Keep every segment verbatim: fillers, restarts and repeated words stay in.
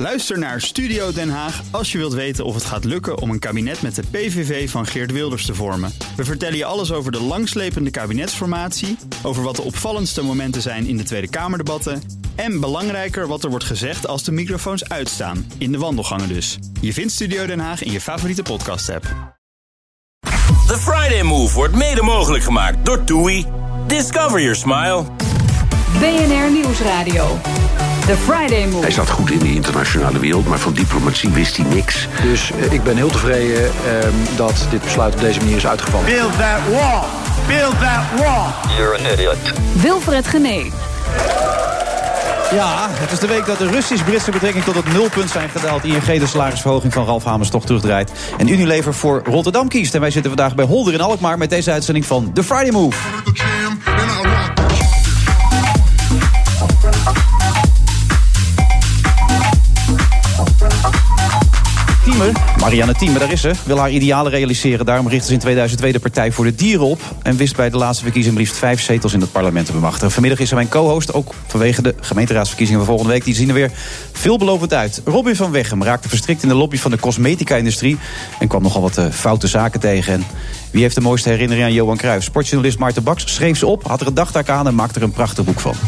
Luister naar Studio Den Haag als je wilt weten of het gaat lukken om een kabinet met de P V V van Geert Wilders te vormen. We vertellen je alles over de langslepende kabinetsformatie, over wat de opvallendste momenten zijn in de Tweede Kamerdebatten en belangrijker wat er wordt gezegd als de microfoons uitstaan, in de wandelgangen dus. Je vindt Studio Den Haag in je favoriete podcast-app. The Friday Move wordt mede mogelijk gemaakt door TUI. Discover your smile. B N R Nieuwsradio. The Friday Move. Hij zat goed in de internationale wereld, maar van diplomatie wist hij niks. Dus uh, ik ben heel tevreden uh, dat dit besluit op deze manier is uitgevallen. Build that wall! Build that wall! You're an idiot. Wilfred Genee. Ja, het is de week dat de Russisch-Britse betrekking tot het nulpunt zijn gedaald. I N G de salarisverhoging van Ralf Hamers toch terugdraait. En Unilever voor Rotterdam kiest. En wij zitten vandaag bij Holder in Alkmaar met deze uitzending van The Friday Move. Thieme, Marianne Thieme, daar is ze, wil haar idealen realiseren. Daarom richtte ze in tweeduizend twee de Partij voor de Dieren op en wist bij de laatste verkiezing liefst vijf zetels in het parlement te bemachtigen. Vanmiddag is ze mijn co-host, ook vanwege de gemeenteraadsverkiezingen van volgende week. Die zien er weer veelbelovend uit. Robin van Weggem raakte verstrikt in de lobby van de cosmetica-industrie en kwam nogal wat uh, foute zaken tegen. En wie heeft de mooiste herinnering aan Johan Cruijff? Sportjournalist Maarten Baks schreef ze op, had er een dagtaak aan en maakte er een prachtig boek van.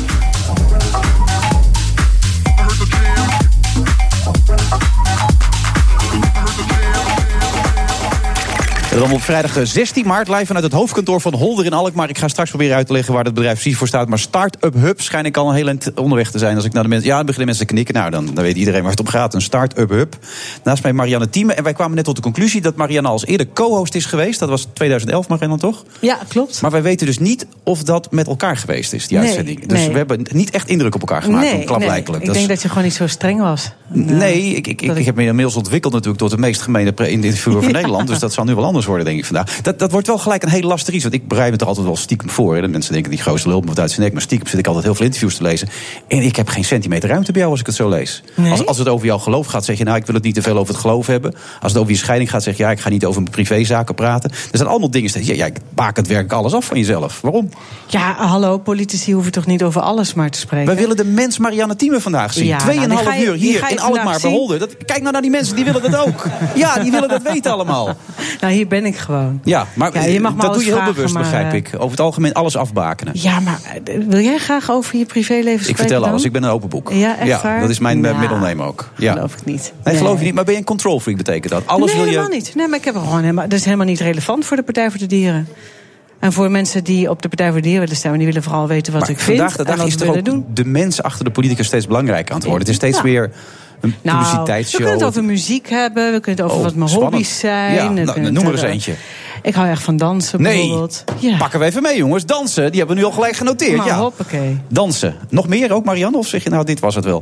Dan op vrijdag zestien maart live vanuit het hoofdkantoor van Holder in Alkmaar. Ik ga straks proberen uit te leggen waar het bedrijf precies voor staat. Maar Start-up Hub schijn ik al een heel eind onderweg te zijn. Als ik naar de mensen, ja, dan beginnen mensen te knikken. Nou, dan, dan weet iedereen waar het om gaat. Een Start-up Hub. Naast mij Marianne Thieme. En wij kwamen net tot de conclusie dat Marianne als eerder co-host is geweest. Dat was tweeduizend elf, Marianne, toch? Ja, klopt. Maar wij weten dus niet of dat met elkaar geweest is, die nee, uitzending. Dus nee. we hebben niet echt indruk op elkaar gemaakt. Nee, klaplijkelijk. nee. Ik denk dat je gewoon niet zo streng was. Nee, ik, ik, ik, ik heb me inmiddels ontwikkeld natuurlijk tot de meest gemene interviewer van ja. Nederland. Dus dat zal nu wel anders worden, denk ik vandaag. Dat, dat wordt wel gelijk een heel lastig iets. Want ik bereid me er altijd wel stiekem voor. Hè. De mensen denken, die grootste lult me wat uit zijn nek. Maar stiekem zit ik altijd heel veel interviews te lezen. En ik heb geen centimeter ruimte bij jou als ik het zo lees. Nee? Als, als het over jouw geloof gaat, zeg je, nou, ik wil het niet te veel over het geloof hebben. Als het over je scheiding gaat, zeg je, ja, ik ga niet over mijn privézaken praten. Er zijn allemaal dingen. Ja, ja, ik maak het werk alles af van jezelf. Waarom? Ja, hallo, politici hoeven toch niet over alles maar te spreken. Wij willen de mens Marianne Thieme vandaag zien. Ja, Tweeënhalf nou, uur hier in Alkmaar bij Holder. Dat, kijk nou naar die mensen, die willen dat ook. Ja, die willen dat weten allemaal. Nou, hier ben ik gewoon. Ja, maar ja, je mag dat doe je heel vragen, bewust, maar, begrijp ik. Over het algemeen alles afbakenen. Ja, maar wil jij graag over je privéleven spreken? Ik vertel dan? alles, ik ben een open boek. Ja, echt waar? Dat is mijn nou, middelneem ook. Ja. Geloof ik niet. Nee, geloof je niet, maar ben je een control freak, betekent dat? Alles nee, wil je... helemaal niet. Nee, maar ik heb er gewoon helemaal, dat is helemaal niet relevant voor de Partij voor de Dieren. En voor mensen die op de Partij voor de Dieren willen stemmen, die willen vooral weten wat maar ik vind. Vandaag de dag is toch ook doen. de mens achter de politicus steeds belangrijker aan het worden. Het is steeds ja. meer een publiciteitsshow. Nou, we kunnen het over muziek hebben, we kunnen het over oh, wat mijn spannend. hobby's zijn. Ja, nou, noem er eens eentje. Ik hou echt van dansen, nee. bijvoorbeeld. Ja. Pakken we even mee, jongens. Dansen, die hebben we nu al gelijk genoteerd. Maar ja. hoppakee. Dansen. Nog meer ook, Marianne? Of zeg je nou, dit was het wel?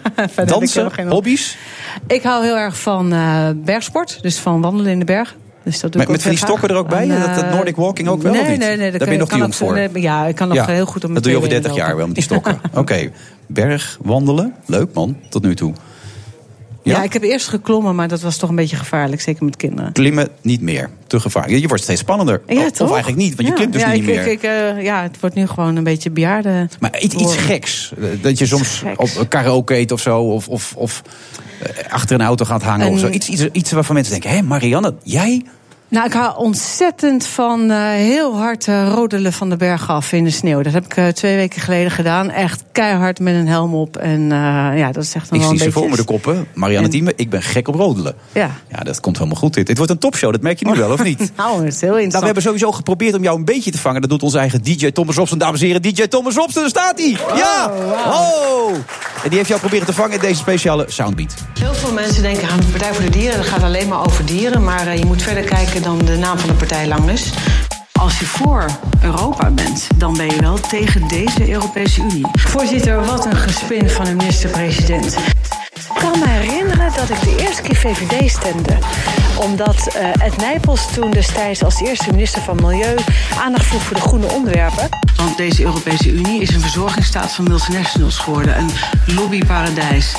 Dansen, geen hobby's? Ik hou heel erg van uh, bergsport, dus van wandelen in de bergen. Dus dat doe met ik met van die stokken er ook bij? En, uh, dat, dat Nordic walking ook wel? Nee, of niet? nee, nee. Daar ben je nog te jong voor. Nee, ja, ik kan nog ja, heel goed om dat doe je over dertig jaar wel met die stokken. Oké, okay. Berg, wandelen. Leuk man, tot nu toe. Ja? ja, ik heb eerst geklommen, maar dat was toch een beetje gevaarlijk. Zeker met kinderen. Klimmen niet meer. Te gevaarlijk. Je wordt steeds spannender. Ja, of, of eigenlijk niet, want je ja. klimt dus ja, niet ik, meer. Ik, ik, uh, ja, het wordt nu gewoon een beetje bejaarde. Maar iets, iets geks. Dat je soms geks. op karaoke eet of zo. Of, of, of uh, achter een auto gaat hangen en, of zo. Iets, iets, iets waarvan mensen denken, hé Marianne, jij... Nou, ik hou ontzettend van uh, heel hard uh, rodelen van de berg af in de sneeuw. Dat heb ik uh, twee weken geleden gedaan. Echt keihard met een helm op. En uh, ja, dat is echt nog wel een beetje... Ik zie ze voor me de koppen. Marianne en... Thieme, ik ben gek op rodelen. Ja. Ja, dat komt helemaal goed. Dit, dit wordt een topshow, dat merk je nu wel, of niet? Nou, dat is heel interessant. Nou, we hebben sowieso geprobeerd om jou een beetje te vangen. Dat doet onze eigen D J Thomas Robson. Dames en heren, D J Thomas Robson, daar staat hij! Oh, ja! Wow. Oh! En die heeft jou proberen te vangen in deze speciale soundbeat. Heel veel mensen denken aan de Partij voor de Dieren. Dat gaat alleen maar over dieren. Maar uh, je moet verder kijken dan de naam van de partij lang is. Als je voor Europa bent, dan ben je wel tegen deze Europese Unie. Voorzitter, wat een gespin van een minister-president. Ik kan me herinneren dat ik de eerste keer V V D stemde. Omdat uh, Ed Nijpels toen destijds als eerste minister van Milieu aandacht vroeg voor de groene onderwerpen. Want deze Europese Unie is een verzorgingsstaat van multinationals geworden. Een lobbyparadijs.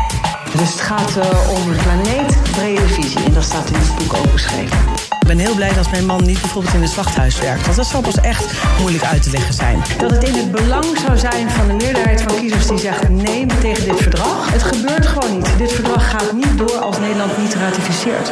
Dus het gaat uh, om een planeetbrede visie. En dat staat in het boek ook beschreven. Ik ben heel blij dat mijn man niet bijvoorbeeld in het slachthuis werkt. Want dat zal pas echt moeilijk uit te leggen zijn. Dat het in het belang zou zijn van de meerderheid van kiezers die zegt nee tegen dit verdrag. Het gebeurt gewoon niet. dit verdrag gaat niet door als Nederland niet ratificeert.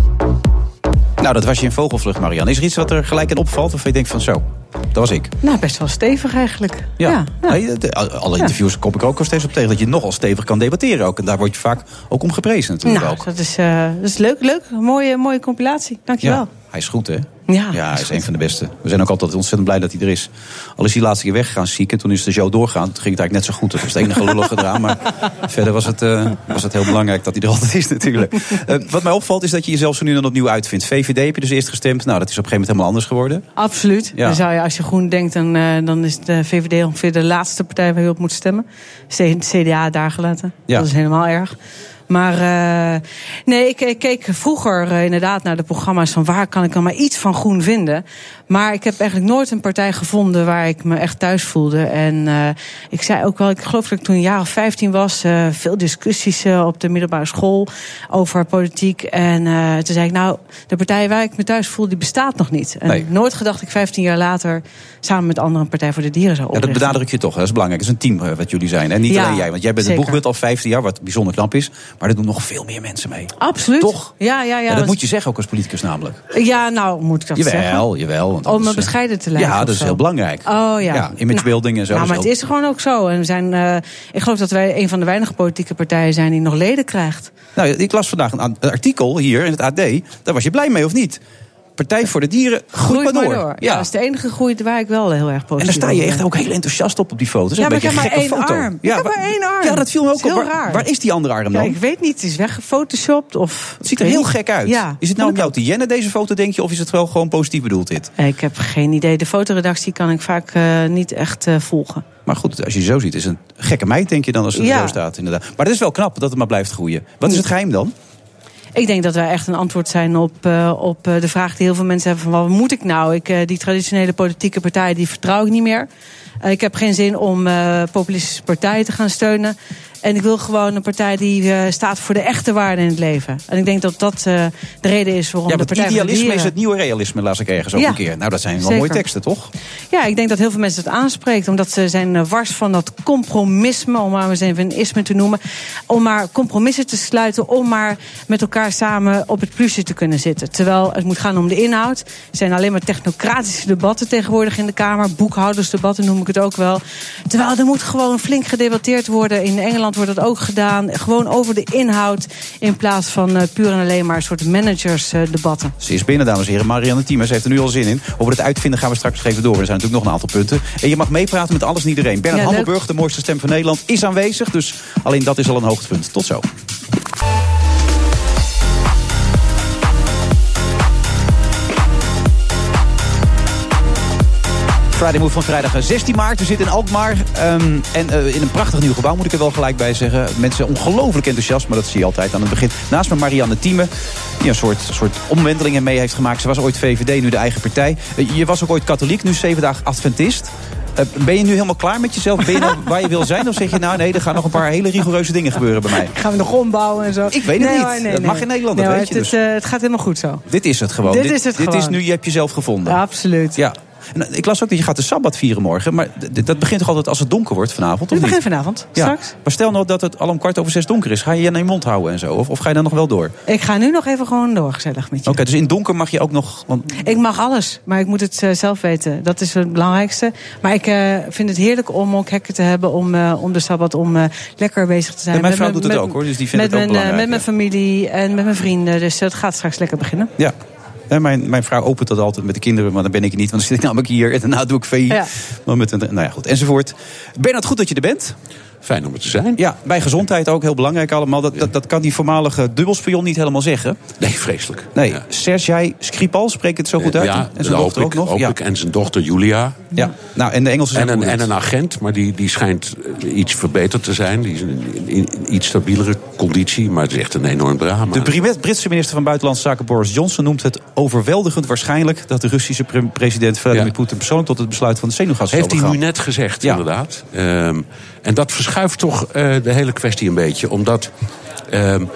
Nou, dat was je in vogelvlucht, Marianne. Is er iets wat er gelijk in opvalt of je denkt van zo, dat was ik? Nou, best wel stevig eigenlijk. Ja, ja, ja. Nee, de, alle interviews ja. kom ik ook al steeds op tegen dat je nogal stevig kan debatteren ook. En daar word je vaak ook om geprezen natuurlijk nou, ook. Dat is, uh, dat is leuk, leuk. Een mooie, mooie compilatie. Dankjewel. Ja, hij is goed, hè? Ja, ja, hij is een van de beste. We zijn ook altijd ontzettend blij dat hij er is. Al is hij laatste keer weggegaan ziek en toen is de show doorgaan. Toen ging het eigenlijk net zo goed. Dat was het enige lullige eraan. Maar verder was het, uh, was het heel belangrijk dat hij er altijd is natuurlijk. Uh, wat mij opvalt is dat je jezelf zo nu dan opnieuw uitvindt. V V D heb je dus eerst gestemd. Nou, dat is op een gegeven moment helemaal anders geworden. Absoluut. Ja. Dan zou je, als je groen denkt, dan, uh, dan is de V V D ongeveer de laatste partij waar je op moet stemmen. C D A daar gelaten. Ja. Dat is helemaal erg. Maar uh, nee, ik, ik keek vroeger uh, inderdaad naar de programma's van waar kan ik dan maar iets van groen vinden. Maar ik heb eigenlijk nooit een partij gevonden waar ik me echt thuis voelde. En uh, ik zei ook wel, ik geloof dat ik toen een jaar of vijftien was, uh, veel discussies uh, op de middelbare school over politiek. En uh, toen zei ik, nou, de partij waar ik me thuis voel, die bestaat nog niet. En nee. nooit gedacht ik vijftien jaar later samen met anderen een Partij voor de Dieren zou oprichten. Ja, dat benadruk je toch, dat is belangrijk. Het is een team wat jullie zijn. En niet ja, alleen jij, want jij bent het boegbeeld al vijftien jaar, wat bijzonder knap is. Maar er doen nog veel meer mensen mee. Absoluut. Toch? Ja, ja, ja. ja dat was... moet je zeggen ook als politicus namelijk. Ja, nou, moet ik dat jawel, zeggen? Jawel, jawel. Om me bescheiden te lijken. Ja, dat is heel belangrijk. Oh ja. ja imagebuilding en zo. Nou, maar het is gewoon ook zo. En we zijn, uh, ik geloof dat wij een van de weinige politieke partijen zijn die nog leden krijgt. Nou, ik las vandaag een artikel hier in het A D. Daar was je blij mee of niet? Partij voor de Dieren, groeit maar door. door. Ja, ja, dat is de enige groei waar ik wel heel erg positief. En daar sta je echt ook heel enthousiast op op die foto's. Ja, een maar ik heb maar één foto. arm. Ja, ik heb maar één arm. Ja, dat viel me ook op. Heel waar, raar. Waar is die andere arm dan? Ja, ik weet niet. Het is weggefotoshopt of... Het ziet er heel gek uit. Ja, is het nou om jou te jennen, deze foto, denk je? Of is het wel gewoon positief bedoeld, dit? Ik heb geen idee. De fotoredactie kan ik vaak uh, niet echt uh, volgen. Maar goed, als je je zo ziet, is het een gekke meid, denk je dan, als het ja. er zo staat, inderdaad. Maar het is wel knap dat het maar blijft groeien. Wat is het geheim dan? Ik denk dat wij echt een antwoord zijn op, uh, op de vraag die heel veel mensen hebben van wat moet ik nou? Ik, uh, die traditionele politieke partijen, die vertrouw ik niet meer. Uh, ik heb geen zin om uh, populistische partijen te gaan steunen. En ik wil gewoon een partij die uh, staat voor de echte waarden in het leven. En ik denk dat dat uh, de reden is waarom ja, de Partij voor de Dieren... idealisme is het nieuwe realisme, las ik ergens ook ja, een keer. Nou, dat zijn wel mooie teksten, toch? Ja, ik denk dat heel veel mensen het aanspreekt. Omdat ze zijn uh, wars van dat compromisme, om maar eens even een isme te noemen. Om maar compromissen te sluiten, om maar met elkaar samen op het plusje te kunnen zitten. Terwijl het moet gaan om de inhoud. Er zijn alleen maar technocratische debatten tegenwoordig in de Kamer. Boekhoudersdebatten noem ik het ook wel. Terwijl er moet gewoon flink gedebatteerd worden. In Engeland wordt dat ook gedaan. Gewoon over de inhoud in plaats van uh, puur en alleen maar een soort managersdebatten. Uh, Ze is binnen, dames en heren. Marianne Thieme, ze heeft er nu al zin in. Over het uitvinden gaan we straks nog even door. Er zijn natuurlijk nog een aantal punten. En je mag meepraten met alles en iedereen. Bernard ja, Hammelburg, de mooiste stem van Nederland, is aanwezig. Dus alleen dat is al een hoogtepunt. Tot zo. Friday Move van vrijdag zestien maart. We zitten in Alkmaar. Um, en uh, in een prachtig nieuw gebouw, moet ik er wel gelijk bij zeggen. Mensen ongelooflijk enthousiast, maar dat zie je altijd aan het begin. Naast me Marianne Thieme, die een soort, soort omwentelingen mee heeft gemaakt. Ze was ooit V V D, nu de eigen partij. Uh, je was ook ooit katholiek, nu zeven dagen Adventist. Uh, ben je nu helemaal klaar met jezelf? Ben je nou waar je wil zijn? Of zeg je nou, nee, er gaan nog een paar hele rigoureuze dingen gebeuren bij mij? Gaan we nog ombouwen en zo? Ik weet het nee, niet. Hoor, nee, dat nee. mag in Nederland, nee, dat hoor, weet je het, dus. uh, het gaat helemaal goed zo. Dit is het gewoon. Dit, dit is het dit gewoon. is nu, je hebt jezelf gevonden. Ja, absoluut. Ja. En ik las ook dat je gaat de Sabbat vieren morgen. Maar d- dat begint toch altijd als het donker wordt vanavond? Het begint niet? vanavond, ja. straks. Maar stel nou dat het al om kwart over zes donker is. Ga je je naar je mond houden en zo? Of, of ga je dan nog wel door? Ik ga nu nog even gewoon door, gezellig met je. Oké, okay, dus in donker mag je ook nog... Want... Ik mag alles, maar ik moet het uh, zelf weten. Dat is het belangrijkste. Maar ik uh, vind het heerlijk om ook hekken te hebben om, uh, om de Sabbat... om uh, lekker bezig te zijn. Ja, mijn vrouw met, doet het met, ook, hoor. Dus die vindt het het ook mijn, belangrijk. Met mijn familie en met mijn vrienden. Dus dat gaat straks lekker beginnen. Ja. En mijn, mijn vrouw opent dat altijd met de kinderen, maar dan ben ik niet. Want dan zit ik namelijk hier en daarna doe ik V I. Ja. Maar met een, nou ja, goed, enzovoort. Bernard, goed dat je er bent. Fijn om het te zijn. Ja, bij gezondheid ook heel belangrijk allemaal. Dat, dat, dat kan die voormalige dubbelspion niet helemaal zeggen. Nee, vreselijk. Nee, ja. Sergej Skripal, spreekt het zo goed uit? Ja, en zijn dochter ik, ook nog. Hoop ja. ik. En zijn dochter Julia. Ja, nou, en de Engelse en een, en een agent, maar die, die schijnt iets verbeterd te zijn. Die is in, in, in iets stabielere conditie, maar het is echt een enorm drama. De Britse minister van Buitenlandse Zaken Boris Johnson noemt het overweldigend waarschijnlijk dat de Russische pre- president Vladimir ja. Poetin persoonlijk tot het besluit van de zenuwgas heeft hij nu net gezegd, ja. inderdaad. Um, en dat verschuift toch uh, de hele kwestie een beetje. Omdat um,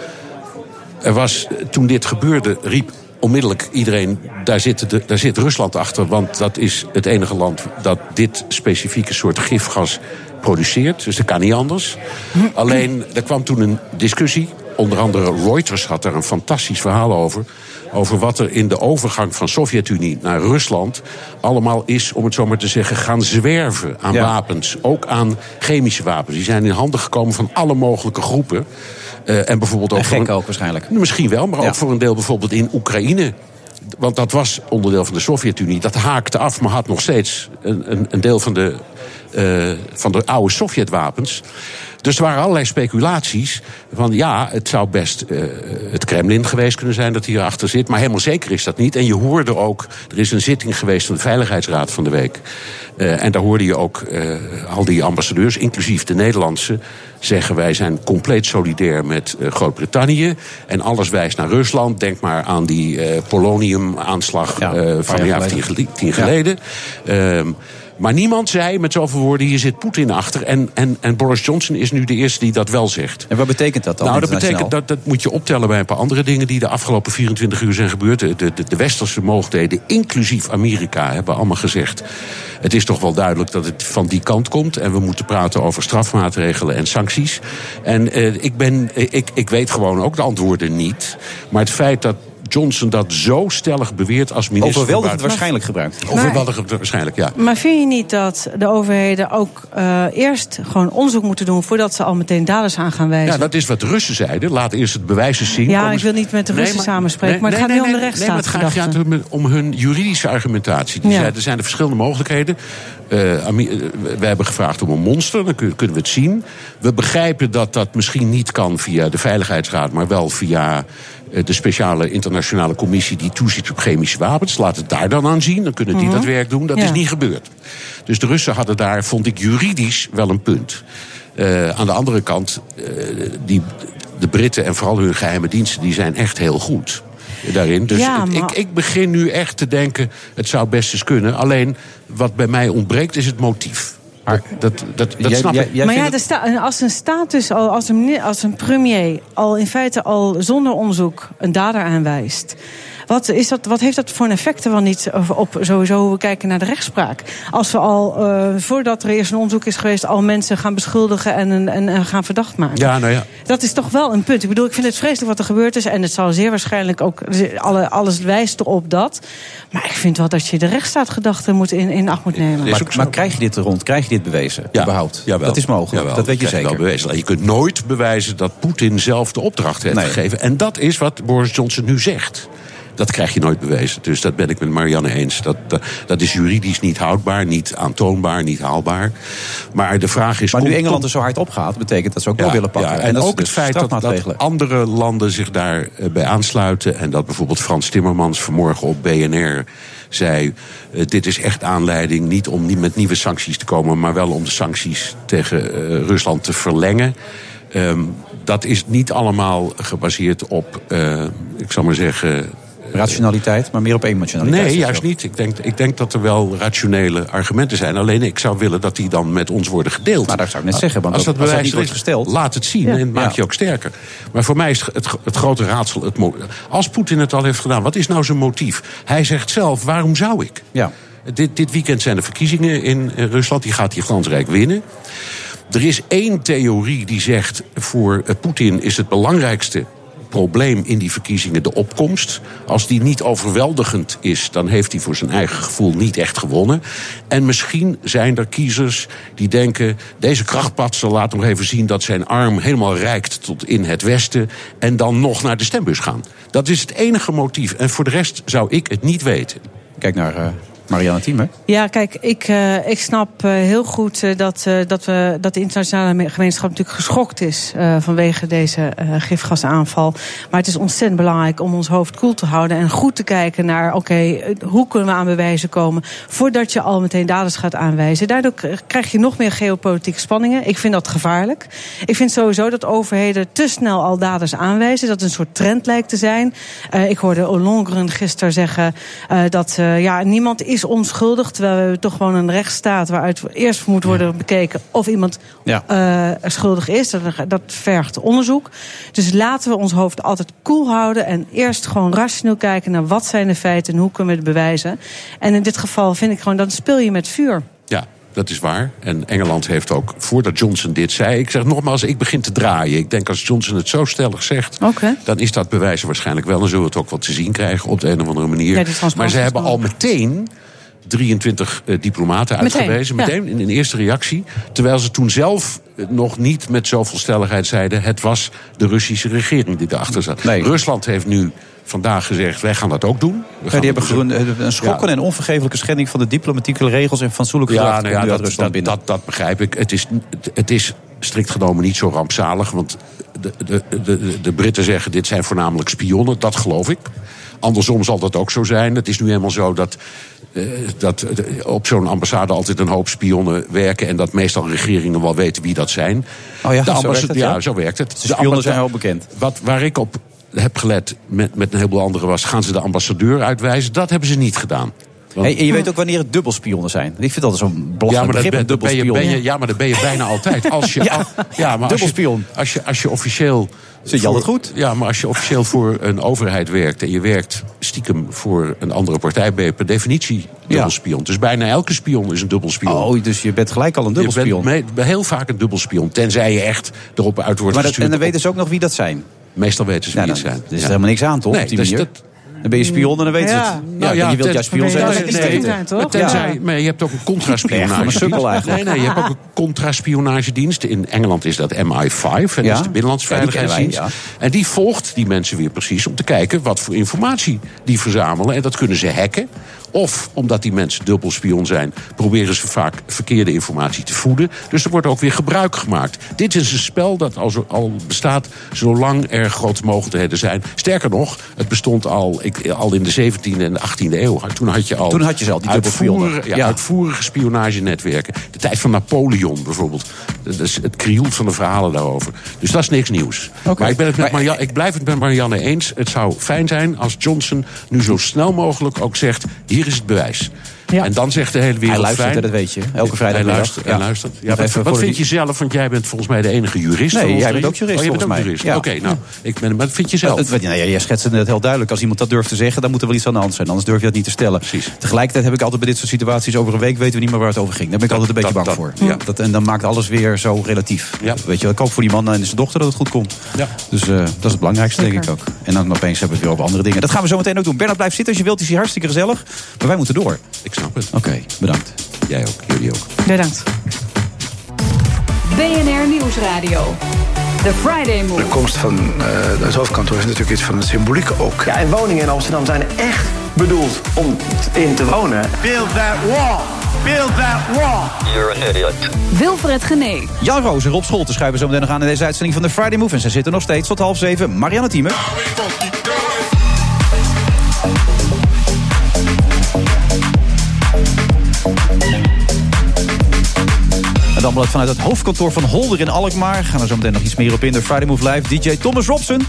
er was, toen dit gebeurde, riep onmiddellijk iedereen, daar zit, de, daar zit Rusland achter. Want dat is het enige land dat dit specifieke soort gifgas produceert. Dus dat kan niet anders. Alleen, er kwam toen een discussie onder andere Reuters had daar een fantastisch verhaal over. Over wat er in de overgang van Sovjet-Unie naar Rusland allemaal is, om het zo maar te zeggen, gaan zwerven aan ja. wapens. Ook aan chemische wapens. Die zijn in handen gekomen van alle mogelijke groepen. Uh, en bijvoorbeeld ook. En gekken ook waarschijnlijk. Misschien wel, maar ja. ook voor een deel bijvoorbeeld in Oekraïne. Want dat was onderdeel van de Sovjet-Unie. Dat haakte af, maar had nog steeds een, een, een deel van de, uh, van de oude Sovjetwapens. Dus er waren allerlei speculaties van ja, het zou best uh, het Kremlin geweest kunnen zijn dat hierachter zit. Maar helemaal zeker is dat niet. En je hoorde ook, er is een zitting geweest van de Veiligheidsraad van de week. Uh, en daar hoorde je ook uh, al die ambassadeurs, inclusief de Nederlandse, zeggen wij zijn compleet solidair met uh, Groot-Brittannië. En alles wijst naar Rusland. Denk maar aan die uh, polonium-aanslag ja, uh, van een jaar of tien, tien geleden. Ja. Um, Maar niemand zei met zoveel woorden, hier zit Poetin achter. En, en, en Boris Johnson is nu de eerste die dat wel zegt. En wat betekent dat dan? Nou, dat betekent dat, dat moet je optellen bij een paar andere dingen die de afgelopen vierentwintig uur zijn gebeurd. De, de, de westerse mogendheden, inclusief Amerika, hebben allemaal gezegd, het is toch wel duidelijk dat het van die kant komt. En we moeten praten over strafmaatregelen en sancties. En uh, ik, ben, ik, ik weet gewoon ook de antwoorden niet. Maar het feit dat Johnson dat zo stellig beweert als minister. Overweldigend waarschijnlijk gebruikt. Overweldigend waarschijnlijk, ja. Maar vind je niet dat de overheden ook uh, eerst gewoon onderzoek moeten doen voordat ze al meteen daders aan gaan wijzen? Ja, dat is wat de Russen zeiden. Laat eerst het bewijs eens zien. Ja, ik wil niet met de Russen nee, maar, samenspreken, nee, maar het nee, gaat nee, nu om de rechtsstaatsgedachte. Nee, maar het gaat om, om hun juridische argumentatie. Die ja. zeiden, er zijn er verschillende mogelijkheden. Uh, we hebben gevraagd om een monster, dan kunnen we het zien. We begrijpen dat dat misschien niet kan via de Veiligheidsraad, maar wel via de speciale internationale commissie die toeziet op chemische wapens. Laat het daar dan aan zien, dan kunnen die mm-hmm. dat werk doen. Dat ja. is niet gebeurd. Dus de Russen hadden daar, vond ik, juridisch wel een punt. Uh, aan de andere kant, uh, die, de Britten en vooral hun geheime diensten, die zijn echt heel goed daarin. Dus ja, maar ik, ik begin nu echt te denken, het zou best eens kunnen. Alleen, wat bij mij ontbreekt, is het motief. Maar dat, dat, dat jij, snap jij, ik. Jij maar ja, de sta- als een staat dus al, als een, als een premier al in feite al zonder onderzoek een dader aanwijst, Wat, is dat, wat heeft dat voor een effect er wel niet op sowieso hoe we kijken naar de rechtspraak? Als we al, uh, voordat er eerst een onderzoek is geweest, al mensen gaan beschuldigen en, en, en gaan verdacht maken. Ja, nou ja. Dat is toch wel een punt. Ik bedoel, ik vind het vreselijk wat er gebeurd is. En het zal zeer waarschijnlijk ook, alle, alles wijst erop dat. Maar ik vind wel dat je de rechtsstaatgedachte moet in, in acht moet nemen. Maar, maar krijg je dit er rond? Krijg je dit bewezen? Ja, überhaupt? Jawel. Dat is mogelijk. Jawel, dat weet je je zeker. Wel bewezen. Je kunt nooit bewijzen dat Poetin zelf de opdracht heeft nee. gegeven. En dat is wat Boris Johnson nu zegt. Dat krijg je nooit bewezen. Dus dat ben ik met Marianne eens. Dat, dat, dat is juridisch niet houdbaar, niet aantoonbaar, niet haalbaar. Maar de vraag is... Maar nu komt, Engeland er zo hard op gaat, betekent dat ze ook ja, wel willen pakken. Ja, en, en dat ook dus het feit dat, dat andere landen zich daarbij aansluiten. En dat bijvoorbeeld Frans Timmermans vanmorgen op B N R zei, uh, dit is echt aanleiding niet om niet met nieuwe sancties te komen, maar wel om de sancties tegen uh, Rusland te verlengen. Um, dat is niet allemaal gebaseerd op, uh, ik zal maar zeggen, rationaliteit, maar meer op emotionaliteit. Nee, juist niet. Ik denk, ik denk dat er wel rationele argumenten zijn. Alleen ik zou willen dat die dan met ons worden gedeeld. Maar dat zou ik net zeggen, want als dat bewijs niet wordt gesteld, laat het zien, ja. En het maakt ja. je ook sterker. Maar voor mij is het, het, het grote raadsel, het mo- als Poetin het al heeft gedaan, wat is nou zijn motief? Hij zegt zelf, waarom zou ik? Ja. Dit, dit weekend zijn de verkiezingen in Rusland. Die gaat hier glansrijk winnen. Er is één theorie die zegt, voor Poetin is het belangrijkste probleem in die verkiezingen de opkomst. Als die niet overweldigend is, dan heeft hij voor zijn eigen gevoel niet echt gewonnen. En misschien zijn er kiezers die denken, deze krachtpatser laat nog even zien dat zijn arm helemaal reikt tot in het westen en dan nog naar de stembus gaan. Dat is het enige motief. En voor de rest zou ik het niet weten. Kijk naar Uh... Marianne Thieme. Ja, kijk, ik, uh, ik snap uh, heel goed uh, dat, uh, dat, we, dat de internationale gemeenschap natuurlijk geschokt is uh, vanwege deze uh, gifgasaanval. Maar het is ontzettend belangrijk om ons hoofd koel te houden en goed te kijken naar, oké, okay, hoe kunnen we aan bewijzen komen voordat je al meteen daders gaat aanwijzen. Daardoor krijg je nog meer geopolitieke spanningen. Ik vind dat gevaarlijk. Ik vind sowieso dat overheden te snel al daders aanwijzen. Dat het een soort trend lijkt te zijn. Uh, ik hoorde Ollongren gisteren zeggen uh, dat uh, ja, niemand is onschuldig, terwijl we toch gewoon een rechtsstaat waaruit eerst moet worden bekeken of iemand ja. uh, schuldig is. Dat, dat vergt onderzoek. Dus laten we ons hoofd altijd koel houden en eerst gewoon rationeel kijken naar wat zijn de feiten en hoe kunnen we het bewijzen. En in dit geval vind ik gewoon, dan speel je met vuur. Ja, Dat is waar. En Engeland heeft ook, voordat Johnson dit zei... Ik zeg nogmaals, ik begin te draaien. Ik denk als Johnson het zo stellig zegt... Okay. dan is dat bewijs waarschijnlijk wel. Dan zullen we het ook wel te zien krijgen op de een of andere manier. Ja, maar ze hebben al meteen drieëntwintig uh, diplomaten meteen, uitgewezen. Meteen ja. in een eerste reactie. Terwijl ze toen zelf nog niet met zoveel stelligheid zeiden... het was de Russische regering die erachter zat. Nee. Rusland heeft nu... vandaag gezegd, wij gaan dat ook doen. We ja, die hebben gewoon een schokken ja. en onvergeeflijke schending... van de diplomatieke regels en fatsoenlijk gedrag. Ja, nou ja, dat, dat, dat, dat, dat begrijp ik. Het is, het is strikt genomen niet zo rampzalig. Want de, de, de, de Britten zeggen, dit zijn voornamelijk spionnen. Dat geloof ik. Andersom zal dat ook zo zijn. Het is nu helemaal zo dat... Uh, dat uh, op zo'n ambassade altijd een hoop spionnen werken... en dat meestal regeringen wel weten wie dat zijn. Oh ja, de zo werkt het, ja, ja, zo werkt het. De spionnen zijn al bekend. Wat, waar ik op heb gelet met, met een heleboel anderen was... gaan ze de ambassadeur uitwijzen? Dat hebben ze niet gedaan. Want... Hey, en je weet ook wanneer het dubbelspionnen zijn. Ik vind dat zo'n belachelijk ja, begrip, dat ben, ben je, ben je, ja, maar dat ben je bijna altijd. Als je, ja, al, ja, maar dubbelspion. Als je, als je, als je officieel... Zit je altijd goed? Ja, maar als je officieel voor een overheid werkt... en je werkt stiekem voor een andere partij... ben je per definitie dubbelspion. Ja. Dus bijna elke spion is een dubbelspion. Oh, dus je bent gelijk al een dubbelspion. Je bent heel vaak een dubbelspion. Tenzij je echt erop uit wordt maar dat, gestuurd. En dan weten ze ook nog wie dat zijn? Meestal weten ze wie ja, het zijn. Er is ja. helemaal niks aan, toch? Nee, op die dus manier? Dat, dan ben je spion en dan weten ze ja. het. Nou, ja, ja, je wilt juist spion zijn. Nee, Dat nee, nee, nee, toch? Tenzij, ja. Maar je hebt ook een contraspionagedienst. Nee, nee, je hebt ook een contraspionagedienst. In Engeland is dat M I vijf. En ja? dat is de Binnenlandse Veiligheidsdienst. Ja, wij, ja. En die volgt die mensen weer precies om te kijken wat voor informatie die verzamelen. En dat kunnen ze hacken. Of, omdat die mensen dubbelspion zijn... proberen ze vaak verkeerde informatie te voeden. Dus er wordt ook weer gebruik gemaakt. Dit is een spel dat al, zo, al bestaat zolang er grote mogelijkheden zijn. Sterker nog, het bestond al, ik, al in de zeventiende en de achttiende eeuw. Toen had je al, Toen had je al die uitvoerige, ja, ja. uitvoerige spionagenetwerken. De tijd van Napoleon bijvoorbeeld. Dat is het krioelt van de verhalen daarover. Dus dat is niks nieuws. Okay. Maar, ik, ben het met Maria, ik blijf het met Marianne eens. Het zou fijn zijn als Johnson nu zo snel mogelijk ook zegt... hier is het bewijs. Ja. En dan zegt de hele wereld... Hij luistert, fijn, dat weet je. Elke vrijdag. Hij luistert. Ja. Hij luistert. Ja, wat wat vind die... je zelf? Want jij bent volgens mij de enige jurist. Nee, jij bent ook jurist, oh, volgens bent ook mij. Jurist. Ja. Oké, okay, nou, ik ben, maar wat vind je zelf? Het, het, nou ja, jij schetst het net heel duidelijk. Als iemand dat durft te zeggen, dan moet er wel iets aan de hand zijn. Anders durf je dat niet te stellen. Precies. Tegelijkertijd heb ik altijd bij dit soort situaties... over een week weten we niet meer waar het over ging. Daar ben ik dat, altijd een beetje dat, bang dat, voor. Ja. Dat, en dan maakt alles weer zo relatief. Ja. Weet je, ik hoop voor die man en zijn dochter dat het goed komt. Ja. Dus uh, dat is het belangrijkste, Zeker. denk ik ook. En dan opeens hebben we het weer over andere dingen. Dat gaan we zo meteen ook doen. Bernard, blijf zitten als je wilt. Het is hier hartstikke gezellig. Maar wij moeten door. Ik snap het. Oké, okay, bedankt. Jij ook, jullie ook. Bedankt. B N R Nieuwsradio. The Friday Move. De komst van uh, het hoofdkantoor is natuurlijk iets van een symboliek ook. Ja, en woningen in Amsterdam zijn echt bedoeld om in te wonen. Build that wall. Build that wall. You're an idiot. Wilfred Genee. Jan Roos en Rob Scholten schuiven zo meteen nog aan in deze uitzending van The Friday Move. En ze zitten nog steeds tot half zeven. Marianne Thieme. En dan vanuit het hoofdkantoor van Holder in Alkmaar. Gaan we zo meteen nog iets meer op in. De Friday Move Live. D J Thomas Robson.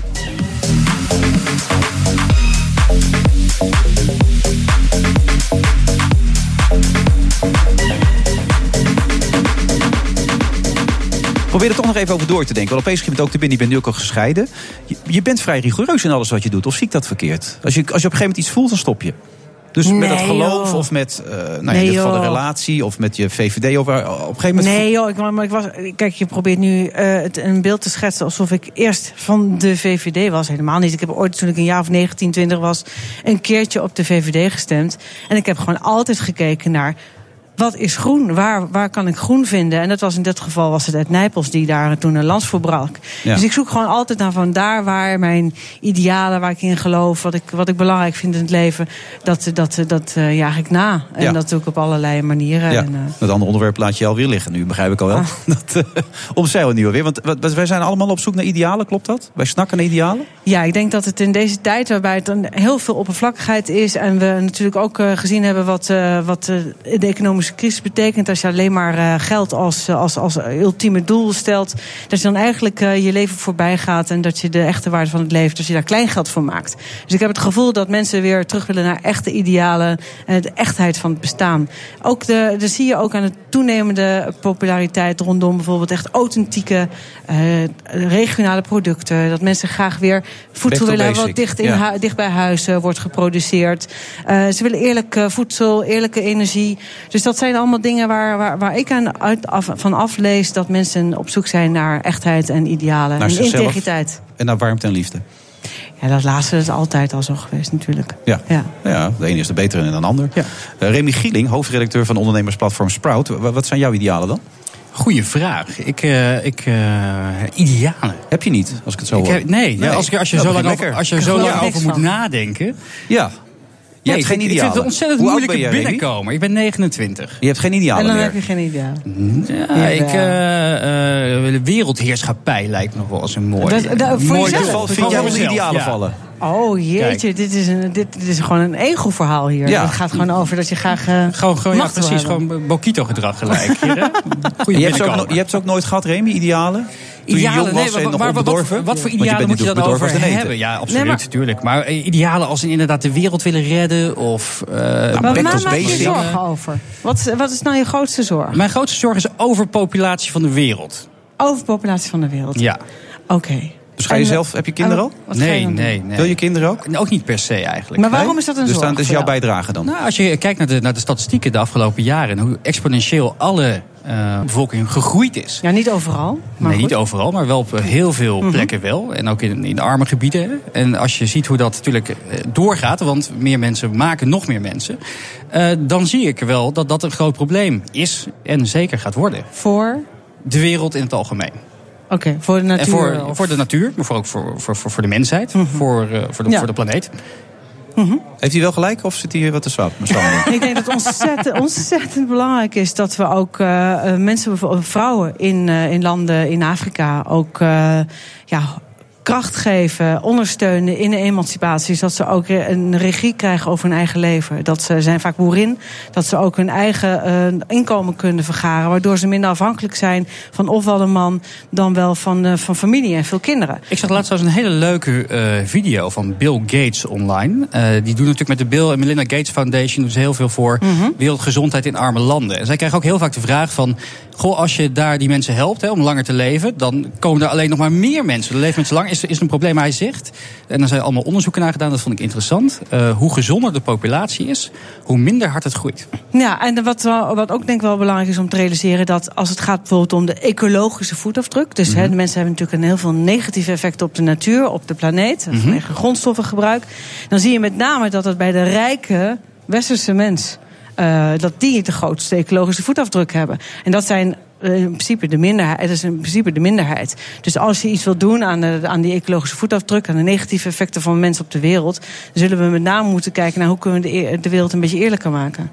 Probeer er toch nog even over door te denken. Want opeens schiet het ook te binnen. Je bent nu ook al gescheiden. Je, je bent vrij rigoureus in alles wat je doet. Of zie ik dat verkeerd? Als je, als je op een gegeven moment iets voelt, dan stop je. Dus nee, met het geloof joh. of met uh, nou, nee, in dit geval de relatie of met je V V D. Of, op een gegeven moment... Nee joh, ik, maar ik was, kijk, je probeert nu uh, het, een beeld te schetsen alsof ik eerst van de V V D was. Helemaal niet. Ik heb ooit, toen ik een jaar of negentien, twintig was, een keertje op de V V D gestemd. En ik heb gewoon altijd gekeken naar... Wat is groen? Waar, waar kan ik groen vinden? En dat was in dit geval was het Ed Nijpels die daar toen een lans voor brak. Ja. Dus ik zoek gewoon altijd naar van daar waar mijn idealen, waar ik in geloof, wat ik, wat ik belangrijk vind in het leven, dat, dat, dat uh, jaag ik na. En ja. dat doe ik op allerlei manieren. Ja. En, uh... Dat andere onderwerp laat je alweer liggen. Nu begrijp ik al wel. Ah. Dat uh, omzeilen we nu alweer. Want wat, wij zijn allemaal op zoek naar idealen, klopt dat? Wij snakken naar idealen? Ja, ik denk dat het in deze tijd waarbij het een heel veel oppervlakkigheid is en we natuurlijk ook uh, gezien hebben wat, uh, wat uh, de economische crisis betekent als je alleen maar uh, geld als, als, als ultieme doel stelt, dat je dan eigenlijk uh, je leven voorbij gaat en dat je de echte waarde van het leven, dat je daar kleingeld voor maakt. Dus ik heb het gevoel dat mensen weer terug willen naar echte idealen en de echtheid van het bestaan. Ook de, dat zie je ook aan de toenemende populariteit rondom bijvoorbeeld echt authentieke uh, regionale producten. Dat mensen graag weer voedsel willen hebben wat dicht, in ja. hu- dicht bij huis uh, wordt geproduceerd. Uh, ze willen eerlijk uh, voedsel, eerlijke energie. Dus dat zijn allemaal dingen waar, waar, waar ik aan uit, af, van aflees dat mensen op zoek zijn naar echtheid en idealen. Naar en zichzelf integriteit. En naar warmte en liefde. Ja, dat laatste is altijd al zo geweest natuurlijk. Ja, ja. ja de ene is er beter in dan de ander. Ja. Uh, Remy Gieling, hoofdredacteur van ondernemersplatform Sprout. W- wat zijn jouw idealen dan? Goeie vraag. Ik, uh, ik uh, idealen. Heb je niet, als ik het zo ik hoor? heb, nee, nee, als, ik, als je nou, zo lang lekker. over, als je zo lang over moet nadenken. Ja. Je Nee, hebt geen ik, idealen. ik vind het ontzettend Hoe oud moeilijk ben jij, binnenkomen. Remy? Ik ben negenentwintig. Je hebt geen idealen En dan meer. heb je geen ideaal. Ja, ik, uh, uh, wereldheerschappij lijkt me nog wel eens een mooi. Dat, dat, voor mooi jezelf? doel. Vind jij onder Voor idealen mezelf, ja. vallen? Oh jeetje, dit is, een, dit, dit is gewoon een ego-verhaal hier. Ja. Het gaat gewoon over dat je graag uh, Gewoon, gewoon ja, macht wil precies, hebben. gewoon Bokito-gedrag gelijk. Hier, hè? Goeie Je hebt, ze ook, binnenkomen. no- je hebt ze ook nooit gehad, Remy, idealen? Toen je Idealen, jong was nee, en maar, nog maar wat, onbedorven? wat voor Want je idealen bent moet je niet dan bedorven over als een eten. hebben? Ja, absoluut, Nee, maar- natuurlijk. Maar eh, idealen als in inderdaad de wereld willen redden of... Uh, Maar back waar was maak je je basic. zorgen over? Wat, wat is nou je grootste zorg? Mijn grootste zorg is de overpopulatie van de wereld. Overpopulatie van de wereld? Ja. Oké. Okay. Dus ga je En- zelf, heb je kinderen al? Wat ga je Nee, dan doen? nee, nee. Wil je kinderen ook? Ook niet per se eigenlijk. Maar waarom Nee? is dat een Dus zorg? dan, dat is voor jouw jou? bijdrage dan? Nou, als je kijkt naar de, naar de statistieken de afgelopen jaren... en hoe exponentieel alle uh, bevolking gegroeid is. Ja, niet overal. Maar Nee, goed. niet overal, maar wel op heel veel Mm-hmm. plekken wel. En ook in, in arme gebieden. En als je ziet hoe dat natuurlijk uh, doorgaat... want meer mensen maken nog meer mensen... Uh, dan zie ik wel dat dat een groot probleem is en zeker gaat worden. Voor? De wereld in het algemeen. Oké, okay, voor de natuur. En voor, of- voor de natuur, maar voor ook voor, voor, voor, voor de mensheid, Mm-hmm. voor, uh, voor, de, Ja. voor de planeet. Mm-hmm. Heeft hij wel gelijk of zit hij hier wat te zwak? Ik denk dat het ontzettend, ontzettend belangrijk is dat we ook uh, mensen, vrouwen in, uh, in landen in Afrika ook uh, ja, kracht geven, ondersteunen in de emancipatie. Zodat ze ook een regie krijgen over hun eigen leven. Dat ze zijn vaak boerin. Dat ze ook hun eigen uh, inkomen kunnen vergaren. Waardoor ze minder afhankelijk zijn van ofwel een man dan wel van, uh, van familie en veel kinderen. Ik zag laatst trouwens een hele leuke uh, video van Bill Gates online. Uh, die doen natuurlijk met de Bill en Melinda Gates Foundation doen ze heel veel voor mm-hmm. wereldgezondheid in arme landen. En zij krijgen ook heel vaak de vraag van... Goh, als je daar die mensen helpt hè, om langer te leven... dan komen er alleen nog maar meer mensen. Dan leven mensen lang. Is, is er een probleem, hij zegt. En daar zijn allemaal onderzoeken naar gedaan. Dat vond ik interessant. Uh, hoe gezonder de populatie is, hoe minder hard het groeit. Ja, en wat, wat ook denk ik wel belangrijk is om te realiseren... dat als het gaat bijvoorbeeld om de ecologische voetafdruk... dus mm-hmm. hè, de mensen hebben natuurlijk een heel veel negatieve effecten op de natuur... op de planeet, mm-hmm. vanwege grondstoffengebruik... dan zie je met name dat het bij de rijke westerse mens... Uh, dat die de grootste ecologische voetafdruk hebben. En dat zijn uh, in principe de minderheid. Dat is in principe de minderheid. Dus als je iets wil doen aan, de, aan die ecologische voetafdruk... aan de negatieve effecten van mensen op de wereld... dan zullen we met name moeten kijken naar hoe kunnen we de, de wereld een beetje eerlijker maken.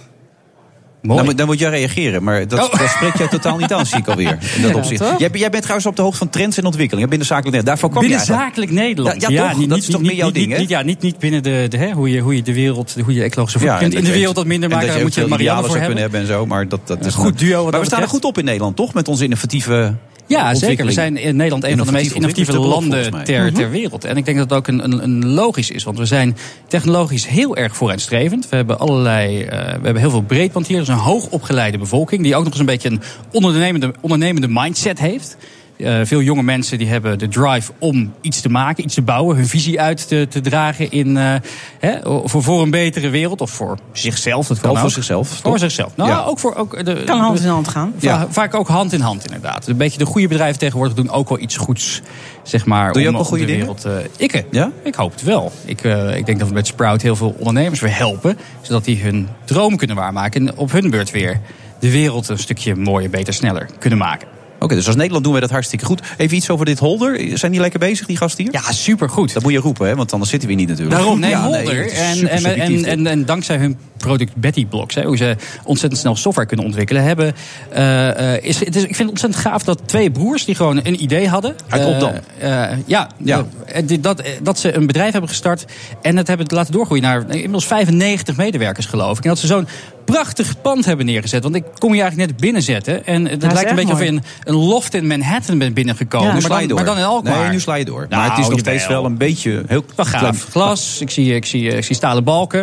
Dan moet, dan moet jij reageren, maar dat, oh. dat spreekt jij totaal niet aan, zie ik alweer. In dat ja, opzicht. Jij, jij bent trouwens op de hoogte van trends en ontwikkelingen binnen zakelijk Nederland. Daarvoor kwam binnen zakelijk Nederland. Ja, ja, ja toch? Niet, dat is toch niet, meer jouw niet, ding, niet, hè? Niet, ja, niet, niet binnen de, de hè, hoe, je, hoe je de wereld, hoe je ecologische footprint ja, in de wereld wat minder maken. Daar moet je Marianne voor hebben. hebben en zo, maar dat, dat is een goed duo. Maar we staan er goed op in Nederland, toch? Met onze innovatieve. Ja, zeker. We zijn in Nederland een van de meest innovatieve landen ter, mm-hmm. ter wereld. En ik denk dat het ook een, een, een logisch is. Want we zijn technologisch heel erg vooruitstrevend. We hebben allerlei, uh, we hebben heel veel breedband hier. Dus een hoogopgeleide bevolking. Die ook nog eens een beetje een ondernemende, ondernemende mindset heeft. Uh, veel jonge mensen die hebben de drive om iets te maken, iets te bouwen, hun visie uit te, te dragen in, uh, hè, voor, voor een betere wereld of voor zichzelf. Dat kan ook ook. voor zichzelf. Voor toch? zichzelf. Nou, ja. ook voor ook de, kan hand in hand gaan. Ja. Vaak ook hand in hand inderdaad. Een beetje de goede bedrijven tegenwoordig doen ook wel iets goeds, zeg maar. Doe je om, ook wel goede de dingen? wereld, uh, ik, ja? ik hoop het wel. Ik, uh, ik denk dat we met Sprout heel veel ondernemers weer helpen, zodat die hun droom kunnen waarmaken en op hun beurt weer de wereld een stukje mooier, beter, sneller kunnen maken. Oké, okay, dus als Nederland doen wij dat hartstikke goed. Even iets over dit Holder. Zijn die lekker bezig, die gasten hier? Ja, supergoed. Dat moet je roepen, hè? Want anders zitten we hier niet natuurlijk. Daarom, nee, ja, Holder. Nee, en, en, en, en, en dankzij hun product Betty Blocks, hè, hoe ze ontzettend snel software kunnen ontwikkelen, hebben. Uh, is, het is, ik vind het ontzettend gaaf dat twee broers die gewoon een idee hadden. Uit Opdam. Uh, uh, ja, ja. Uh, dat, dat ze een bedrijf hebben gestart en het hebben laten doorgroeien naar inmiddels vijfennegentig medewerkers, geloof ik. En dat ze zo'n prachtig pand hebben neergezet. Want ik kom hier eigenlijk net binnenzetten. En het ja, lijkt een beetje mooi. of je een, een loft in Manhattan bent binnengekomen. Ja, maar, dan, maar dan in Alkmaar. Nee, nu sla je door. Nou, maar het is nog jawel. steeds wel een beetje heel wel gaaf. Glas, ik zie, ik, zie, ik zie stalen balken.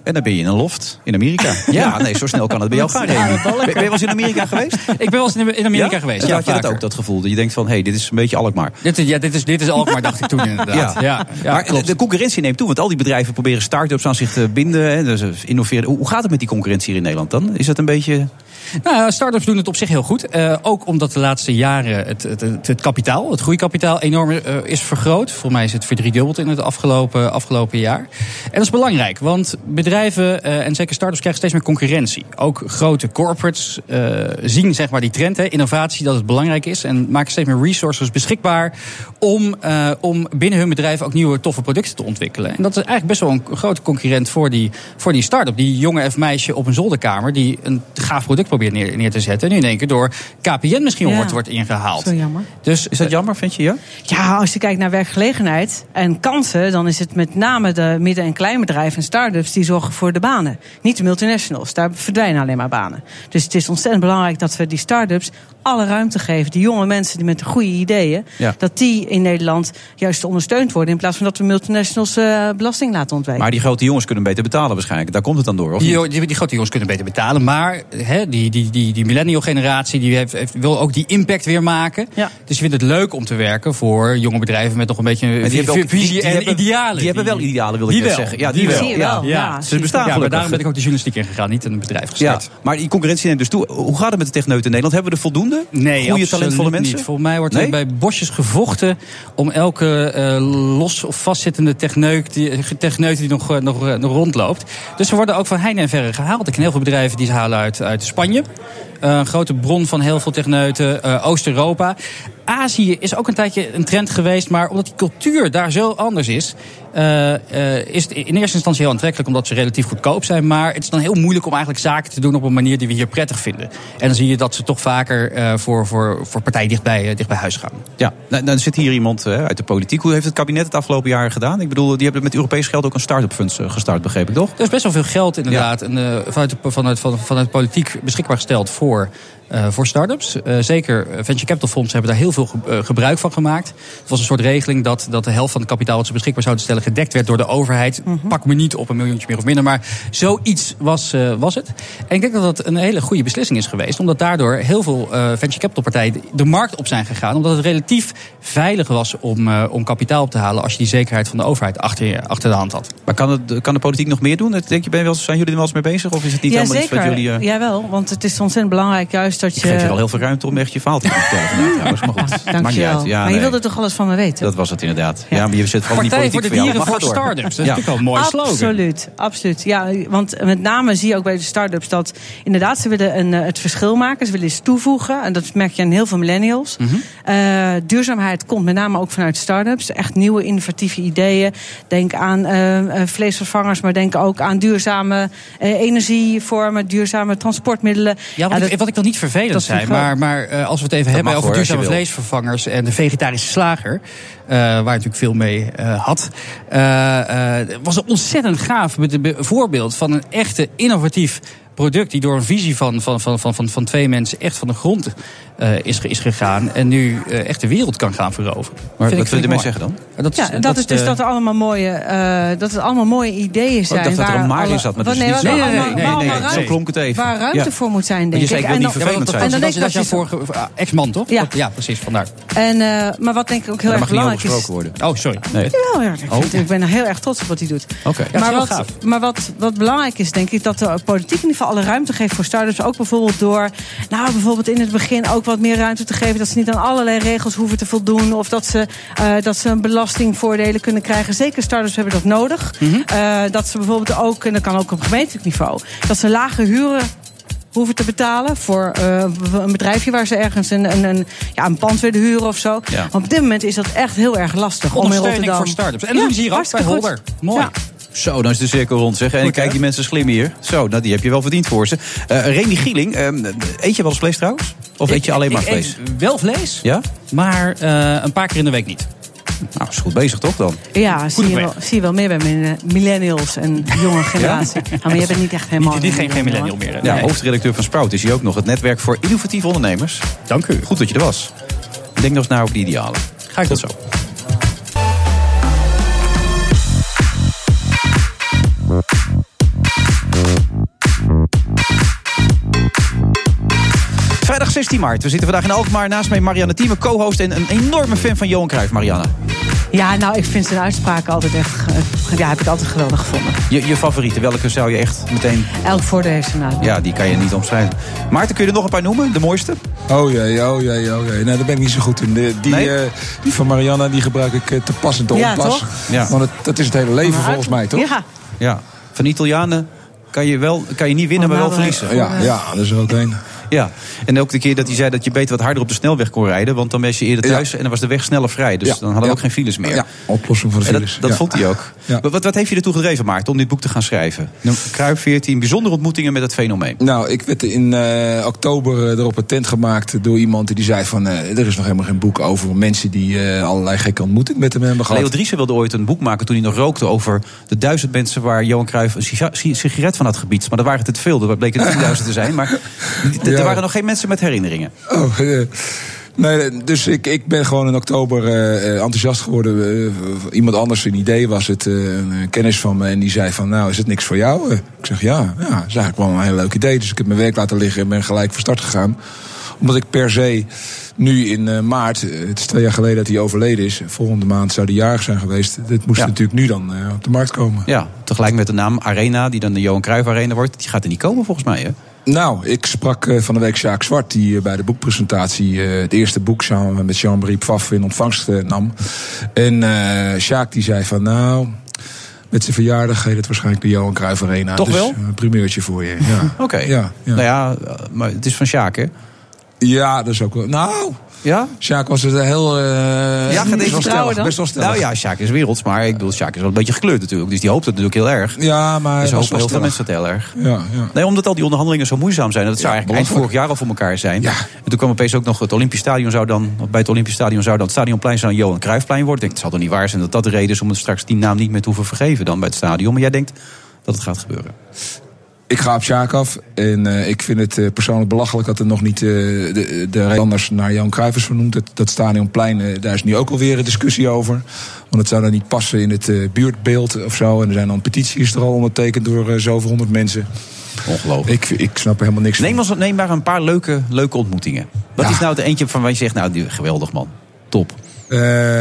En dan ben je in een loft in Amerika. Ja, ja nee, zo snel kan het bij jou gaan. Ja, ben, ben je wel eens in Amerika geweest? Ik ben wel eens in Amerika ja? geweest, ja, had je dat ook, dat gevoel? Dat je denkt van, hé, hey, dit is een beetje Alkmaar. Dit, ja, dit is, dit is Alkmaar, dacht ik toen inderdaad. Ja. Ja, ja, maar klopt. De concurrentie neemt toe, want al die bedrijven proberen start-ups aan zich te binden. Hè, dus innoveren. Hoe gaat het met die concurrentie hier in Nederland dan? Is dat een beetje... Nou, start-ups doen het op zich heel goed. Uh, ook omdat de laatste jaren het, het, het, het kapitaal, het groeikapitaal, enorm uh, is vergroot. Volgens mij is het verdriedubbeld in het afgelopen, afgelopen jaar. En dat is belangrijk, want bedrijven uh, en zeker start-ups krijgen steeds meer concurrentie. Ook grote corporates uh, zien zeg maar die trend, hè, innovatie, dat het belangrijk is. En maken steeds meer resources beschikbaar om, uh, om binnen hun bedrijf ook nieuwe toffe producten te ontwikkelen. En dat is eigenlijk best wel een grote concurrent voor die, voor die start-up. Die jonge of meisje op een zolderkamer die een gaaf product probeert Neer, neer te zetten. En nu in één keer door K P N misschien ja. wordt, wordt ingehaald. Zo jammer. Dus is dat jammer, vind je? Ja? Ja, als je kijkt naar werkgelegenheid en kansen, dan is het met name de midden- en kleinbedrijven en start-ups die zorgen voor de banen. Niet de multinationals. Daar verdwijnen alleen maar banen. Dus het is ontzettend belangrijk dat we die start-ups alle ruimte geven. Die jonge mensen die met de goede ideeën, ja. dat die in Nederland juist ondersteund worden in plaats van dat we multinationals uh, belasting laten ontwijken. Maar die grote jongens kunnen beter betalen waarschijnlijk. Daar komt het dan door, of die, die, die grote jongens kunnen beter betalen, maar he, die, die, die, die millennial generatie die heeft, heeft, wil ook die impact weer maken. Ja. Dus je vindt het leuk om te werken voor jonge bedrijven met nog een beetje een visie die, die, die en hebben, idealen. Die hebben wel idealen, wil ik die wel zeggen. Ja, die, die wel. wel. Ja. Ja. Ze bestaan ja, maar daarom ben ik ook de journalistiek ingegaan, niet in een bedrijf gestart. Ja, maar die concurrentie neemt dus toe. Hoe gaat het met de techneuten in Nederland? Hebben we er voldoende? Nee, goede talentvolle mensen? Niet. Volgens mij wordt er nee? bij bosjes gevochten om elke uh, los of vastzittende techneut die, techneut die nog, uh, nog, uh, nog rondloopt. Dus ze worden ook van heinde en verre gehaald. Ik ken heel veel bedrijven die ze halen uit, uit Spanje. Uh, een grote bron van heel veel techneuten. Uh, Oost-Europa. Azië is ook een tijdje een trend geweest, maar omdat die cultuur daar zo anders is, uh, uh, is het in eerste instantie heel aantrekkelijk omdat ze relatief goedkoop zijn, maar het is dan heel moeilijk om eigenlijk zaken te doen op een manier die we hier prettig vinden. En dan zie je dat ze toch vaker uh, voor, voor, voor partijen dichtbij, uh, dicht bij huis gaan. Ja, nou, dan zit hier iemand uh, uit de politiek. Hoe heeft het kabinet het afgelopen jaar gedaan? Ik bedoel, die hebben met Europees geld ook een start-up fund uh, gestart, begreep ik toch? Er is best wel veel geld inderdaad ja. en, uh, vanuit, de, vanuit, vanuit, vanuit politiek beschikbaar gesteld voor Uh, voor start-ups. Uh, zeker venture capital fondsen hebben daar heel veel ge- uh, gebruik van gemaakt. Het was een soort regeling dat, dat de helft van het kapitaal dat ze beschikbaar zouden stellen gedekt werd door de overheid. Mm-hmm. Pak me niet op een miljoentje meer of minder, maar zoiets was, uh, was het. En ik denk dat dat een hele goede beslissing is geweest, omdat daardoor heel veel uh, venture capital partijen de markt op zijn gegaan, omdat het relatief veilig was om, uh, om kapitaal op te halen als je die zekerheid van de overheid achter, je, achter de hand had. Maar kan, het, kan de politiek nog meer doen? Denk je, ben je wel, zijn jullie er wel eens mee bezig? Of is het niet ja, helemaal zeker. iets wat jullie... Uh... Jawel, want het is ontzettend belangrijk juist dat je... Ik geef je wel heel veel ruimte om echt je verhaal te kunnen vertellen vandaag trouwens. Maar goed, dank maakt niet uit. Ja, maar nee. je wilde toch alles van me weten? Dat was het inderdaad. Ja, ja maar je zit vooral Partij in die politiek voor de dieren voor, voor start-ups. Dat is ja. natuurlijk wel een mooie slogan. Absoluut, absoluut. Ja, want met name zie je ook bij de start-ups dat inderdaad ze willen een, het verschil maken. Ze willen iets toevoegen. En dat merk je aan heel veel millennials. Mm-hmm. Uh, duurzaamheid komt met name ook vanuit start-ups. Echt nieuwe innovatieve ideeën. Denk aan uh, vleesvervangers, maar denk ook aan duurzame uh, energievormen, duurzame transportmiddelen. Ja, wat, ja, ik, dat, wat ik wil niet vervelend zijn, maar, maar uh, als we het even dat hebben over hoor, duurzame vleesvervangers en de vegetarische slager, Uh, waar natuurlijk veel mee uh, had. Uh, uh, was een ontzettend gaaf voorbeeld van een echte innovatief product die door een visie van, van, van, van, van, van twee mensen echt van de grond uh, is, is gegaan en nu uh, echt de wereld kan gaan veroveren. Maar vind wat wil je ermee zeggen dan? Dat, ja, dat, dat is dus de... dat er allemaal mooie, uh, dat het allemaal mooie ideeën zijn. Oh, ik dacht dat er een maar in zat, maar dus nee, niet nee, zo. Nee, nee, nee, nee, nee, zo klonk het even. Waar ruimte ja. voor moet zijn, denk ik. Je zei, ik wil niet vervelend zijn. En dan denk ik dat je vorige ex-man, toch? Ja, ja precies, vandaar. En, uh, maar wat denk ik ook heel erg belangrijk is... worden. Oh, sorry. Nee. Jawel, ja, ik, vind, ik ben er heel erg trots op wat hij doet. Okay. Ja, maar wat, maar wat, wat belangrijk is, denk ik, dat de politiek in ieder geval alle ruimte geeft voor start-ups. Ook bijvoorbeeld door, nou, bijvoorbeeld in het begin ook wat meer ruimte te geven. Dat ze niet aan allerlei regels hoeven te voldoen. Of dat ze, uh, dat ze een belastingvoordelen kunnen krijgen. Zeker start-ups hebben dat nodig. Mm-hmm. Uh, dat ze bijvoorbeeld ook, en dat kan ook op gemeentelijk niveau, dat ze lage huren hoeven te betalen voor uh, een bedrijfje waar ze ergens een, een, een, ja, een pand willen huren of zo. Ja. Want op dit moment is dat echt heel erg lastig. Om in Rotterdam voor start-ups. En ja, dan zie je hier ook bij Holder. Mooi. Ja. Zo, dan is de cirkel rond, zeg. En Goed, kijk, die mensen slim hier. Zo, nou, die heb je wel verdiend voor ze. Uh, Remy Gieling, uh, eet je wel eens vlees trouwens? Of ik, eet je alleen ik, maar ik vlees? Eet wel vlees, ja? maar uh, een paar keer in de week niet. Nou, is goed bezig toch dan? Ja, zie je, wel, zie je wel meer bij mijn millennials en jonge generatie. Ja? Nou, maar je bent niet echt helemaal... Niet, niet geen, geen millennial meer. Ja, nee. Hoofdredacteur van Sprout is hier ook nog. Het netwerk voor innovatieve ondernemers. Dank u. Goed dat je er was. Denk nog eens na over die idealen. Ga ik tot zo. zestien maart. We zitten vandaag in Alkmaar. Naast mij Marianne Thieme, co-host en een enorme fan van Johan Cruijff. Marianne. Ja, nou, ik vind zijn uitspraken altijd echt... Ja, heb ik altijd geweldig gevonden. Je, je favoriete, welke zou je echt meteen... Elk voordeel heeft zijn nadeel. Ja, die kan je niet omschrijven. Maarten, kun je er nog een paar noemen? De mooiste? Oh jee, oh jee, oh jee. Nee, daar ben ik niet zo goed in. Die, die, nee? uh, die van Marianne, die gebruik ik uh, te pas en te ja, onpas. Toch? Ja, want het, dat is het hele leven maar volgens mij, toch? Ja. Ja. Van Italianen kan je, wel, kan je niet winnen, maar wel verliezen. Ja, ja, dat is er ook één. Ja, en ook de keer dat hij zei dat je beter wat harder op de snelweg kon rijden. Want dan was je eerder thuis ja. en dan was de weg sneller vrij. Dus ja. dan hadden we ja. ook geen files meer. Ja, oplossing voor de files. En dat dat ja. vond hij ook. Ja. Wat, wat heeft je ertoe gedreven, Maarten, om dit boek te gaan schrijven? Cruijff veertien, bijzondere ontmoetingen met het fenomeen. Nou, ik werd in uh, oktober erop attent gemaakt door iemand die zei van... Uh, er is nog helemaal geen boek over mensen die uh, allerlei gekke ontmoetingen met hem hebben gehad. Leo Driessen wilde ooit een boek maken toen hij nog rookte over de duizend mensen waar Johan Cruijff een sigaret van had gebied. Maar er waren het te veel, er bleken er tienduizend te zijn. Maar er ja. waren nog geen mensen met herinneringen. Oh, uh, nee, dus ik, ik ben gewoon in oktober uh, enthousiast geworden. Uh, iemand anders een idee was het, uh, een kennis van me. En die zei van, nou, is het niks voor jou? Uh, ik zeg, ja, ja, dat is eigenlijk wel een heel leuk idee. Dus ik heb mijn werk laten liggen en ben gelijk van start gegaan. Omdat ik per se nu in uh, maart, uh, het is twee jaar geleden dat hij overleden is. Volgende maand zou hij jarig zijn geweest. Dit moest ja. natuurlijk nu dan uh, op de markt komen. Ja, tegelijk met de naam Arena, die dan de Johan Cruijff Arena wordt. Die gaat er niet komen volgens mij, hè? Nou, ik sprak uh, van de week Sjaak Zwart, die uh, bij de boekpresentatie uh, het eerste boek samen met Jean-Marie Pfaff in ontvangst uh, nam. En uh, Sjaak die zei van, nou, met zijn verjaardag heet het waarschijnlijk de Johan Cruijff Arena. Toch dus, wel? Een primeurtje voor je. Ja. Oké. Okay. Ja, ja. Nou ja, maar het is van Sjaak, hè? Ja, dat is ook wel... Nou... Ja? Sjaak was het heel... Uh, ja, best wel stellig, best wel stellig. Nou ja, Sjaak is werelds, maar ik bedoel, Sjaak is wel een beetje gekleurd natuurlijk. Dus die hoopt het natuurlijk heel erg. Ja, maar... Dus hopen heel stellig. veel mensen het heel erg. Ja, ja. Nee, omdat al die onderhandelingen zo moeizaam zijn. Dat zou ja, eigenlijk eind vorig jaar al voor elkaar zijn. Ja. En toen kwam opeens ook nog het Olympisch Stadion zou dan... Bij het Olympisch Stadion zou dan het Stadionplein zou Johan Cruijffplein worden. Ik denk, het zal toch niet waar zijn dat dat de reden is om het straks die naam niet meer te hoeven vergeven dan bij het stadion. Maar jij denkt dat het gaat gebeuren. Ik ga op Sjaak af en uh, ik vind het uh, persoonlijk belachelijk dat er nog niet uh, de, de anders naar Johan Cruijff is vernoemd. Dat, dat Stadionplein, uh, daar is nu ook alweer een discussie over. Want het zou dan niet passen in het uh, buurtbeeld of zo. En er zijn dan petities er al ondertekend door uh, zoveel honderd mensen. Ongelooflijk. Ik, ik snap er helemaal niks neem van. Neem, neem maar een paar leuke, leuke ontmoetingen. Wat ja. is nou de eentje van waar je zegt, nou, geweldig man, top. Uh,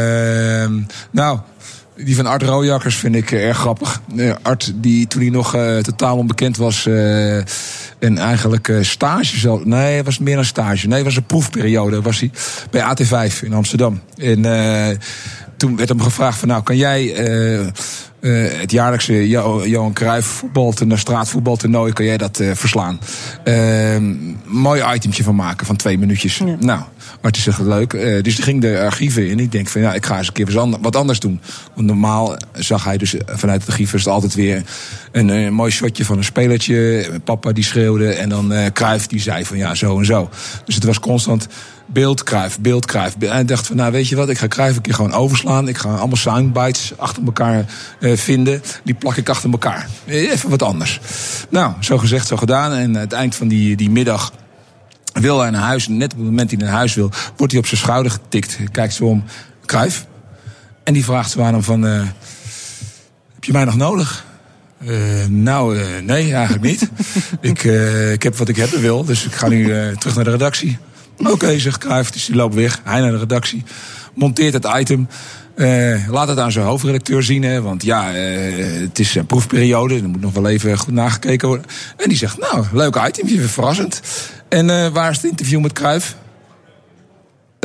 nou... Die van Art Rooijakkers vind ik uh, erg grappig. Uh, Art, die toen hij nog uh, totaal onbekend was... Uh, en eigenlijk uh, stage zelf... Nee, het was meer een stage. Nee, het was een proefperiode. Was hij bij A T vijf in Amsterdam. En uh, toen werd hem gevraagd van... Nou, kan jij uh, uh, het jaarlijkse jo- Johan Cruijff voetbaltoernooi, straatvoetbaltoernooi... kan jij dat uh, verslaan? Uh, mooi itemtje van maken van twee minuutjes. Ja. Nou... Maar het is echt leuk. Uh, dus die ging de archieven in. Ik denk van ja, ik ga eens een keer wat anders doen. Want normaal zag hij dus vanuit het archief is het altijd weer een, een mooi shotje van een spelertje. Papa die schreeuwde. En dan uh, Cruijff die zei van ja, zo en zo. Dus het was constant beeld Cruijff, beeld Cruijff. En hij dacht van nou weet je wat, ik ga Cruijff een keer gewoon overslaan. Ik ga allemaal soundbites achter elkaar uh, vinden. Die plak ik achter elkaar. Even wat anders. Nou, zo gezegd, zo gedaan. En aan het eind van die, die middag... wil hij naar huis, net op het moment dat hij naar huis wil... wordt hij op zijn schouder getikt. Kijkt zo om, Cruijff. En die vraagt zo aan hem van... Uh, heb je mij nog nodig? Uh, nou, uh, nee, eigenlijk niet. ik, uh, ik heb wat ik hebben wil, dus ik ga nu uh, terug naar de redactie. Oké, okay, zegt Cruijff, dus die loopt weg. Hij naar de redactie, monteert het item... Uh, laat het aan zijn hoofdredacteur zien, hè, want ja, uh, het is een proefperiode, er moet nog wel even goed nagekeken worden. En die zegt, nou, leuk itemje, verrassend. En uh, waar is het interview met Cruijff? Uh,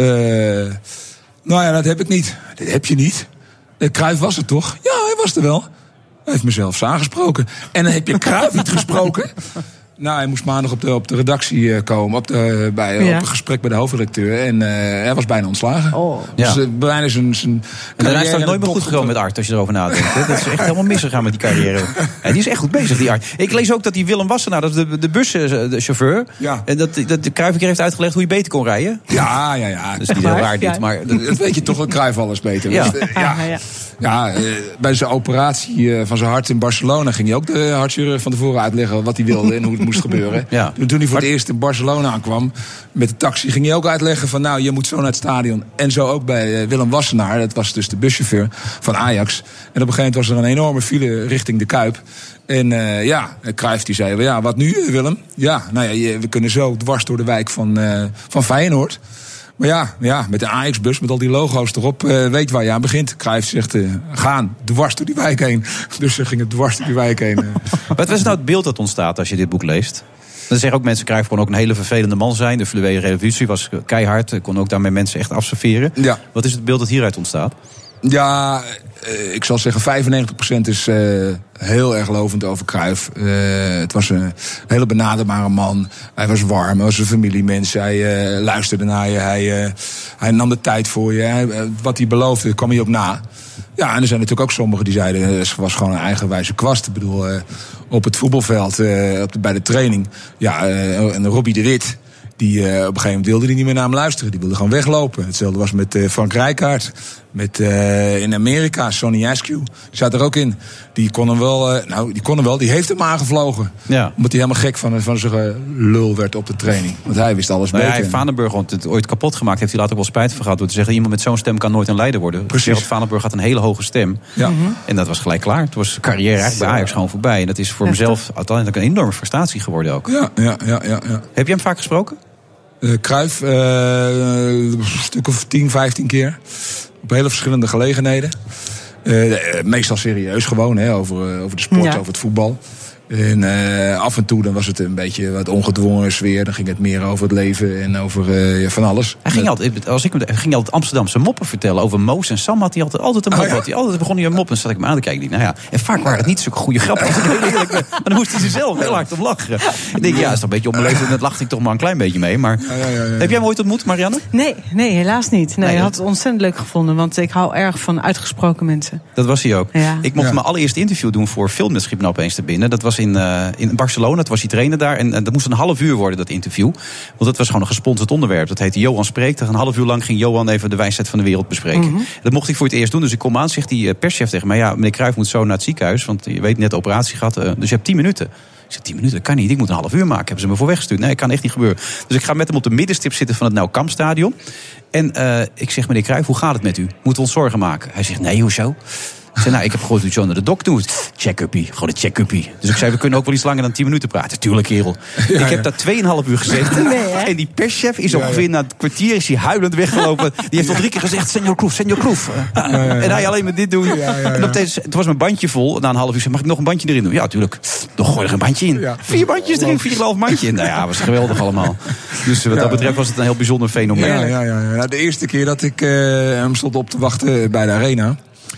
nou ja, dat heb ik niet. Dat heb je niet. Uh, Cruijff was er toch? Ja, hij was er wel. Hij heeft mezelf aangesproken. En dan heb je Cruijff niet gesproken? Nou, hij moest maandag op de, op de redactie uh, komen, op, de, bij, ja. op een gesprek bij de hoofdredacteur. En uh, hij was bijna ontslagen. Oh. Dus uh, bijna zijn, zijn en daarna is het nooit meer goed gegaan met Art, als je erover nadenkt. Hè? Dat is echt helemaal misgegaan met die carrière. Ja, die is echt goed bezig, die Art. Ik lees ook dat die Willem Wassenaar, dat is de, de buschauffeur... Ja. En dat, dat de Cruijff een keer heeft uitgelegd hoe je beter kon rijden. Ja, ja, ja. Dat is niet heel raar dit, maar... Dat, dat weet je toch, dat Cruijff alles beter. Ja. Dus, uh, ja. ja, ja. Ja, uh, bij zijn operatie uh, van zijn hart in Barcelona ging hij ook de hartchirurg van tevoren uitleggen wat hij wilde en hoe het moest gebeuren. Ja. Toen hij voor het eerst in Barcelona aankwam met de taxi, ging hij ook uitleggen van nou, je moet zo naar het stadion. En zo ook bij uh, Willem Wassenaar, dat was dus de buschauffeur van Ajax. En op een gegeven moment was er een enorme file richting de Kuip. En uh, ja, Cruijff die zei, ja, wat nu Willem? Ja, nou ja, we kunnen zo dwars door de wijk van, uh, van Feyenoord. Maar ja, ja, met de Ajax-bus, met al die logo's erop, uh, weet waar je aan begint. Cruijff zegt, uh, gaan dwars door die wijk heen. Dus ze gingen dwars door die wijk heen. Uh. Wat is nou het beeld dat ontstaat als je dit boek leest? Dan zeggen ook mensen, Cruijff kon ook een hele vervelende man zijn. De Fluwele Revolutie was keihard, kon ook daarmee mensen echt afserveren. Ja. Wat is het beeld dat hieruit ontstaat? Ja, uh, ik zal zeggen vijfennegentig procent is uh, heel erg lovend over Cruijff. Uh, het was een hele benaderbare man. Hij was warm, hij was een familiemens. Hij uh, luisterde naar je, hij, uh, hij nam de tijd voor je. Hij, uh, wat hij beloofde, kwam hij ook na. Ja, en er zijn natuurlijk ook sommigen die zeiden, uh, het was gewoon een eigenwijze kwast. Ik bedoel, uh, op het voetbalveld, uh, op de, bij de training. Ja, uh, en Robbie de Wit, die uh, op een gegeven moment wilde die niet meer naar hem luisteren. Die wilde gewoon weglopen. Hetzelfde was met uh, Frank Rijkaard. Met uh, in Amerika, Sonny Askew. Die zat er ook in. Die kon hem wel, uh, nou, die kon hem wel, die heeft hem aangevlogen. Ja. Omdat hij helemaal gek van, van zijn uh, lul werd op de training. Want hij wist alles nou, beter. Ja, hij heeft Vanenburg het ooit kapot gemaakt. Heeft hij later ook wel spijt van gehad. Door te zeggen, iemand met zo'n stem kan nooit een leider worden. Precies. Vanenburg had een hele hoge stem. Ja. Mm-hmm. En dat was gelijk klaar. Toen was zijn carrière eigenlijk bij Ajax gewoon voorbij. En dat is voor ja, mezelf uiteindelijk een enorme frustratie geworden ook. Ja, ja, ja, ja, ja. Heb je hem vaak gesproken? Uh, Cruijff, uh, een stuk of tien, vijftien keer. Op hele verschillende gelegenheden. Uh, meestal serieus gewoon, hè, over, uh, over de sport, ja. over het voetbal. En uh, af en toe dan was het een beetje wat ongedwongen sfeer. Dan ging het meer over het leven en over uh, ja, van alles. Hij ging altijd, als ik, hij ging altijd Amsterdamse moppen vertellen. Over Moos en Sam had hij altijd, altijd een mop. Oh, ja? Hij altijd begon hij een mop en dan zat ik me aan te kijken. Nou ja, en vaak waren het niet zulke goede grappen. Maar dan moest hij er zelf heel hard om lachen. Ik denk, ja, dat is toch een beetje onbeleefd. En dat lachte ik toch maar een klein beetje mee. Maar ja, ja, ja, ja. Heb jij hem ooit ontmoet, Marianne? Nee, nee, helaas niet. Nee, hij had het ontzettend leuk gevonden. Want ik hou erg van uitgesproken mensen. Dat was hij ook. Ja. Ik mocht ja. mijn allereerste interview doen voor Filmnet nou opeens te binnen. Dat was in, uh, in Barcelona, dat was hij trainer daar. En uh, dat moest een half uur worden, dat interview. Want dat was gewoon een gesponsord onderwerp. Dat heette Johan Spreekt. Een half uur lang ging Johan even de wijsheid van de wereld bespreken. Mm-hmm. Dat mocht ik voor het eerst doen. Dus ik kom aan, zegt die perschef tegen mij, ja, meneer Cruijff moet zo naar het ziekenhuis. Want je weet, net operatie gehad. Uh, dus je hebt tien minuten. Ik zeg, tien minuten, dat kan niet. Ik moet een half uur maken. Hebben ze me voor weggestuurd. Nee, dat kan echt niet gebeuren. Dus ik ga met hem op de middenstip zitten van het Nou Kampstadion. En uh, ik zeg, meneer Cruijff, hoe gaat het met u? Moeten we ons zorgen maken? Hij zegt, nee, hoezo? Ik zei, nou, ik heb gehoord dat u zo naar de dokter moet. Check-uppie, gewoon een check-uppie. Dus ik zei, we kunnen ook wel iets langer dan tien minuten praten. Tuurlijk, kerel. Ja, ik heb ja. daar tweeënhalf uur gezeten. Nee, en die perschef is ongeveer ja, ja. na het kwartier is hij huilend weggelopen. Die heeft ja. al drie keer gezegd, senor Kroef, senor Kroef. Ja, ja, ja. En hij alleen maar dit doen. Ja, ja, ja. En op deze, het was mijn bandje vol. Na een half uur zei, mag ik nog een bandje erin doen? Ja, tuurlijk. Nog gooi er een bandje in. Ja. Vier bandjes erin, vier en een half bandje in. Nou ja, was geweldig allemaal. Dus wat ja, dat betreft was het een heel bijzonder fenomeen. Ja, ja, ja, ja. Nou, de eerste keer dat ik uh, hem stond op te wachten bij de Arena.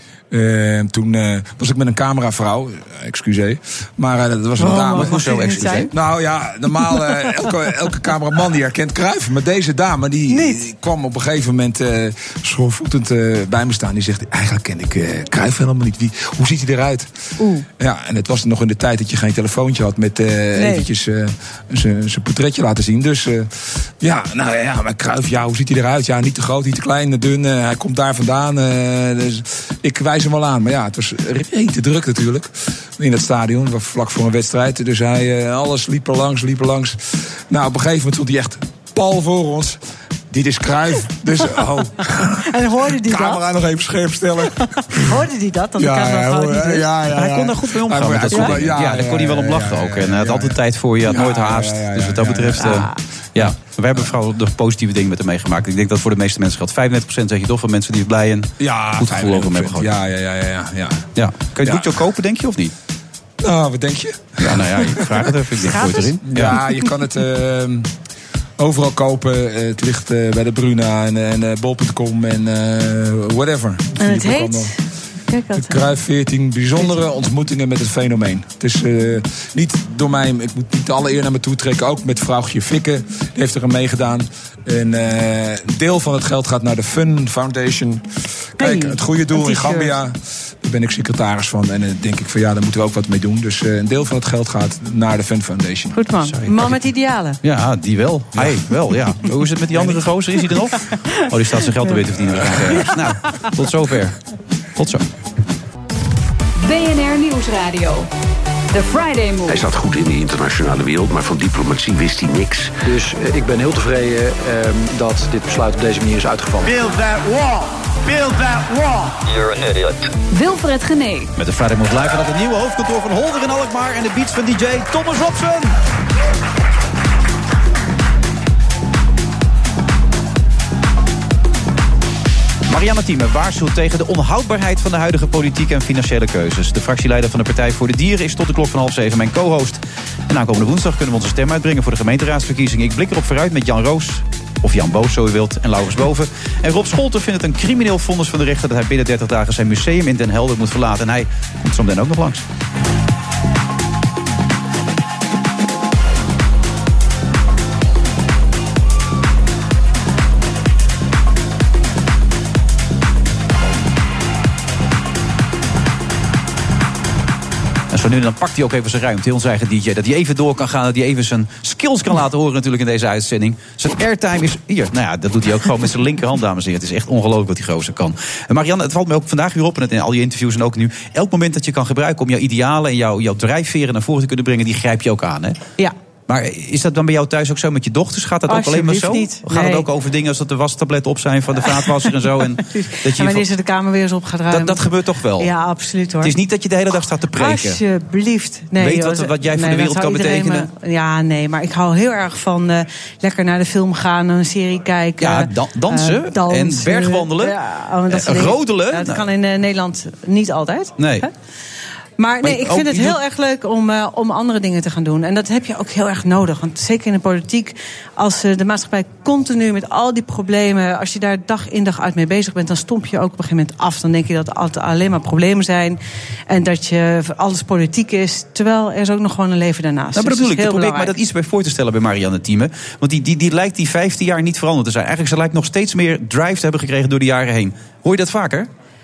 Uh, toen uh, was ik met een cameravrouw, uh, excuseer. Maar uh, dat was een oh, dame. Hoezo excuseer? Nou ja, normaal uh, elke, elke cameraman die herkent Cruijff. Maar deze dame, die, die kwam op een gegeven moment uh, schoorvoetend uh, bij me staan. Die zegt, eigenlijk ken ik uh, Cruijff helemaal niet. Wie, hoe ziet hij eruit? Oeh. Ja, en het was nog in de tijd dat je geen telefoontje had met uh, nee. eventjes uh, zijn portretje laten zien. Dus uh, ja, nou ja, maar Cruijff, ja, hoe ziet hij eruit? Ja, niet te groot, niet te klein, dun. Uh, hij komt daar vandaan. Uh, dus ik wijs hem wel aan. Maar ja, het was te druk natuurlijk. In het stadion, vlak voor een wedstrijd. Dus hij, uh, alles liep er langs, liep er langs. Nou, op een gegeven moment stond hij echt pal voor ons. Dit is Cruijff. Dus, oh. En hoorde die camera dat? nog even scherp stellen. Hoorde die dat? Dat ja, de camera ja, ja, ja, ja, hij kon daar goed mee omgaan. Hij, hij, hij, ja, ja, ja, daar kon hij wel om lachen ook. En hij had altijd tijd voor je, had nooit haast. Dus wat dat betreft, uh, ja. We hebben vooral de positieve dingen met hem meegemaakt. Ik denk dat voor de meeste mensen geldt. vijfennegentig procent zeg je toch van mensen die blij en ja, goed gevoel over hem hebben gehad. Ja, ja, ja, ja, ja. ja. Kun je het boekje ook kopen, denk je, of niet? Nou, wat denk je? Ja, nou ja, je vraagt het even. Ik denk, gooi het erin. Ja, ja, je kan het... Uh, overal kopen. Uh, het ligt uh, bij de Bruna en, en uh, bol punt com en uh, whatever. En het heet? De Cruijff veertien bijzondere ontmoetingen met het fenomeen. Het is uh, niet door mij, ik moet niet alle eer naar me toe trekken. Ook met vrouwtje Fikke, die heeft er aan meegedaan. En uh, een deel van het geld gaat naar de Fun Foundation. Kijk, hey, het goede doel in Gambia. Daar ben ik secretaris van. En dan uh, denk ik van ja, daar moeten we ook wat mee doen. Dus uh, een deel van het geld gaat naar de Fun Foundation. Goed man. Sorry, man met idealen. Ja, die wel. Ja. Hij wel, ja. Hoe is het met die andere gozer? Is hij er nog? Oh, die staat zijn geld te weten verdienen. Nou, tot zover. Tot zo. B N R Nieuwsradio. The Friday Move. Hij zat goed in de internationale wereld, maar van diplomatie wist hij niks. Dus uh, ik ben heel tevreden uh, dat dit besluit op deze manier is uitgevallen. Build that wall. Build that wall. You're an idiot. Wilfred Genee. Met de Friday Move live vanuit het nieuwe hoofdkantoor van Holder in Alkmaar en de beats van D J Thomas Robson. Marianne Thieme waarschuwt tegen de onhoudbaarheid van de huidige politieke en financiële keuzes. De fractieleider van de Partij voor de Dieren is tot de klok van half zeven mijn co-host. En aankomende woensdag kunnen we onze stem uitbrengen voor de gemeenteraadsverkiezingen. Ik blik erop vooruit met Jan Roos, of Jan Boos zo u wilt, en Laurens Boven. En Rob Scholten vindt het een crimineel vonnis van de rechter dat hij binnen dertig dagen zijn museum in Den Helder moet verlaten. En hij komt zo meteen ook nog langs. Zo nu dan pakt hij ook even zijn ruimte, onze eigen D J. Dat hij even door kan gaan, dat hij even zijn skills kan laten horen natuurlijk in deze uitzending. Zijn airtime is hier. Nou ja, dat doet hij ook gewoon met zijn linkerhand, dames en heren. Het is echt ongelooflijk wat die gozer kan. En Marianne, het valt me ook vandaag weer op, en het in al die interviews en ook nu. Elk moment dat je kan gebruiken om jouw idealen en jouw, jouw drijfveren naar voren te kunnen brengen, die grijp je ook aan, hè? Ja. Maar is dat dan bij jou thuis ook zo met je dochters? Gaat dat ook alleen maar zo? Niet. Gaat nee. het ook over dingen als dat de wastabletten op zijn van de vaatwasser en zo? En, dat je en wanneer ze de kamer weer eens op gaat ruimen. Dat, dat gebeurt toch wel? Ja, absoluut hoor. Het is niet dat je de hele dag staat te preken. Alsjeblieft. Nee, Weet joh, wat, wat jij voor nee, de wereld kan betekenen? Me, ja, nee, maar ik hou heel erg van uh, lekker naar de film gaan, een serie kijken. Ja, da- dansen, uh, dansen en bergwandelen. Ja, oh, dat uh, rodelen. Ja, dat nou. kan in uh, Nederland niet altijd. Nee. Hè? Maar nee, maar ik vind het heel doet... erg leuk om, uh, om andere dingen te gaan doen. En dat heb je ook heel erg nodig. Want zeker in de politiek, als uh, de maatschappij continu met al die problemen, als je daar dag in dag uit mee bezig bent, dan stomp je ook op een gegeven moment af. Dan denk je dat er altijd alleen maar problemen zijn. En dat je alles politiek is. Terwijl er is ook nog gewoon een leven daarnaast. Nou, maar dat dus bedoel ik. Probeer ik mij dat iets bij voor te stellen bij Marianne Thieme. Want die, die, die lijkt die vijftien jaar niet veranderd te zijn. Eigenlijk, ze lijkt nog steeds meer drive te hebben gekregen door de jaren heen. Hoor je dat vaker?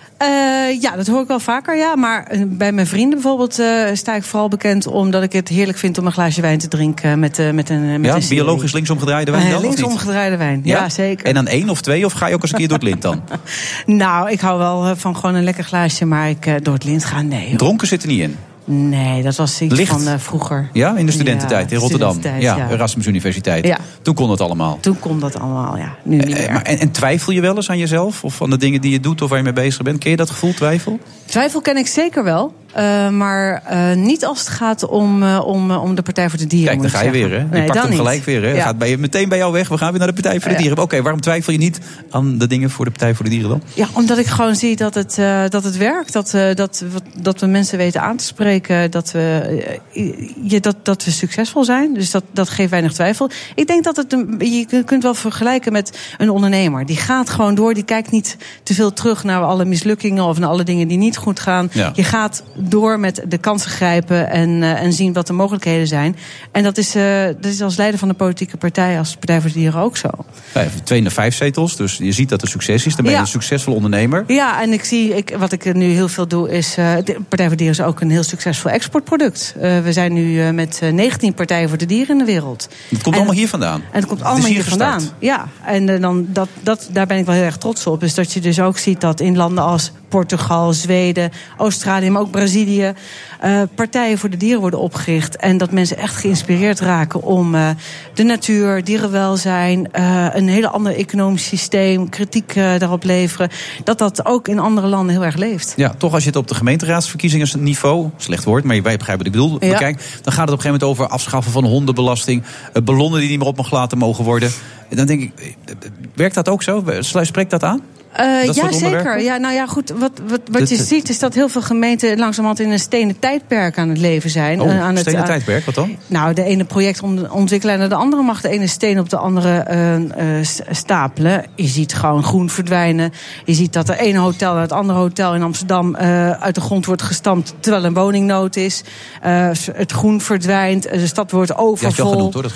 Uh, ja, dat hoor ik wel vaker, ja. Maar bij mijn vrienden bijvoorbeeld uh, sta ik vooral bekend omdat ik het heerlijk vind om een glaasje wijn te drinken met, uh, met een met Ja, een biologisch linksom-gedraaide wijn dan, uh, Linksom-gedraaide wijn, ja? ja zeker. En dan één of twee, of ga je ook eens een keer door het lint dan? Nou, ik hou wel van gewoon een lekker glaasje, maar ik uh, door het lint ga, nee. Joh. Dronken zit er niet in? Nee, dat was iets Licht. van uh, vroeger. Ja, in de studententijd ja, in Rotterdam. Studententijd, ja, ja, Erasmus Universiteit. Ja. Toen kon dat allemaal. Toen kon dat allemaal, ja. Nu niet meer. Uh, maar, en, en twijfel je wel eens aan jezelf? Of aan de dingen die je doet of waar je mee bezig bent? Ken je dat gevoel, twijfel? Twijfel ken ik zeker wel. Uh, maar uh, niet als het gaat om, uh, om, uh, om de Partij voor de Dieren. Kijk, dan ga je weer, hè? Je nee, pakt hem niet. gelijk weer, hè? Ja. Gaat bij je, meteen bij jou weg. We gaan weer naar de Partij voor de Dieren. Ja. Oké, okay, waarom twijfel je niet aan de dingen voor de Partij voor de Dieren dan? Ja, omdat ik gewoon zie dat het, uh, dat het werkt. Dat, uh, dat, dat we mensen weten aan te spreken. Dat we, uh, je, dat, dat we succesvol zijn. Dus dat, dat geeft weinig twijfel. Ik denk dat het een, je kunt wel vergelijken met een ondernemer. Die gaat gewoon door. Die kijkt niet te veel terug naar alle mislukkingen of naar alle dingen die niet goed gaan. Ja. Je gaat door met de kansen grijpen en, uh, en zien wat de mogelijkheden zijn. En dat is, uh, dat is als leider van de politieke partij, als Partij voor de Dieren ook zo. Ja, twee naar vijf zetels, dus je ziet dat er succes is. Dan ben je ja. een succesvol ondernemer. Ja, en ik zie, ik, wat ik nu heel veel doe, is uh, de Partij voor de Dieren is ook een heel succesvol exportproduct. Uh, we zijn nu uh, met negentien partijen voor de dieren in de wereld. Het komt en, allemaal hier vandaan. En het komt allemaal het hier, hier vandaan. Ja, en uh, dan, dat, dat, daar ben ik wel heel erg trots op. Dus dat je dus ook ziet dat in landen als Portugal, Zweden, Australië, maar ook Brazilië, uh, partijen voor de dieren worden opgericht. En dat mensen echt geïnspireerd raken om uh, de natuur, dierenwelzijn, uh, een hele ander economisch systeem, kritiek uh, daarop leveren. Dat dat ook in andere landen heel erg leeft. Ja, toch als je het op de gemeenteraadsverkiezingsniveau, slecht woord, maar wij begrijpen wat ik bedoel, ja. bekijkt, dan gaat het op een gegeven moment over afschaffen van hondenbelasting, uh, ballonnen die niet meer op mag gelaten mogen worden. En dan denk ik, werkt dat ook zo? Spreekt dat aan? Uh, ja, zeker. Ja, nou ja, goed. Wat, wat, wat je ziet is dat heel veel gemeenten langzamerhand in een stenen tijdperk aan het leven zijn. Oh, aan stenen het, tijdperk? Wat dan? Nou, de ene project ontwikkelen en de andere mag de ene steen op de andere uh, uh, stapelen. Je ziet gewoon groen verdwijnen. Je ziet dat er ene hotel naar het andere hotel in Amsterdam uh, uit de grond wordt gestampt terwijl een woningnood is. Uh, het groen verdwijnt, de stad wordt overvol. Je had je al genoemd hoor, dat groen.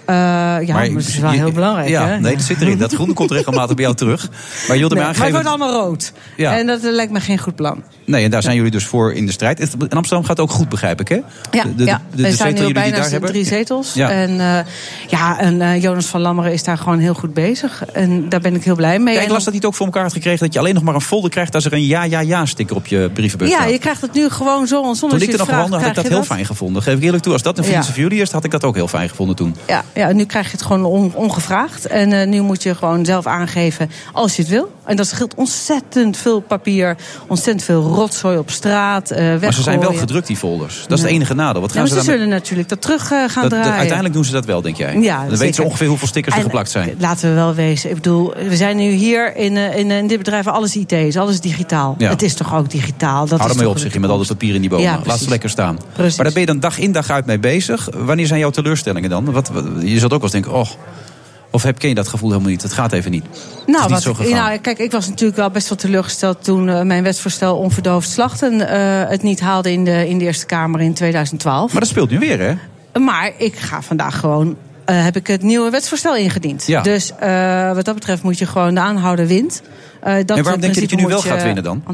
Uh, ja, maar, maar dat is wel je, heel belangrijk. Ja, hè? nee, dat zit erin. Dat groen komt regelmatig bij jou terug. Maar je wilde nee, mij aangeven... Maar het wordt allemaal rood. Ja. En dat lijkt me geen goed plan. Nee, en daar zijn jullie dus voor in de strijd. In Amsterdam gaat het ook goed, begrijp ik, hè? Ja, de, de, ja. De, de, we de zijn nu bijna daar drie zetels. Ja. En, uh, ja, en uh, Jonas van Lammeren is daar gewoon heel goed bezig. En daar ben ik heel blij mee. Ja, ik las dat hij het ook voor elkaar had gekregen... dat je alleen nog maar een folder krijgt als er een ja-ja-ja-sticker op je brievenbus staat. Ja, je krijgt het nu gewoon zo. Zonder toen ik er nog vraagt, gewoon had ik dat heel dat? fijn gevonden. Geef ik eerlijk toe, als dat een vriend ja. van jullie is... had ik dat ook heel fijn gevonden toen. Ja, ja, nu krijg je het gewoon on, ongevraagd. En uh, nu moet je gewoon zelf aangeven als je het wil. En dat scheelt ontzettend veel papier. Ontzettend veel rotzooi op straat. Uh, weggooien. Maar ze zijn wel gedrukt, die folders. Dat is nee. het enige nadeel. Wat gaan ja, ze ze daarmee... zullen natuurlijk dat terug uh, gaan dat, draaien. Dat, uiteindelijk doen ze dat wel, denk jij? Ja, dan zeker. weten ze ongeveer hoeveel stickers er en, geplakt zijn. Laten we wel wezen. Ik bedoel, we zijn nu hier in, in, in dit bedrijf waar alles I T is. Alles digitaal. Ja. Het is toch ook digitaal? Dat Hou er mee op, zeg je, met al dat papier in die bomen. Ja, laat ze lekker staan. Precies. Maar daar ben je dan dag in dag uit mee bezig. Wanneer zijn jouw teleurstellingen dan? Wat, wat, je zult ook wel eens denken, oh... Of heb, ken je dat gevoel helemaal niet? Het gaat even niet. Nou, niet wat, zo nou kijk, ik was natuurlijk wel best wel teleurgesteld... toen uh, mijn wetsvoorstel onverdoofd slachten... Uh, het niet haalde in de, in de Eerste Kamer in tweeduizend twaalf. Maar dat speelt nu weer, hè? Maar ik ga vandaag gewoon... Uh, heb ik het nieuwe wetsvoorstel ingediend. Ja. Dus uh, wat dat betreft moet je gewoon de aanhouder wint. Uh, dat en waarom denk je dat je nu wel je, gaat winnen dan?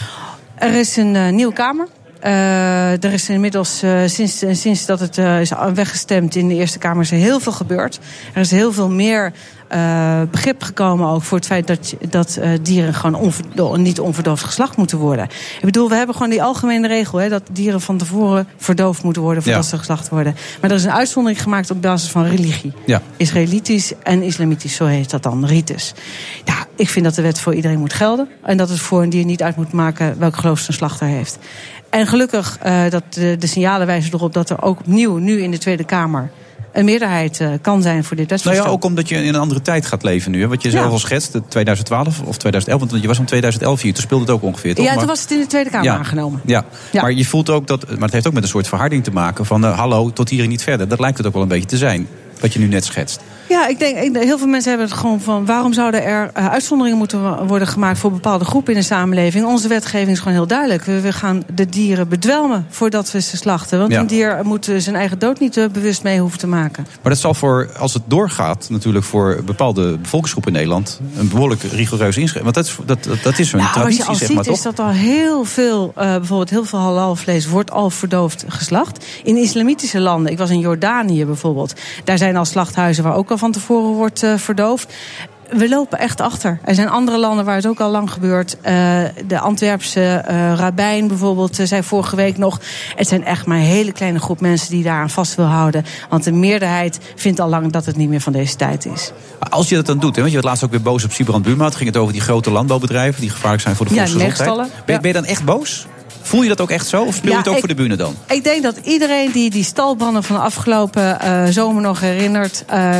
Er is een uh, nieuwe Kamer. Uh, er is inmiddels, uh, sinds, sinds dat het uh, is weggestemd in de Eerste Kamer, is er heel veel gebeurd. Er is heel veel meer uh, begrip gekomen ook voor het feit dat, dat uh, dieren gewoon onverdo- niet onverdoofd geslacht moeten worden. Ik bedoel, we hebben gewoon die algemene regel, hè, dat dieren van tevoren verdoofd moeten worden voordat ja. ze geslacht worden. Maar er is een uitzondering gemaakt op basis van religie. Ja. Israëlitisch en islamitisch, zo heet dat dan, ritus. Ja, ik vind dat de wet voor iedereen moet gelden. En dat het voor een dier niet uit moet maken welk geloof een slachter heeft. En gelukkig uh, dat de, de signalen wijzen erop dat er ook opnieuw nu in de Tweede Kamer een meerderheid uh, kan zijn voor dit wetsvoorstel. Nou ja, ook omdat je in een andere tijd gaat leven nu. Hè? Wat je zelf ja. al schetst, tweeduizend twaalf of tweeduizend elf. Want je was in tweeduizend elf hier, toen speelde het ook ongeveer, toch? Ja, toen maar... was het in de Tweede Kamer ja. aangenomen. Ja. ja, maar je voelt ook dat... Maar het heeft ook met een soort verharding te maken van... Uh, hallo, tot hier en niet verder. Dat lijkt het ook wel een beetje te zijn, wat je nu net schetst. Ja, ik denk, heel veel mensen hebben het gewoon van... waarom zouden er uh, uitzonderingen moeten worden gemaakt... voor bepaalde groepen in de samenleving? Onze wetgeving is gewoon heel duidelijk. We, we gaan de dieren bedwelmen voordat we ze slachten. Want ja. een dier moet zijn eigen dood niet uh, bewust mee hoeven te maken. Maar dat zal voor, als het doorgaat... natuurlijk voor bepaalde bevolkingsgroepen in Nederland... een behoorlijk rigoureus inschrijven. Want dat is, dat, dat is een nou, traditie, wat je al zeg ziet, maar, toch? Is dat al heel veel... Uh, bijvoorbeeld heel veel halalvlees wordt al verdoofd geslacht. In islamitische landen, ik was in Jordanië bijvoorbeeld... daar zijn al slachthuizen waar ook al van tevoren wordt Uh, verdoofd. We lopen echt achter. Er zijn andere landen waar het ook al lang gebeurt. Uh, de Antwerpse uh, rabbijn bijvoorbeeld uh, zei vorige week nog... het zijn echt maar een hele kleine groep mensen die daaraan vast wil houden. Want de meerderheid vindt al lang dat het niet meer van deze tijd is. Als je dat dan doet, hè, want je werd laatst ook weer boos op Sibrand Buma. Het ging het over die grote landbouwbedrijven die gevaarlijk zijn voor de volksgezondheid. Ja, ben, ben je dan echt boos? Voel je dat ook echt zo? Of speel je ja, het ook ik, voor de bühne dan? Ik denk dat iedereen die die stalbranden van de afgelopen uh, zomer nog herinnert... Uh,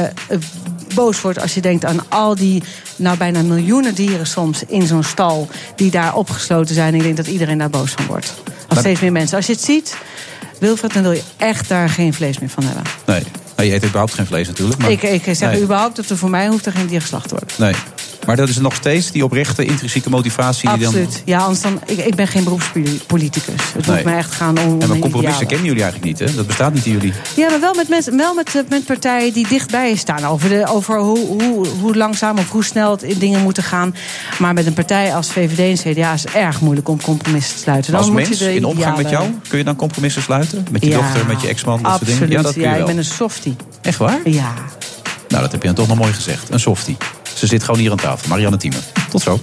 boos wordt als je denkt aan al die, nou bijna miljoenen dieren soms in zo'n stal... die daar opgesloten zijn. Ik denk dat iedereen daar boos van wordt. Nog steeds meer mensen. Als je het ziet, Wilfred, dan wil je echt daar geen vlees meer van hebben. Nee, maar je eet überhaupt geen vlees natuurlijk. Maar... Ik, ik zeg nee. überhaupt dat er voor mij hoeft er geen dier geslacht te worden. Nee. Maar dat is nog steeds die oprechte, intrinsieke motivatie? Absoluut. Die dan... Ja, anders dan, ik, ik ben geen beroepspoliticus. Het nee. moet mij echt gaan om... En maar compromissen kennen jullie eigenlijk niet, hè? Dat bestaat niet in jullie. Ja, maar wel met, mensen, wel met, met partijen die dichtbij je staan. Over, de, over hoe, hoe, hoe langzaam of hoe snel het dingen moeten gaan. Maar met een partij als V V D en C D A is het erg moeilijk om compromissen te sluiten. Dan als moet mens, je de in omgang ideale... met jou, kun je dan compromissen sluiten? Met je ja, dochter, met je ex-man, dat absoluut. soort dingen? Ja, dat kun je ja, wel. Ik ben een softie. Echt waar? Ja. Nou, dat heb je dan toch nog mooi gezegd. Een softie. Ze zit gewoon hier aan tafel. Marianne Thieme. Tot zo.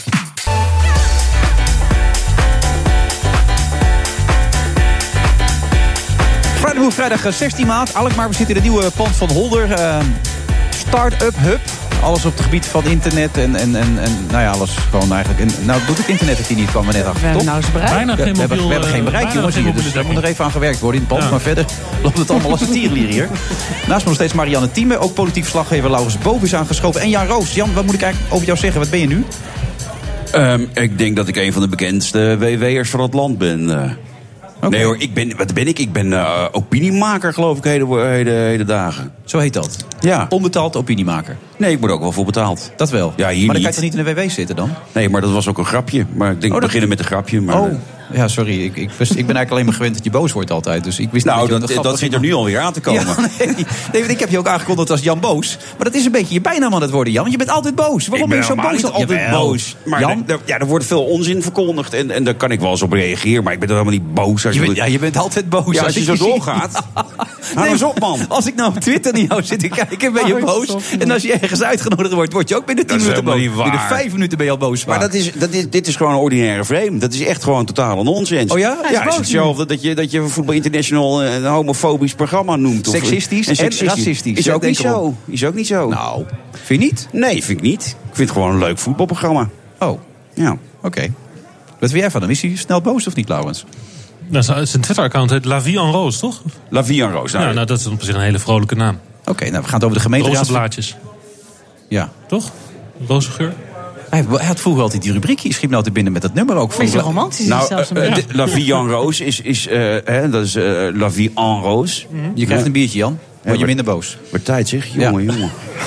Friday Move, vrijdag zestien maart. Alkmaar, we zitten in de nieuwe pand van Holder. Uh, Start-up Hub. Alles op het gebied van internet en, en, en, en nou ja, alles gewoon eigenlijk. En, nou, doet het internet het hier niet, kwam we net achter. We hebben nou eens bereik. Bijna geen we, mobiel, we, hebben, we hebben geen bereik, jongens, hier. Dus daar moet nog even aan gewerkt worden in het pand. Ja. Maar verder loopt het allemaal als een tierenlier hier. Naast me nog steeds Marianne Thieme. Ook politiek verslaggever Laurens Boven is aangeschoven. En Jan Roos. Jan, wat moet ik eigenlijk over jou zeggen? Wat ben je nu? Um, ik denk dat ik een van de bekendste W W'ers van het land ben. Uh. Okay. Nee hoor, ik ben, wat ben ik? Ik ben uh, opiniemaker, geloof ik, heden, heden, heden dagen. Zo heet dat? Ja. Onbetaald opiniemaker? Nee, ik word ook wel voor betaald. Dat wel? Ja, hier maar dan niet. kan je toch niet in de W W zitten dan? Nee, maar dat was ook een grapje. Maar ik denk, oh, we beginnen met een grapje. Maar, oh, Ja, sorry. Ik, ik, ik ben eigenlijk alleen maar gewend dat je boos wordt altijd. Dus ik wist nou, niet dat, dat, dat, dat zit er nu alweer aan te komen. Ja, nee, nee, want ik heb je ook aangekondigd als Jan Boos. Maar dat is een beetje je bijnaam aan het worden, Jan. Want je bent altijd boos. Waarom ben je zo boos? Ik ben altijd Jawel. boos. Maar Jan? er, ja, er wordt veel onzin verkondigd. En, en daar kan ik wel eens op reageren. Maar ik ben er helemaal niet boos. Als Je je, bent, ja, je bent altijd boos. ja, als je zo doorgaat. Hou eens op, man. Als ik nou op Twitter naar jou zit te kijken, ben je boos. En als je ergens uitgenodigd wordt, word je ook binnen tien Dat is minuten boos. helemaal niet Binnen waar. vijf minuten ben je al boos. Maar dat is, dat is, dit is gewoon een ordinaire frame. Dat is echt gewoon totale nonsens. Oh ja? Ja, het is hetzelfde dat je, dat je Voetbal International een homofobisch programma noemt. Of, Seksistisch en racistisch. Is Ja, ook denk niet erom. zo. Is ook niet zo. Nou, vind je niet? Nee, vind ik niet. Ik vind het gewoon een leuk voetbalprogramma. Oh, ja. Oké. Okay. Wat vind jij van hem? Is hij snel boos of niet, Laurens? Nou, zijn Twitter-account heet La Vie en Rose, toch? La Vie en Rose. Nou, ja, nou dat is op zich een hele vrolijke naam. Oké, okay, nou we gaan het over de gemeenteraad. Rozenblaadjes. Ja. Toch? Rozengeur. Hij, hij had vroeger altijd die rubriekje. Je schiep nou te binnen met dat nummer ook. Beetje romantisch Nou, zelfs een uh, beetje. de, La Vie en Rose is, is uh, hè, dat is uh, La Vie en Rose. Mm-hmm. Je krijgt een biertje, Jan. Word je minder boos. Wat tijd zeg, jongen, ja. jongen.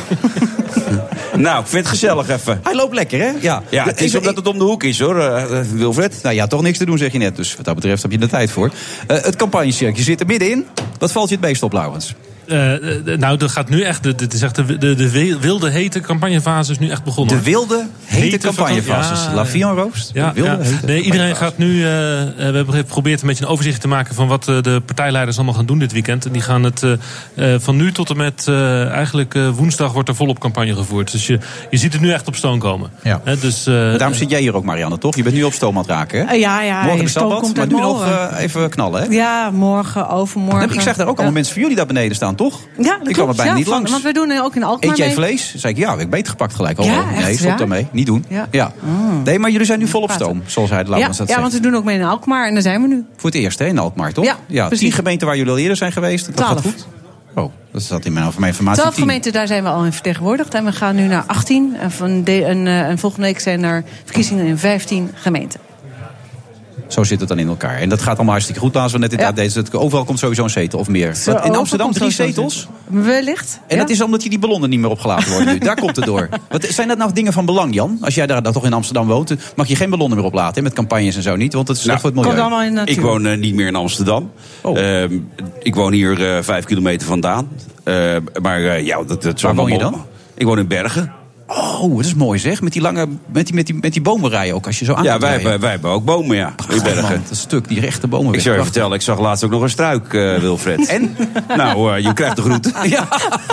Nou, ik vind het gezellig even. Hij loopt lekker, hè? Ja, ja het is omdat het om de hoek is, hoor, uh, Wilfred. Nou ja, toch niks te doen, zeg je net. Dus wat dat betreft heb je er tijd voor. Uh, het campagnecircuit zit er middenin. Wat valt je het meest op, Laurens? Uh, nou, er gaat nu echt de, de, de, de, de wilde, hete campagnefase is nu echt begonnen. De wilde, hete, hete campagnefase. Ja, La Vie en Rose. Ja, wilde, ja. hete nee, iedereen gaat nu... Uh, we hebben geprobeerd een beetje een overzicht te maken van wat uh, de partijleiders allemaal gaan doen dit weekend. En die gaan het uh, uh, van nu tot en met uh, eigenlijk uh, woensdag wordt er volop campagne gevoerd. Dus je, je ziet het nu echt op stoom komen. Ja. He, dus, uh, Daarom zit jij hier ook, Marianne, toch? Je bent nu op stoom aan het raken, hè? Uh, ja, ja. Morgen de stoom Sabbat, komt maar nu nog morgen. uh, even knallen, hè? Ja, morgen, overmorgen. Ik zag daar ook allemaal ja. mensen van jullie daar beneden staan, toch? Ja, dat ik kwam klopt, er bijna ja, niet van, langs. Want we doen ook in Alkmaar Eet jij mee. vlees? Zei ik, ja, heb ik beter gepakt gelijk. Oh, Ja, nee, echt, stop ja? daarmee. Niet doen. Ja. Ja. Mm. Nee, maar jullie zijn nu vol op stoom, zoals hij het Ja, Laurens dat ja, zegt. want we doen ook mee in Alkmaar en daar zijn we nu. Voor het eerst, hè, in Alkmaar, toch? Ja, ja precies. Tien gemeenten waar jullie al eerder zijn geweest. Dat gaat Twaalf. goed. Oh, dat zat in mijn, van mijn informatie. Twaalf gemeenten, daar zijn we al in vertegenwoordigd. En we gaan nu naar achttien. En, van de, en, uh, en volgende week zijn er verkiezingen in vijftien gemeenten. Zo zit het dan in elkaar. En dat gaat allemaal hartstikke goed. Laten we net inderdaad ja. deze. Overal komt sowieso een zetel of meer. Zo, Wat, in Amsterdam drie zetels? Wellicht. En ja. dat is omdat je die ballonnen niet meer opgelaten worden nu. Daar komt het door. Wat, zijn dat nou dingen van belang, Jan? Als jij daar dan toch in Amsterdam woont, mag je geen ballonnen meer oplaten. Hè? Met campagnes en zo niet. Want dat is nou, slecht voor het milieu. Ik woon uh, niet meer in Amsterdam. Oh. Uh, ik woon hier uh, vijf kilometer vandaan. Uh, maar uh, ja, dat, dat Waar woon je dan? Ik woon in Bergen. Oh, dat is mooi zeg. Met die lange, met die, met die, met die bomenrijen ook. Als je zo aan ja, wij hebben, wij hebben ook bomen, ja. In Bergen. Man, dat stuk, die rechte bomen. Ik zou je vertellen, ik zag laatst ook nog een struik, uh, Wilfred. En? Nou, uh, je krijgt de groet. Ja.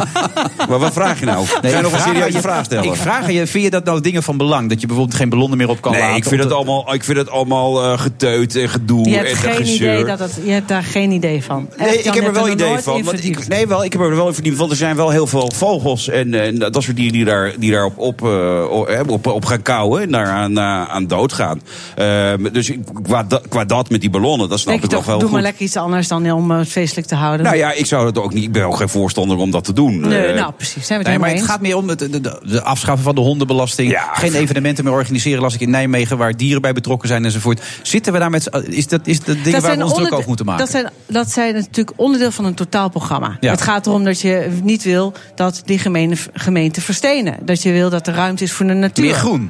Maar wat vraag je nou? Nee, Ga je nog een serieuze vraag stellen? Ik vraag je, vind je dat nou dingen van belang? Dat je bijvoorbeeld geen ballonnen meer op kan nee, laten? Ik vind, het de... allemaal, ik vind het allemaal uh, geteut en gedoe. Je hebt, en geen gezeur. idee dat het, je hebt daar geen idee van. Nee, Echt, ik Jan, heb er wel er idee van. Want ik, nee, wel, ik heb er wel in verdiept. Want er zijn wel heel veel vogels en, en dat soort dieren die daar, die daar op, op, uh, op, op gaan kauwen en daar aan, uh, aan doodgaan. Uh, dus qua, qua dat met die ballonnen, dat snap Denk ik je nog toch, wel doe goed. maar lekker iets anders dan om het feestelijk te houden. Nou ja, ik zou het ook niet. Ik ben ook geen voorstander om dat te doen. Nee, uh, nou precies. Zijn we het nee, maar eens? het gaat meer om het, de, de, de afschaffen van de hondenbelasting. Ja, geen evenementen meer organiseren. Las ik in Nijmegen waar dieren bij betrokken zijn enzovoort. Zitten we daar met. Is dat, is dat dingen dat waar we ons druk over moeten maken? Dat zijn, dat zijn natuurlijk onderdeel van een totaalprogramma. Ja. Het gaat erom dat je niet wil dat die gemeente, gemeenten verstenen. Dat je wil dat er ruimte is voor de natuur. Meer groen.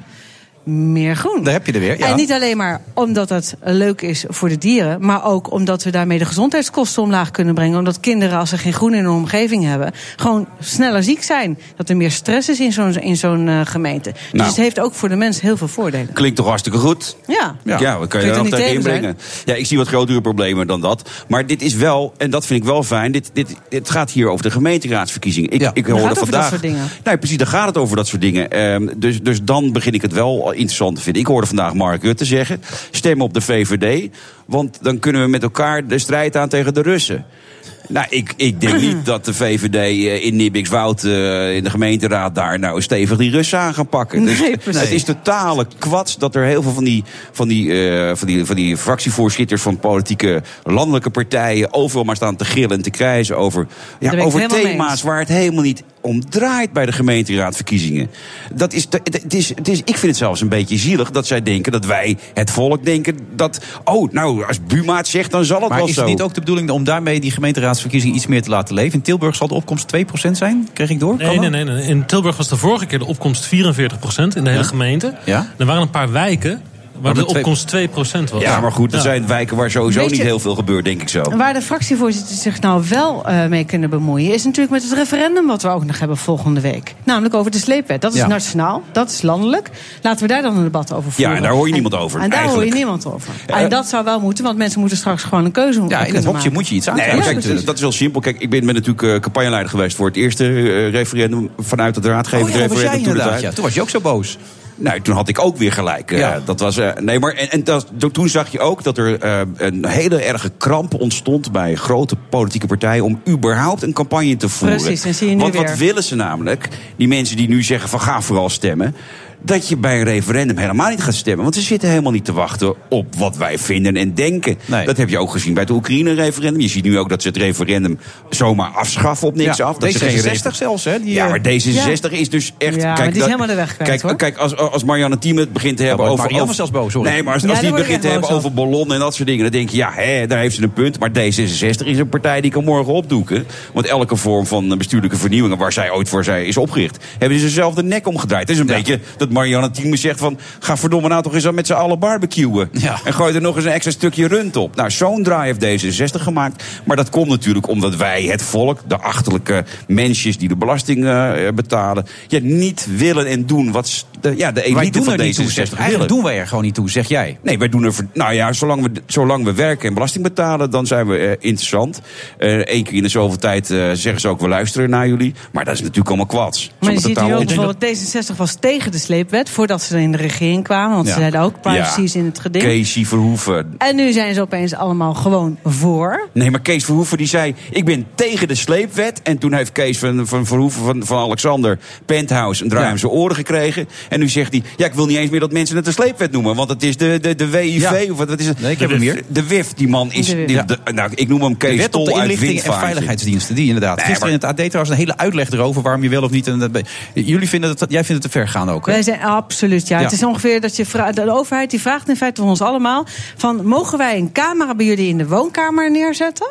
Meer groen. Daar heb je er weer. Ja. En niet alleen maar omdat het leuk is voor de dieren, maar ook omdat we daarmee de gezondheidskosten omlaag kunnen brengen. Omdat kinderen, als ze geen groen in hun omgeving hebben, gewoon sneller ziek zijn. Dat er meer stress is in zo'n, in zo'n uh, gemeente. Dus nou. het heeft ook voor de mens heel veel voordelen. Klinkt toch hartstikke goed? Ja. Ja, ja wat kan je, je daar nog tegen inbrengen? Ja, ik zie wat grotere problemen dan dat. Maar dit is wel, en dat vind ik wel fijn, dit, dit, het gaat hier over de gemeenteraadsverkiezingen. Ik, ja. ik hoorde gaat vandaag. Dat soort dingen. Nee, precies, daar gaat het over dat soort dingen. Um, dus, dus dan begin ik het wel interessant te vinden. Ik hoorde vandaag Mark Rutte zeggen, stem op de V V D, want dan kunnen we met elkaar de strijd aan tegen de Russen. Nou, ik, ik denk niet dat de V V D uh, in Nibbikswoud uh, in de gemeenteraad daar nou stevig die Russen aan gaan pakken. Dus Nee, het is totale kwats dat er heel veel van die, van die, uh, van die, van die fractievoorzitters van politieke landelijke partijen overal maar staan te gillen en te krijzen over, ja, over thema's waar het helemaal niet om draait bij de gemeenteraadverkiezingen. Dat is, het is, het is, ik vind het zelfs een beetje zielig dat zij denken, dat wij, het volk, denken dat, oh, nou, als Buma het zegt, dan zal het maar wel zo. Maar is het niet ook de bedoeling om daarmee die gemeenteraadsverkiezingen iets meer te laten leven? In Tilburg zal de opkomst twee procent zijn? Kreeg ik door? Nee, nee, nee, nee. In Tilburg was de vorige keer de opkomst vierenveertig procent in de hele ja? gemeente. Ja? Er waren een paar wijken waar de opkomst twee procent was. Ja, maar goed, dat ja. zijn wijken waar sowieso Weet je, niet heel veel gebeurt, denk ik zo. Waar de fractievoorzitters zich nou wel uh, mee kunnen bemoeien... is natuurlijk met het referendum wat we ook nog hebben volgende week. Namelijk over de sleepwet. Dat is ja. nationaal, dat is landelijk. Laten we daar dan een debat over voeren. Ja, en daar hoor je niemand over. En daar eigenlijk. hoor je niemand over. Uh, en dat zou wel moeten, want mensen moeten straks gewoon een keuze maken. Ja, in het hokje moet je iets aan. Nee, ja, kijk, precies. Dat is wel simpel. Kijk, ik ben, ben natuurlijk uh, campagneleider geweest voor het eerste uh, referendum vanuit het raadgevend oh, ja, referendum. was jij inderdaad, ja. Toen was je ook zo boos. Nou, toen had ik ook weer gelijk. Uh, ja. dat was, uh, nee, maar en, en dat, toen zag je ook dat er uh, een hele erge kramp ontstond bij grote politieke partijen om überhaupt een campagne te voeren. Precies, en zie je nu Want weer. Wat willen ze namelijk? Die mensen die nu zeggen van ga vooral stemmen. Dat je bij een referendum helemaal niet gaat stemmen. Want ze zitten helemaal niet te wachten op wat wij vinden en denken. Nee. Dat heb je ook gezien bij het Oekraïne-referendum. Je ziet nu ook dat ze het referendum zomaar afschaffen op niks ja, af. Dat D zesenzestig zelfs, hè? Die, ja, maar D zesenzestig ja. is dus echt... Ja, kijk, maar die is dat, helemaal de weg kwijt, kijk, hoor. Kijk, als, als Marianne Thieme het begint te hebben ja, over... Marianne was zelfs boos, hoor. Nee, maar als, als ja, die het begint te hebben over over ballonnen en dat soort dingen... dan denk je, ja, hè, daar heeft ze een punt. Maar D zesenzestig is een partij die kan morgen opdoeken. Want elke vorm van bestuurlijke vernieuwing... waar zij ooit voor zij is opgericht... hebben ze zelf de nek omgedraaid. Het is een ja. beetje dat Marianne Thieme zegt van... ga verdomme nou toch eens met z'n allen barbecuen. Ja. En gooi er nog eens een extra stukje rund op. Nou, zo'n draai heeft D zesenzestig gemaakt. Maar dat komt natuurlijk omdat wij, het volk... de achterlijke mensjes die de belasting uh, betalen... Ja, niet willen en doen wat de, ja, de elite van D zesenzestig willen. Eigenlijk doen wij er gewoon niet toe, zeg jij. Nee, wij doen er... Nou ja, zolang we, zolang we werken en belasting betalen... dan zijn we uh, interessant. Eén uh, keer in de zoveel tijd uh, zeggen ze ook... we luisteren naar jullie. Maar dat is natuurlijk allemaal kwats. Maar je ziet nu ook bijvoorbeeld... D zesenzestig was tegen de sleepwet... voordat ze er in de regering kwamen. Want ja. ze zeiden ook privacy is ja. in het geding. Kees Verhoeven. En nu zijn ze opeens allemaal gewoon voor. Nee, maar Kees Verhoeven die zei... ik ben tegen de sleepwet. En toen heeft Kees van, van Verhoeven van, van Alexander... Penthouse een draai om ja. zijn oren gekregen. En nu zegt hij... ja, ik wil niet eens meer dat mensen het de sleepwet noemen. Want het is de, de, de W I V. Ja. Of wat, wat is het? Nee, ik heb hem meer. De W I F, die man is... De die, de, nou, ik noem hem Kees Tol uit inlichting en veiligheidsdiensten. Die inderdaad. Nee, gisteren maar... in het A D trouwens een hele uitleg erover... waarom je wel of niet... En dat, jullie vinden het, jij vindt het te ver gaan ook, hè? Wij zijn absoluut, ja. ja. Het is ongeveer dat je vraagt... de overheid die vraagt in feite van ons allemaal... van mogen wij een camera bij jullie in de woonkamer neerzetten?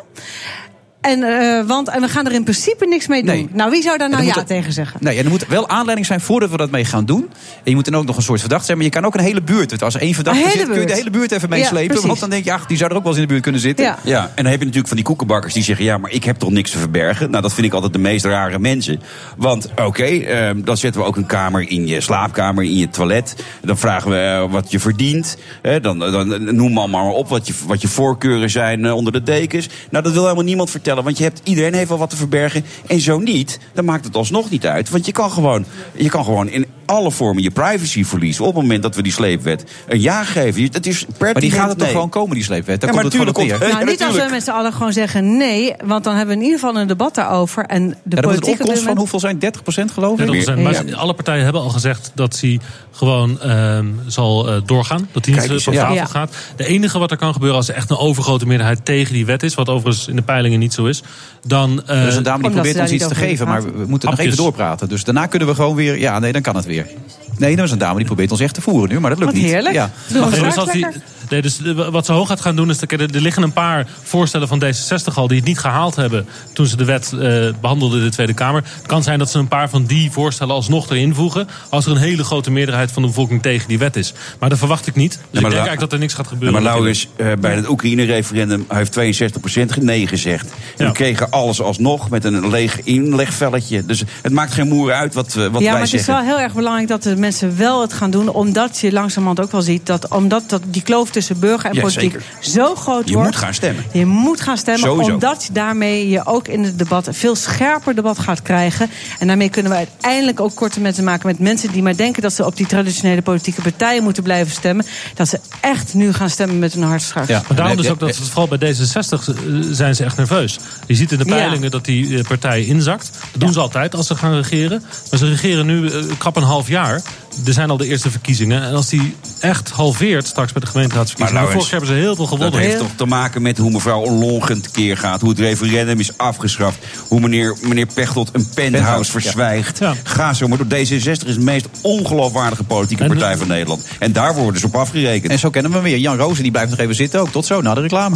En, uh, want, en we gaan er in principe niks mee doen. Nee. Nou, wie zou daar nou ja er, tegen zeggen? Nee, en er moet wel aanleiding zijn voordat we dat mee gaan doen. En je moet dan ook nog een soort verdachte zijn. Maar je kan ook een hele buurt. Als er één verdachte zit, kun je de hele buurt even meeslepen. Ja, want dan denk je, ach, die zou er ook wel eens in de buurt kunnen zitten. Ja. ja, en dan heb je natuurlijk van die koekenbakkers die zeggen... ja, maar ik heb toch niks te verbergen? Nou, dat vind ik altijd de meest rare mensen. Want, oké, okay, uh, dan zetten we ook een kamer in je slaapkamer, in je toilet. Dan vragen we uh, wat je verdient. Uh, dan, dan noem maar maar op wat je, wat je voorkeuren zijn uh, onder de dekens. Nou, dat wil helemaal niemand vertellen, want je hebt iedereen heeft wel wat te verbergen. En zo niet, dan maakt het alsnog niet uit. Want je kan gewoon, je kan gewoon in alle vormen je privacy verliezen... op het moment dat we die sleepwet een ja geven. Dat is maar die gaat het toch nee. gewoon komen, die sleepwet? Daar ja, komt maar het gewoon op neer. Nou, niet als we met z'n allen gewoon zeggen nee... want dan hebben we in ieder geval een debat daarover. En de ja, politieke opkomst moment... van hoeveel zijn? dertig procent geloof ik? dertig procent, maar ja. alle partijen hebben al gezegd dat hij gewoon uh, zal uh, doorgaan. Dat hij niet van tafel ja. gaat. De enige wat er kan gebeuren als er echt een overgrote meerderheid tegen die wet is... wat overigens in de peilingen niet zo is... dan... Uh, er is een dame die probeert ons iets te geven, maar we moeten nog even doorpraten. Dus daarna kunnen we gewoon weer... Ja, nee, dan kan het weer. Nee, er is een dame die probeert ons echt te voeren nu, maar dat lukt wat niet. Heerlijk. Ja. Doe nee, dus als die, nee, dus wat ze hoog gaat gaan doen is... Er, er liggen een paar voorstellen van D zesenzestig al... die het niet gehaald hebben toen ze de wet uh, behandelden in de Tweede Kamer. Het kan zijn dat ze een paar van die voorstellen alsnog erin voegen... als er een hele grote meerderheid van de bevolking tegen die wet is. Maar dat verwacht ik niet. Dus ja, ik denk eigenlijk dat er niks gaat gebeuren. Ja, maar Laurens, uh, bij het Oekraïne-referendum heeft tweeënzestig procent nee gezegd. Ja. We kregen alles alsnog met een leeg inlegvelletje. Dus het maakt geen moer uit wat, uh, wat ja, wij zeggen. Ja, maar het is wel heel erg belangrijk dat de mensen wel het gaan doen... omdat je langzamerhand ook wel ziet... dat omdat dat die kloof tussen burger en ja, politiek zeker. zo groot wordt... Je moet gaan stemmen. Je moet gaan stemmen, Sowieso. omdat daarmee je ook in het debat... een veel scherper debat gaat krijgen. En daarmee kunnen we uiteindelijk ook korte metten maken... met mensen die maar denken dat ze op die traditionele politieke partijen moeten blijven stemmen. Dat ze echt nu gaan stemmen met hun hart straks. Ja, maar daarom dus ook dat vooral bij D zesenzestig zijn ze echt nerveus. Je ziet in de peilingen ja. dat die partij inzakt. Dat doen ja. ze altijd als ze gaan regeren. Maar ze regeren nu uh, krap een half jaar. Er zijn al de eerste verkiezingen. En als die echt halveert straks bij de gemeenteraadsverkiezingen... Maar vorig jaar hebben ze heel veel gewonnen. Dat heeft toch te maken met hoe mevrouw Ollongren tekeer gaat. Hoe het referendum is afgeschaft. Hoe meneer, meneer Pechtold een penthouse, penthouse verzwijgt. Ja. Ga zo maar door. D zesenzestig is de meest ongeloofwaardige politieke partij en, van Nederland. En daar worden ze op afgerekend. En zo kennen we hem weer. Jan Rozen die blijft nog even zitten ook. Tot zo, na de reclame.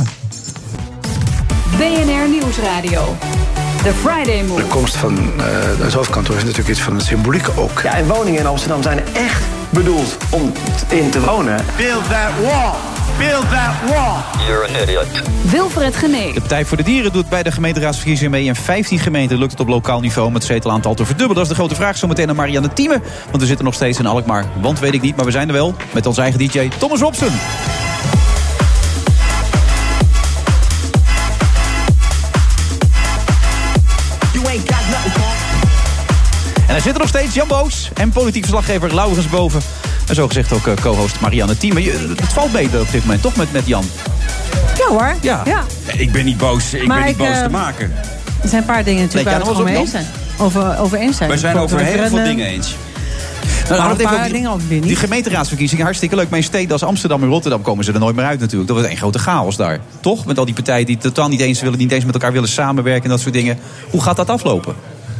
B N R Nieuwsradio. The Friday Move. De komst van uh, het hoofdkantoor is natuurlijk iets van een symboliek ook. Ja, en woningen in Amsterdam zijn echt bedoeld om in te wonen. Build that wall. Build that wall. You're an idiot. Wilfred Genee. De Partij voor de Dieren doet bij de gemeenteraadsverkiezingen mee. In vijftien gemeenten lukt het op lokaal niveau om het zetelaantal te verdubbelen. Dat is de grote vraag. Zometeen aan Marianne Thieme. Want we zitten nog steeds in Alkmaar. Want weet ik niet, maar we zijn er wel. Met onze eigen D J Thomas Robson. En hij zit er nog steeds, Jan Boos. En politiek verslaggever Laurens Boven. En zogezegd ook uh, co-host Marianne Thieme. Je, het valt beter op dit moment, toch, met, met Jan? Ja hoor. Ja. ja. Ik ben niet boos, ik maar ben niet ik, boos uh, te maken. Er zijn een paar dingen natuurlijk waar we het gewoon mee eens zijn. Over, over eens zijn. We zijn over heel veel dingen eens. Nou, nou, een paar die, dingen ook weer niet. Die gemeenteraadsverkiezingen, hartstikke leuk. Maar in steden als Amsterdam en Rotterdam komen ze er nooit meer uit natuurlijk. Dat wordt één grote chaos daar. Toch? Met al die partijen die het totaal niet eens willen, die niet eens met elkaar willen samenwerken en dat soort dingen. Hoe gaat dat aflopen?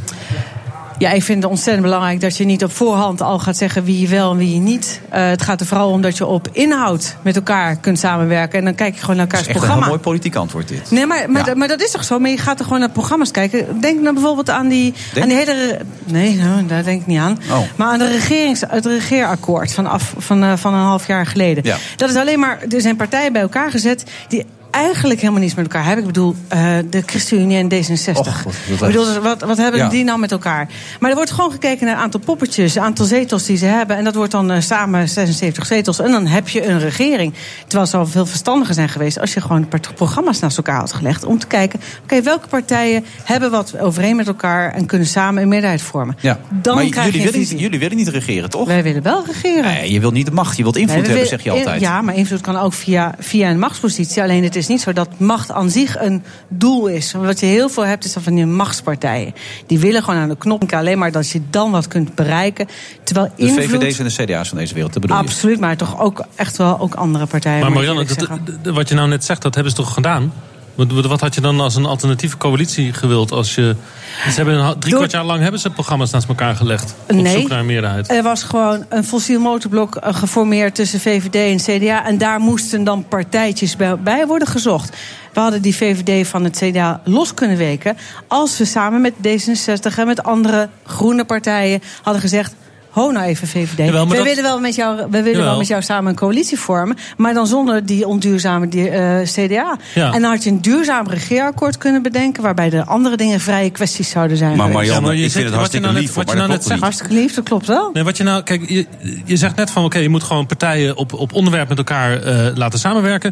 Ja, ik vind het ontzettend belangrijk dat je niet op voorhand al gaat zeggen wie je wel en wie je niet. Uh, het gaat er vooral om dat je op inhoud met elkaar kunt samenwerken. En dan kijk je gewoon naar elkaars programma. programma. Dat is echt een heel mooi politiek antwoord dit. Nee, maar, maar, ja. maar dat is toch zo? Maar je gaat er gewoon naar programma's kijken. Denk nou bijvoorbeeld aan die, aan die hele... Nee, nou, daar denk ik niet aan. Oh. Maar aan de regerings, het regeerakkoord van, af, van, uh, van een half jaar geleden. Ja. Dat is alleen maar... Er zijn partijen bij elkaar gezet die eigenlijk helemaal niets met elkaar hebben. Ik bedoel, uh, de ChristenUnie en D zesenzestig. Och, ik bedoel, wat, wat hebben ja. die nou met elkaar? Maar er wordt gewoon gekeken naar een aantal poppetjes, een aantal zetels die ze hebben. En dat wordt dan uh, samen zesenzeventig zetels. En dan heb je een regering. Terwijl ze al veel verstandiger zijn geweest als je gewoon een paar programma's naast elkaar had gelegd. Om te kijken, oké, okay, welke partijen hebben wat overeen met elkaar en kunnen samen een meerderheid vormen. Ja. Dan maar krijg jullie, je willen niet, jullie willen niet regeren, toch? Wij willen wel regeren. Nee, je wilt niet de macht, je wilt invloed nee, hebben, zeg je altijd. Ja, maar invloed kan ook via, via een machtspositie. Alleen het is niet zo dat macht aan zich een doel is. Wat je heel veel hebt, is dan van die machtspartijen. Die willen gewoon aan de knop alleen maar dat je dan wat kunt bereiken. Terwijl de invloed... V V D's en de C D A's van deze wereld, dat bedoel je? Absoluut, maar toch ook echt wel ook andere partijen. Maar Marianne, dat, wat je nou net zegt, dat hebben ze toch gedaan? Wat had je dan als een alternatieve coalitie gewild? Als je, ze hebben een drie kwart jaar lang hebben ze programma's naast elkaar gelegd. Op nee, zoek naar een meerderheid. Er was gewoon een fossiel motorblok geformeerd tussen V V D en C D A. En daar moesten dan partijtjes bij, bij worden gezocht. We hadden die V V D van het C D A los kunnen weken als we samen met D zesenzestig en met andere groene partijen hadden gezegd: ho nou even, V V D. Jawel, we dat... willen, wel met, jou, we willen wel met jou samen een coalitie vormen, maar dan zonder die onduurzame die, uh, C D A. Ja. En dan had je een duurzaam regeerakkoord kunnen bedenken, waarbij de andere dingen vrije kwesties zouden zijn. Maar Marianne, ja, maar je ik vind het hartstikke nou lief. Net, wat je nou net zegt, hartstikke lief, dat klopt wel. Nee, wat je nou, kijk, je, je zegt net van, oké, okay, je moet gewoon partijen op, op onderwerp met elkaar uh, laten samenwerken.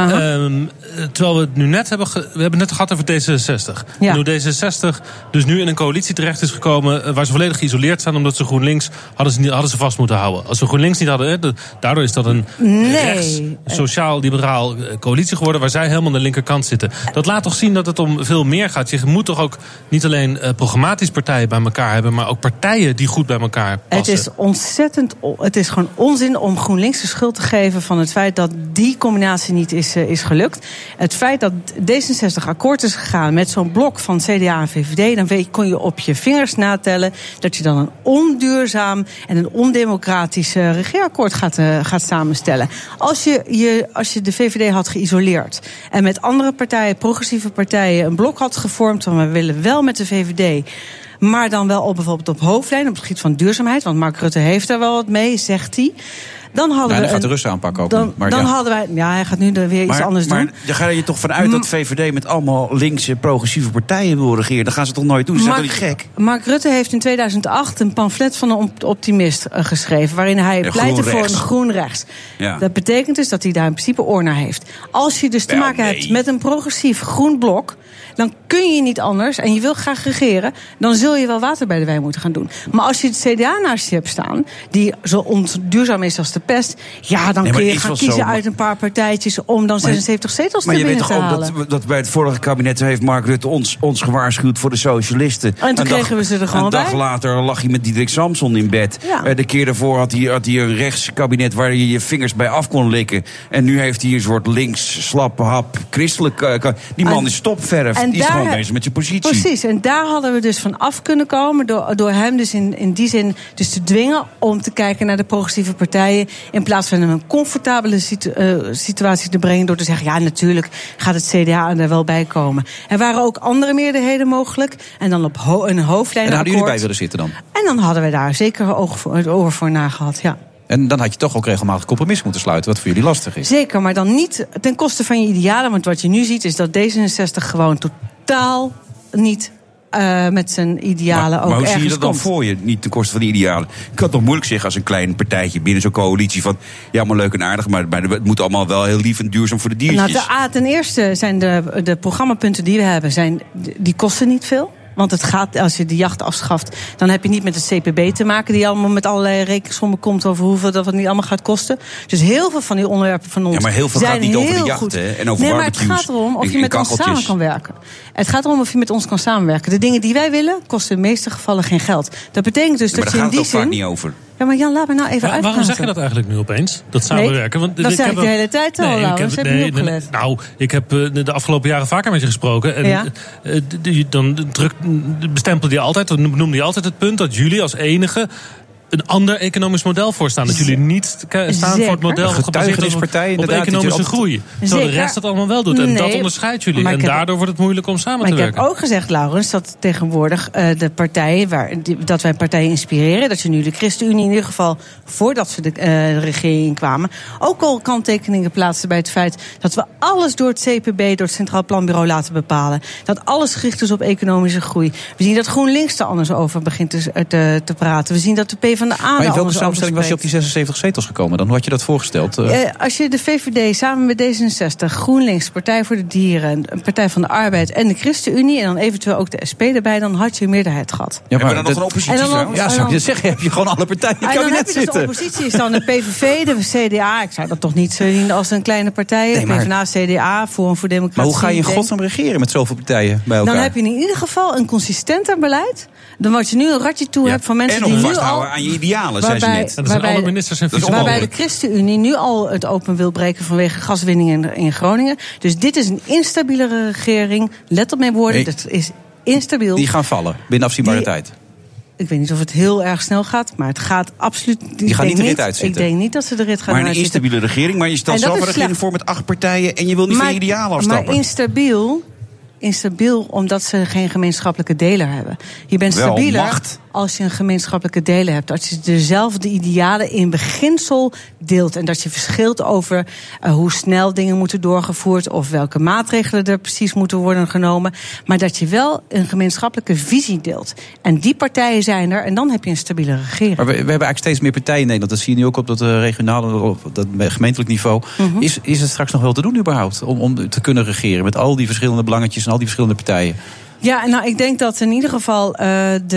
Um, terwijl we het nu net hebben, ge, we hebben net gehad over D zesenzestig. Ja. En hoe D zesenzestig dus nu in een coalitie terecht is gekomen uh, waar ze volledig geïsoleerd staan, omdat ze GroenLinks hadden ze, niet, hadden ze vast moeten houden. Als we GroenLinks niet hadden, hè, de, daardoor is dat een nee. rechts, sociaal-liberaal coalitie geworden waar zij helemaal aan de linkerkant zitten. Dat laat toch zien dat het om veel meer gaat. Je moet toch ook niet alleen uh, programmatisch partijen bij elkaar hebben, maar ook partijen die goed bij elkaar passen. Het is ontzettend, het is gewoon onzin om GroenLinks de schuld te geven van het feit dat die combinatie niet is, uh, is gelukt. Het feit dat D zesenzestig akkoord is gegaan met zo'n blok van C D A en V V D, dan weet, kon je op je vingers natellen dat je dan een onduurzaam en een ondemocratisch uh, regeerakkoord gaat, uh, gaat samenstellen. Als je, je, als je de V V D had geïsoleerd en met andere partijen, progressieve partijen, een blok had gevormd van we willen wel met de V V D, maar dan wel op, bijvoorbeeld op hoofdlijn, op het gebied van duurzaamheid, want Mark Rutte heeft daar wel wat mee, zegt hij. Dan hadden ja, we hij gaat een, de Russen aanpakken ook. Dan, maar dan ja. hadden wij. Ja, hij gaat nu er weer maar, iets anders maar, doen. Maar daar ga je toch vanuit dat V V D met allemaal linkse progressieve partijen wil regeren. Dan gaan ze toch nooit doen? Ze zijn toch niet gek? Mark Rutte heeft in tweeduizend acht een pamflet van een optimist uh, geschreven, waarin hij ja, pleitte voor een groen rechts. Ja. Dat betekent dus dat hij daar in principe oor naar heeft. Als je dus te Wel, maken nee. hebt met een progressief groen blok, dan kun je niet anders, en je wil graag regeren, dan zul je wel water bij de wijn moeten gaan doen. Maar als je het C D A naast je hebt staan, die zo onduurzaam is als de pest, ja, dan nee, kun je gaan kiezen zo, maar... uit een paar partijtjes om dan zesenzeventig zetels te binnen te halen. Maar je weet toch ook dat, dat bij het vorige kabinet heeft Mark Rutte ons, ons gewaarschuwd voor de socialisten. En toen een kregen dag, we ze er gewoon bij. Een dag later lag hij met Diederik Samson in bed. Ja. De keer daarvoor had hij, had hij een rechtskabinet waar je je vingers bij af kon likken. En nu heeft hij een soort links, slap, hap, christelijk... Uh, die man en, is stopverf. Die is gewoon bezig met zijn positie. Precies, en daar hadden we dus van af kunnen komen door, door hem dus in, in die zin dus te dwingen om te kijken naar de progressieve partijen in plaats van hem een comfortabele situ, uh, situatie te brengen door te zeggen, ja, natuurlijk gaat het C D A er wel bij komen. Er waren ook andere meerderheden mogelijk en dan op ho- een hoofdlijn. En daar hadden jullie bij willen zitten dan? En dan hadden we daar zeker oog voor, het oor voor nagehad, ja. En dan had je toch ook regelmatig compromis moeten sluiten, wat voor jullie lastig is. Zeker, maar dan niet ten koste van je idealen. Want wat je nu ziet is dat D zesenzestig gewoon totaal niet uh, met zijn idealen maar, ook maar hoe ergens zie je dat dan komt. voor je, niet ten koste van die idealen? Ik kan het toch moeilijk zeggen als een klein partijtje binnen zo'n coalitie van, ja, maar leuk en aardig, maar, maar het moet allemaal wel heel lief en duurzaam voor de diertjes. Nou, ten, ten eerste zijn de, de programmapunten die we hebben, zijn, die kosten niet veel. Want het gaat, als je de jacht afschaft, dan heb je niet met het C P B te maken die allemaal met allerlei rekensommen komt over hoeveel dat het niet allemaal gaat kosten. Dus heel veel van die onderwerpen van ons Ja, maar heel veel zijn gaat niet over de heel jacht, goed. hè? En over nee, maar barbecues. het gaat erom of en- je en met ons kacheltjes. samen kan werken. Het gaat erom of je met ons kan samenwerken. De dingen die wij willen, kosten in de meeste gevallen geen geld. Dat betekent dus Ja, maar dat daar je in gaat het die ook vaak zin... niet over. Ja, maar Jan, laat me nou even Waar- uitpraten. waarom zeg je dat eigenlijk nu opeens? Dat samenwerken? Want dat ik zeg heb ik de wel- hele tijd al, Nee, ik Laurens. heb- Heb je nee, niet nee, opgelet? Nou, ik heb eh, de, de afgelopen jaren vaker met je gesproken. En Ja. eh, d- d- dan druk, bestempelde je altijd, dan noemde je altijd het punt dat jullie als enige een ander economisch model voorstaan. Dat jullie niet ka- staan voor het model gebaseerd op, Getuigenispartij, op inderdaad, economische dat je groei. Terwijl de Zeker. rest het allemaal wel doet. En Nee, dat onderscheidt jullie. maar En ik heb- daardoor wordt het moeilijk om samen Maar te ik werken. heb ook gezegd, Laurens, dat tegenwoordig uh, de partijen, waar, die, dat wij partijen inspireren, dat je nu de ChristenUnie in ieder geval, voordat ze de, uh, de regering kwamen, ook al kanttekeningen plaatsen bij het feit dat we alles door het C P B, door het Centraal Planbureau laten bepalen. Dat alles gericht is op economische groei. We zien dat GroenLinks er anders over begint te, te, te praten. We zien dat de PvdA er Maar in anders welke over samenstelling was je op die zesenzevtig zetels gekomen? Dan hoe had je dat voorgesteld? Uh, Uh, als je de V V D samen met D zesenzestig, GroenLinks, Partij voor de Dieren, een Partij van de Arbeid en de ChristenUnie en dan eventueel ook de S P erbij, dan had je een meerderheid gehad. ja, Hebben we dan nog dat- een oppositie En dan trouwens? ja, en zou ik dan- je zeggen, heb je gewoon alle partijen in het En dan heb kabinet je dus de zitten. oppositie, is dan de P V V, de C D A. Ik zou dat toch niet zien als een kleine partij. Nee, maar- PvdA, C D A, Forum voor Democratie. Maar hoe ga je in Denk. godsnaam regeren met zoveel partijen bij elkaar? Dan heb je in ieder geval een consistenter beleid dan wat je nu een ratje toe hebt van mensen En die om nu vasthouden al... aan je idealen, zei ze waarbij- net. En dat zijn waarbij- alle ministers en Dat is vicepremiers. Waarbij de ChristenUnie nu al het open wil breken vanwege gaswinning in, in Groningen. Dus dit is een instabielere regering. Let op mijn woorden, Nee. dat is instabiel. Die gaan vallen binnen afzienbare Die- tijd. Ik weet niet of het heel erg snel gaat, maar het gaat absoluut... ik gaan denk niet de rit uitzitten. Ik denk niet dat ze de rit gaan Maar een uitzitten. instabiele regering, maar je stelt En dat zelf een is regering slecht. voor met acht partijen en je wil niet van je idealen afstappen. Maar instabiel, instabiel omdat ze geen gemeenschappelijke deler hebben. Je bent Wel, stabieler macht. als je een gemeenschappelijke deler hebt. Als je dezelfde idealen in beginsel deelt. En dat je verschilt over uh, hoe snel dingen moeten doorgevoerd of welke maatregelen er precies moeten worden genomen. Maar dat je wel een gemeenschappelijke visie deelt. En die partijen zijn er en dan heb je een stabiele regering. Maar we, we hebben eigenlijk steeds meer partijen in Nederland. Dat zie je nu ook op dat uh, regionale, op dat gemeentelijk niveau. Mhm. Is, is het straks nog wel te doen überhaupt? Om, om te kunnen regeren met al die verschillende belangetjes en al die verschillende partijen. Ja, nou, ik denk dat in ieder geval uh,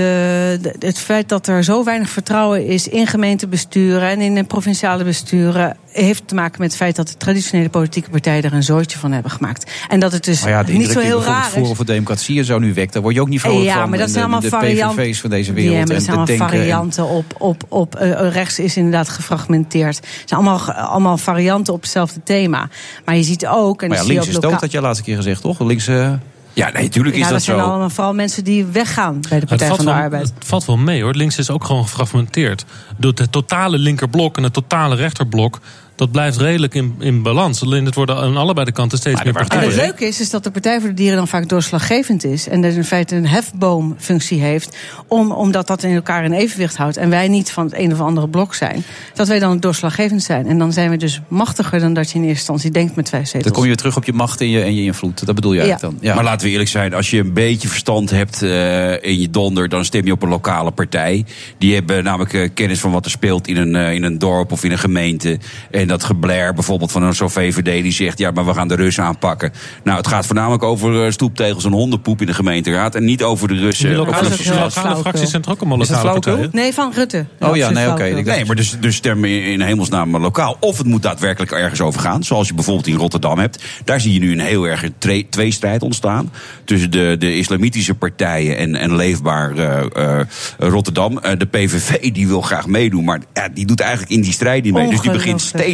de, de, het feit dat er zo weinig vertrouwen is in gemeentebesturen en in de provinciale besturen heeft te maken met het feit dat de traditionele politieke partijen er een zooitje van hebben gemaakt. En dat het dus Maar ja, de niet indruk zo die heel bijvoorbeeld raar is. Forum voor Democratie en zo nu wekt, daar word je ook niet vrolijk Ja, van. maar dat En zijn de, allemaal de varianten. P V V's van deze Ja, wereld maar dat en zijn de allemaal denken. en- varianten op, op, op uh, rechts is inderdaad gefragmenteerd. Het zijn allemaal, allemaal varianten op hetzelfde thema. Maar je ziet ook... En Maar dat ja, zie je links is ook dood, lokaal- had je laatste keer gezegd, toch? Links... Uh... Ja, nee, natuurlijk is ja, dat, dat zijn zo. allemaal vooral mensen die weggaan bij de Het Partij valt, van de wel, Arbeid. het valt wel mee hoor. Links is ook gewoon gefragmenteerd. Door het totale linkerblok en het totale rechterblok, dat blijft redelijk in, in balans. Alleen het worden aan allebei de kanten steeds meer En partijen. het leuke is, is dat de Partij voor de Dieren dan vaak doorslaggevend is. En dus in feite een hefboomfunctie heeft. Om, omdat dat in elkaar in evenwicht houdt. En wij niet van het een of andere blok zijn. Dat wij dan doorslaggevend zijn. En dan zijn we dus machtiger dan dat je in eerste instantie denkt met vijf zetels. Dan kom je weer terug op je macht en je, en je invloed. Dat bedoel je eigenlijk dan. Ja. Maar laten we eerlijk zijn, als je een beetje verstand hebt uh, in je donder, dan stem je op een lokale partij. Die hebben namelijk uh, kennis van wat er speelt in een, uh, in een dorp of in een gemeente. En dat geblair bijvoorbeeld van zo'n V V D die zegt, ja, maar we gaan de Russen aanpakken. Nou, het gaat voornamelijk over uh, stoeptegels en hondenpoep in de gemeenteraad en niet over de Russen. Die lokale, Of de- lokale fracties zijn toch ook allemaal Is dat lokale flauwekul? partijen? Nee, van Rutte. Oh ja, nee, oké. Okay. Nee, maar dus, dus stem in, in hemelsnaam lokaal. Of het moet daadwerkelijk ergens over gaan. Zoals je bijvoorbeeld in Rotterdam hebt. Daar zie je nu een heel erg tre- tweestrijd ontstaan. Tussen de, de islamitische partijen en, en Leefbaar uh, uh, Rotterdam. Uh, de P V V die wil graag meedoen. Maar ja, die doet eigenlijk in die strijd niet mee. Dus die begint steeds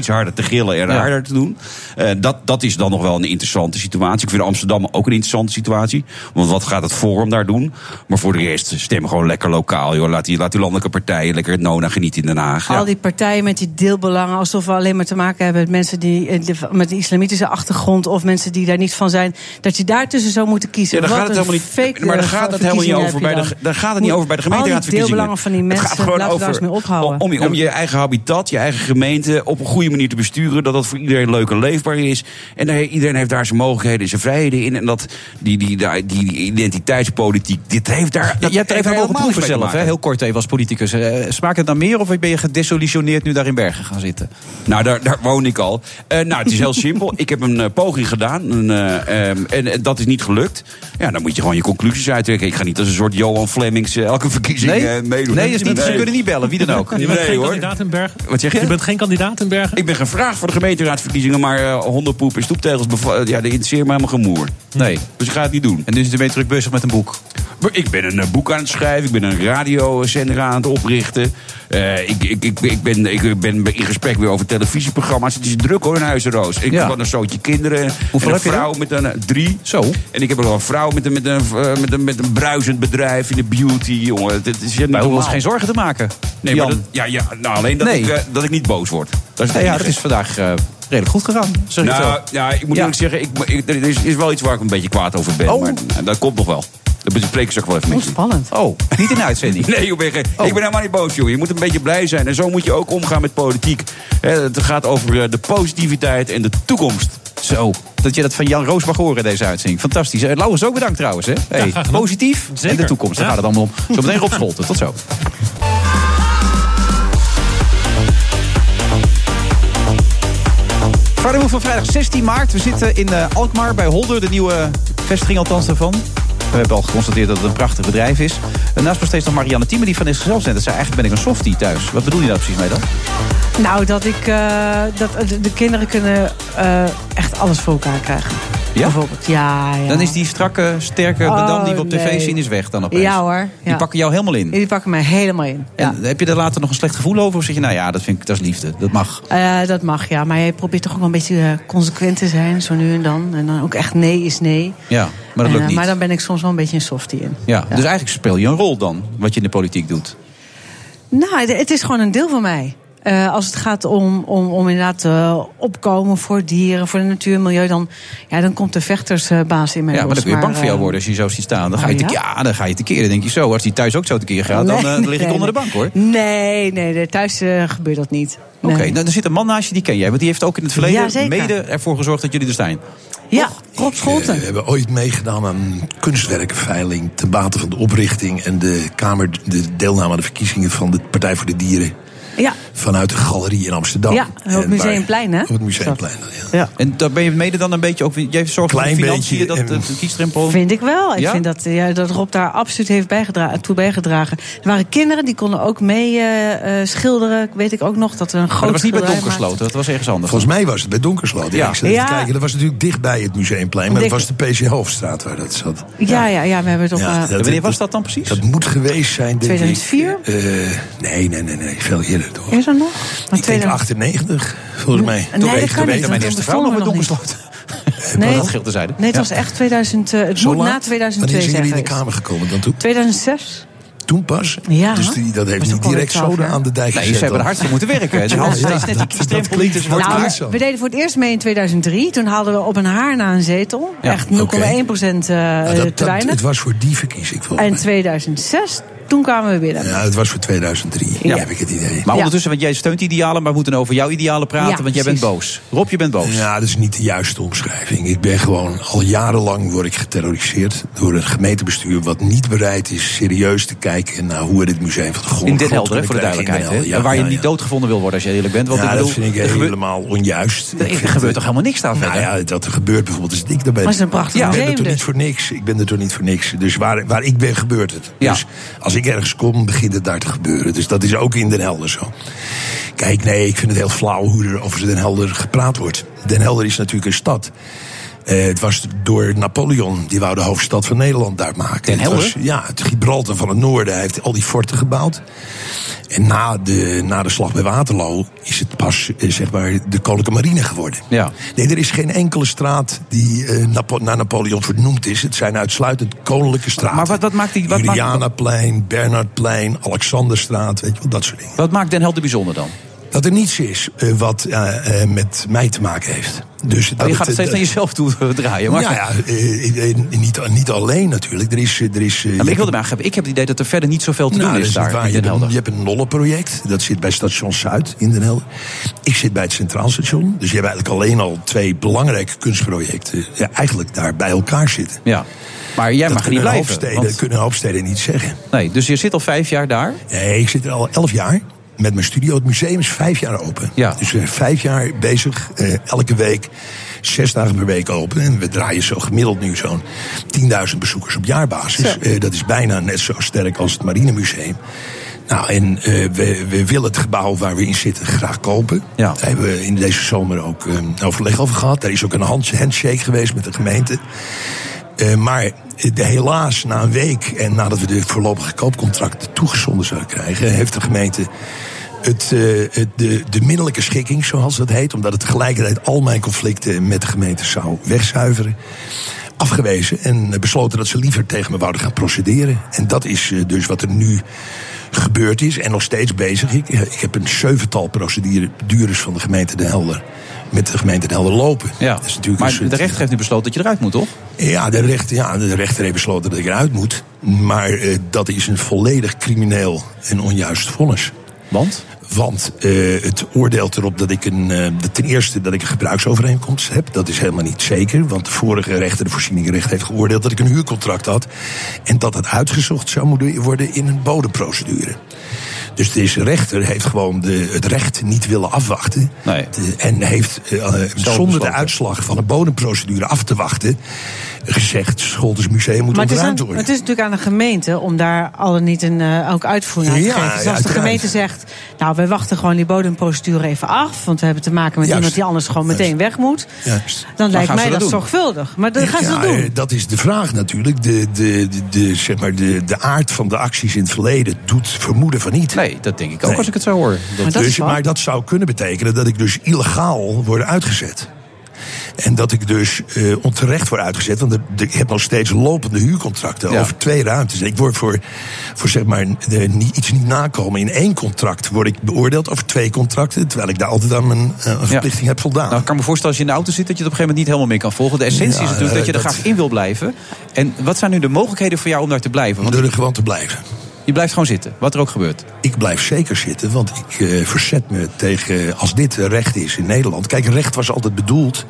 steeds harder te gillen en Ja. harder te doen. Uh, dat, dat is dan nog wel een interessante situatie. Ik vind Amsterdam ook een interessante situatie. Want wat gaat het Forum daar doen? Maar voor de rest stemmen gewoon lekker lokaal. Joh. Laat, die, laat die landelijke partijen lekker het Nona genieten in Den Haag. Al Ja. die partijen met die deelbelangen, alsof we alleen maar te maken hebben met mensen die met een islamitische achtergrond of mensen die daar niet van zijn, dat je daartussen zou moeten kiezen. Ja, daar Wat gaat het een helemaal niet. fake, Maar daar uh, gaat het helemaal niet verkiezingen over bij heb je de, dan. daar gaat het niet over bij de gemeenteraadsverkiezingen. Al die deelbelangen van die mensen, het gaat gewoon laten we daar eens over mee ophouden. om, om je eigen habitat, je eigen gemeente op een goede manier te besturen, dat dat voor iedereen leuk en leefbaar is. En daar, iedereen heeft daar zijn mogelijkheden en zijn vrijheden in. En dat die, die, die, die, die identiteitspolitiek, dit heeft daar. Ja, je hebt er even mogen proeven zelf, hè? Heel kort even als politicus. Uh, smaakt het dan meer of ben je gedesillusioneerd nu daar in Bergen gaan zitten? Nou, daar, daar woon ik al. Uh, nou, het is heel simpel. Ik heb een uh, poging gedaan een, uh, um, en uh, dat is niet gelukt. Ja, dan moet je gewoon je conclusies uittrekken. Ik ga niet als een soort Johan Flemings uh, elke verkiezing nee? uh, meedoen. Nee, is niet, nee, ze kunnen niet bellen, wie dan ook. Je bent nee, geen hoor. kandidaat in Bergen? Wat zeg je? Je bent geen kandidaat in Bergen? Ik ben gevraagd voor de gemeenteraadsverkiezingen, maar uh, hondenpoep en stoeptegels, beva- ja, dat interesseert me helemaal gemoer. Nee. Dus ik ga het niet doen. En nu is de druk bezig met een boek. Ik ben een uh, boek aan het schrijven, ik ben een radiozender aan het oprichten. Uh, ik, ik, ik, ik, ben, ik ben in gesprek weer over televisieprogramma's. Het is druk hoor in Huizenroos. Ik Ja. heb een zootje kinderen. Hoeveel en heb een je vrouw er? met een uh, drie. Zo. En ik heb ook nog een vrouw met een, met een, uh, met een, met een bruisend bedrijf in de beauty, jongen. Het, het is ja, niet Wij hoeven ons normaal. geen zorgen te maken. Nee, maar Jan. dat, ja, ja, nou, alleen dat, Nee. ik, uh, dat ik niet boos word. Dat is het Ja, ja, enige. dat is vandaag uh, redelijk goed gegaan. Zeg ik Nou, zo. ja, ik moet Ja. eerlijk zeggen, ik, ik, er is, is wel iets waar ik een beetje kwaad over ben. Oh. Maar uh, dat komt nog wel. Daar bespreek ik ook wel even mee. Spannend. Oh, niet in de uitzending. Nee, joh, ben je geen- Oh. ik ben helemaal niet boos, joh. Je moet een beetje blij zijn. En zo moet je ook omgaan met politiek. Hè, het gaat over uh, de positiviteit en de toekomst. Zo, dat je dat van Jan Roos mag horen, deze uitzending. Fantastisch. Uh, Laurens, ook bedankt trouwens. Hè? Hey, graag gedaan. positief Zeker. en de toekomst. Daar Ja. gaat het allemaal om. Zo meteen Rob Scholten. Tot zo. Friday Move van vrijdag zestien maart. We zitten in uh, Alkmaar bij Holder, de nieuwe vestiging althans daarvan. We hebben al geconstateerd dat het een prachtig bedrijf is. En naast me steeds nog Marianne Thieme, die van zichzelf zei... dat zei eigenlijk ben ik een softie thuis. Wat bedoel je daar precies mee dan? Nou, dat ik uh, dat de, de kinderen kunnen uh, echt alles voor elkaar krijgen. Ja? Bijvoorbeeld, ja, ja. Dan is die strakke, sterke madame Oh, die we op tv nee. zien is weg dan opeens. Ja hoor. Die Ja. pakken jou helemaal in. Die pakken mij helemaal in. Ja. En heb je er later nog een slecht gevoel over? Of zeg je, nou ja, dat vind ik, dat is liefde. Dat mag. Uh, dat mag, ja. Maar je probeert toch ook wel een beetje uh, consequent te zijn, zo nu en dan. En dan ook echt nee is nee. Ja, maar dat En, lukt uh, niet. Maar dan ben ik soms wel een beetje een softie in. Ja, dus eigenlijk speel je een rol dan, wat je in de politiek doet. Nou, het is gewoon een deel van mij. Uh, als het gaat om, om, om inderdaad uh, opkomen voor dieren, voor de natuur, milieu, dan, ja, dan komt de vechtersbaas in mij Ja, maar los. dan kun je bang Maar, voor jou uh, worden als je zo ziet staan. Dan ga je, Oh, te, ja? ja, dan ga je tekeer. Dan denk je zo, als die thuis ook zo tekeer gaat, dan, uh, dan lig ik nee, onder de nee. bank hoor. Nee, nee, nee, thuis uh, gebeurt dat niet. Oké, Nee. nou, er zit een man naast je, die ken jij. Want die heeft ook in het verleden Ja, zeker. mede ervoor gezorgd dat jullie er zijn. Ja, Rob Scholten. We hebben ooit meegedaan aan een kunstwerkenveiling ten bate van de oprichting en de Kamer, de deelname aan de verkiezingen van de Partij voor de Dieren. Ja. Vanuit de galerie in Amsterdam. Ja, op het En Museumplein, hè? Op het Museumplein, ja. Ja. En daar ben je mede dan een beetje ook... Jij zorgt voor de Klein financiën, beetje, dat en- de kiesdrempel... Vind ik wel. Ik Ja? vind dat, ja, dat Rob daar absoluut heeft bijgedra- toe bijgedragen. Er waren kinderen die konden ook mee uh, uh, schilderen. Weet ik ook nog dat er een groot Maar dat was niet bij schilderij Donkersloten, dat was ergens anders. Volgens mij was het bij Donkersloot. Ja. Ik zat even Ja. te kijken. Dat was natuurlijk dichtbij het Museumplein. Maar Dicht- dat was de P C Hoofdstraat waar dat zat. maakte. Ja, ja, ja, we hebben het op... Ja, uh, dat- Wanneer was dat dan precies? Dat moet geweest zijn, denk tweeduizend vier? ik. Uh, nee, nee, nee, nee. Veel eerder toch? Is er nog? Maar Ik denk achtennegentig, volgens mij. Nee, Toch dat even kan niet, geweten. want Mijn eerste toen vrouw nog met bestonden we Donkersloten. Nee, dat scheelt terzijde. nee, het Ja. was echt tweeduizend... Uh, het Zo moet laat? na tweeduizend twee Wanneer zijn zijn jullie in de geweest. Kamer gekomen dan toe? tweeduizend zes? Toen pas? Ja. Dus die, dat heeft Was niet ook alweer direct twaalf zoden jaar. aan de dijk Nee, gezet. ze hebben er dan. hard voor moeten werken. Die hadden Ja, steeds net die dat- kiesdrempel dat niet klinkt- tussen wordt Nou, niet zo. we deden voor het eerst mee in tweeduizend drie. Toen hadden we op een haar na een zetel. Ja, Echt nul komma één procent uh, Ja, te dat, dat, weinig. het was voor die verkiezing volgens En mij. tweeduizend zes, toen kwamen we binnen. Ja, het was voor tweeduizend drie, Ja. heb ik het idee. Maar ondertussen, want jij steunt idealen, maar we moeten over jouw idealen praten, Ja, want jij bent precies. boos. Rob, je bent boos. Ja, dat is niet de juiste omschrijving. Ik ben gewoon, al jarenlang word ik geterroriseerd door een gemeentebestuur wat niet bereid is serieus te kijken naar hoe we dit museum van de grond In Den grond Helder, hè, voor de kunnen krijgen. duidelijkheid. In Hè? Den Waar je Helder, niet doodgevonden wil worden als je eerlijk bent. Want ja, ik bedoel, dat vind ik er gebeurt- helemaal onjuist. Er Ik vind gebeurt het- toch helemaal niks daar Nou verder? ja, dat er gebeurt bijvoorbeeld is ik daar ben. Maar het is een prachtig ja, ik ben museum er toch dus. niet voor niks. Ik ben er toch niet voor niks. Dus waar, waar ik ben, gebeurt het. Ja. Dus als ik ergens kom, begint het daar te gebeuren. Dus dat is ook in Den Helder zo. Kijk, nee, ik vind het heel flauw hoe er over Den Helder gepraat wordt. Den Helder is natuurlijk een stad. Uh, het was door Napoleon, die wou de hoofdstad van Nederland daar maken. Den Helder? Het was, ja, het Gibraltar van het noorden. Hij heeft al die forten gebouwd. En na de, na de slag bij Waterloo is het pas eh, zeg maar de Koninklijke Marine geworden. Ja. Nee, er is geen enkele straat die uh, Napo- naar Napoleon vernoemd is. Het zijn uitsluitend koninklijke straten. Maar wat, wat maakt die... Wat Julianaplein, Bernhardplein, Alexanderstraat, weet je wel, dat soort dingen. Wat maakt Den Helder bijzonder dan? Dat er niets is uh, wat uh, uh, met mij te maken heeft. Dus oh, dat je gaat het, het steeds naar jezelf toe draaien. Maar... Ja, ja uh, uh, niet, niet alleen natuurlijk. Er is, er is, uh, ja, maar ik wilde maar hebben. Ik heb het idee dat er verder niet zoveel te nou, doen is, is daar waar. in Je, Den Helder. je hebt een Nolle-project. Dat zit bij Station Zuid in Den Helder. Ik zit bij het Centraal Station. Dus je hebt eigenlijk alleen al twee belangrijke kunstprojecten... Ja, eigenlijk daar bij elkaar zitten. Ja. Maar jij dat mag er niet blijven. Hoofdsteden, Want... Dat kunnen hoofdsteden niet zeggen. Nee, dus je zit al vijf jaar daar? Nee, ik zit er al elf jaar. Met mijn studio. Het museum is vijf jaar open. Ja. Dus we zijn vijf jaar bezig. Uh, elke week, zes dagen per week open. En we draaien zo gemiddeld nu zo'n tienduizend bezoekers op jaarbasis. Uh, dat is bijna net zo sterk als het Marinemuseum. Nou, en uh, we, we willen het gebouw waar we in zitten graag kopen. Ja. Daar hebben we in deze zomer ook um, overleg over gehad. Daar is ook een handshake geweest met de gemeente. Uh, maar de, helaas, na een week en nadat we de voorlopige koopcontracten toegezonden zouden krijgen, heeft de gemeente het, uh, het, de, de middelijke schikking, zoals dat heet, omdat het tegelijkertijd al mijn conflicten met de gemeente zou wegzuiveren, afgewezen en besloten dat ze liever tegen me wouden gaan procederen. En dat is uh, dus wat er nu gebeurd is en nog steeds bezig. Ik, ik heb een zevental procedures van de gemeente Den Helder met de gemeente Den Helder lopen. Ja. Dat is natuurlijk maar soort, de rechter heeft nu besloten dat je eruit moet, toch? Ja, de rechter, ja, de rechter heeft besloten dat ik eruit moet. Maar uh, dat is een volledig crimineel en onjuist vonnis. Want? Want uh, het oordeelt erop dat ik een, uh, ten eerste dat ik een gebruiksovereenkomst heb. Dat is helemaal niet zeker. Want de vorige rechter, de voorzieningenrecht, heeft geoordeeld dat ik een huurcontract had. En dat het uitgezocht zou moeten worden in een bodemprocedure. Dus deze rechter heeft gewoon de, het recht niet willen afwachten. Nee. De, en heeft uh, zonder de uitslag van een bodemprocedure af te wachten gezegd, Scholtens Museum moet ontruimd worden. Het is natuurlijk aan de gemeente om daar al niet een uh, ook uitvoering aan te ja, geven. Dus als ja, de uiteraard. gemeente zegt, nou, we wachten gewoon die bodemprocedure even af, want we hebben te maken met Juist. iemand die anders gewoon meteen Juist. weg moet. Juist. Dan lijkt mij dat dat doen? zorgvuldig. Maar dat gaan ze ja, doen. Dat is de vraag natuurlijk. De, de, de, de, zeg maar de, de aard van de acties in het verleden doet vermoeden van niet. Nee, dat denk ik ook Nee. als ik het zo hoor. Dat... Maar dat dus, is wel- maar dat zou kunnen betekenen dat ik dus illegaal word uitgezet. En dat ik dus uh, onterecht word uitgezet. Want de, de, ik heb nog steeds lopende huurcontracten Ja. over twee ruimtes. Ik word voor, voor zeg maar de, niet, iets niet nakomen in één contract word ik beoordeeld over twee contracten. Terwijl ik daar altijd aan mijn uh, verplichting ja. heb voldaan. Nou, ik kan me voorstellen als je in de auto zit dat je het op een gegeven moment niet helemaal meer kan volgen. De essentie Ja, is natuurlijk dat je er dat- graag in wil blijven. En wat zijn nu de mogelijkheden voor jou om daar te blijven? Want Door er gewoon te blijven. je blijft gewoon zitten, wat er ook gebeurt. Ik blijf zeker zitten, want ik uh, verzet me tegen, als dit recht is in Nederland. Kijk, recht was altijd bedoeld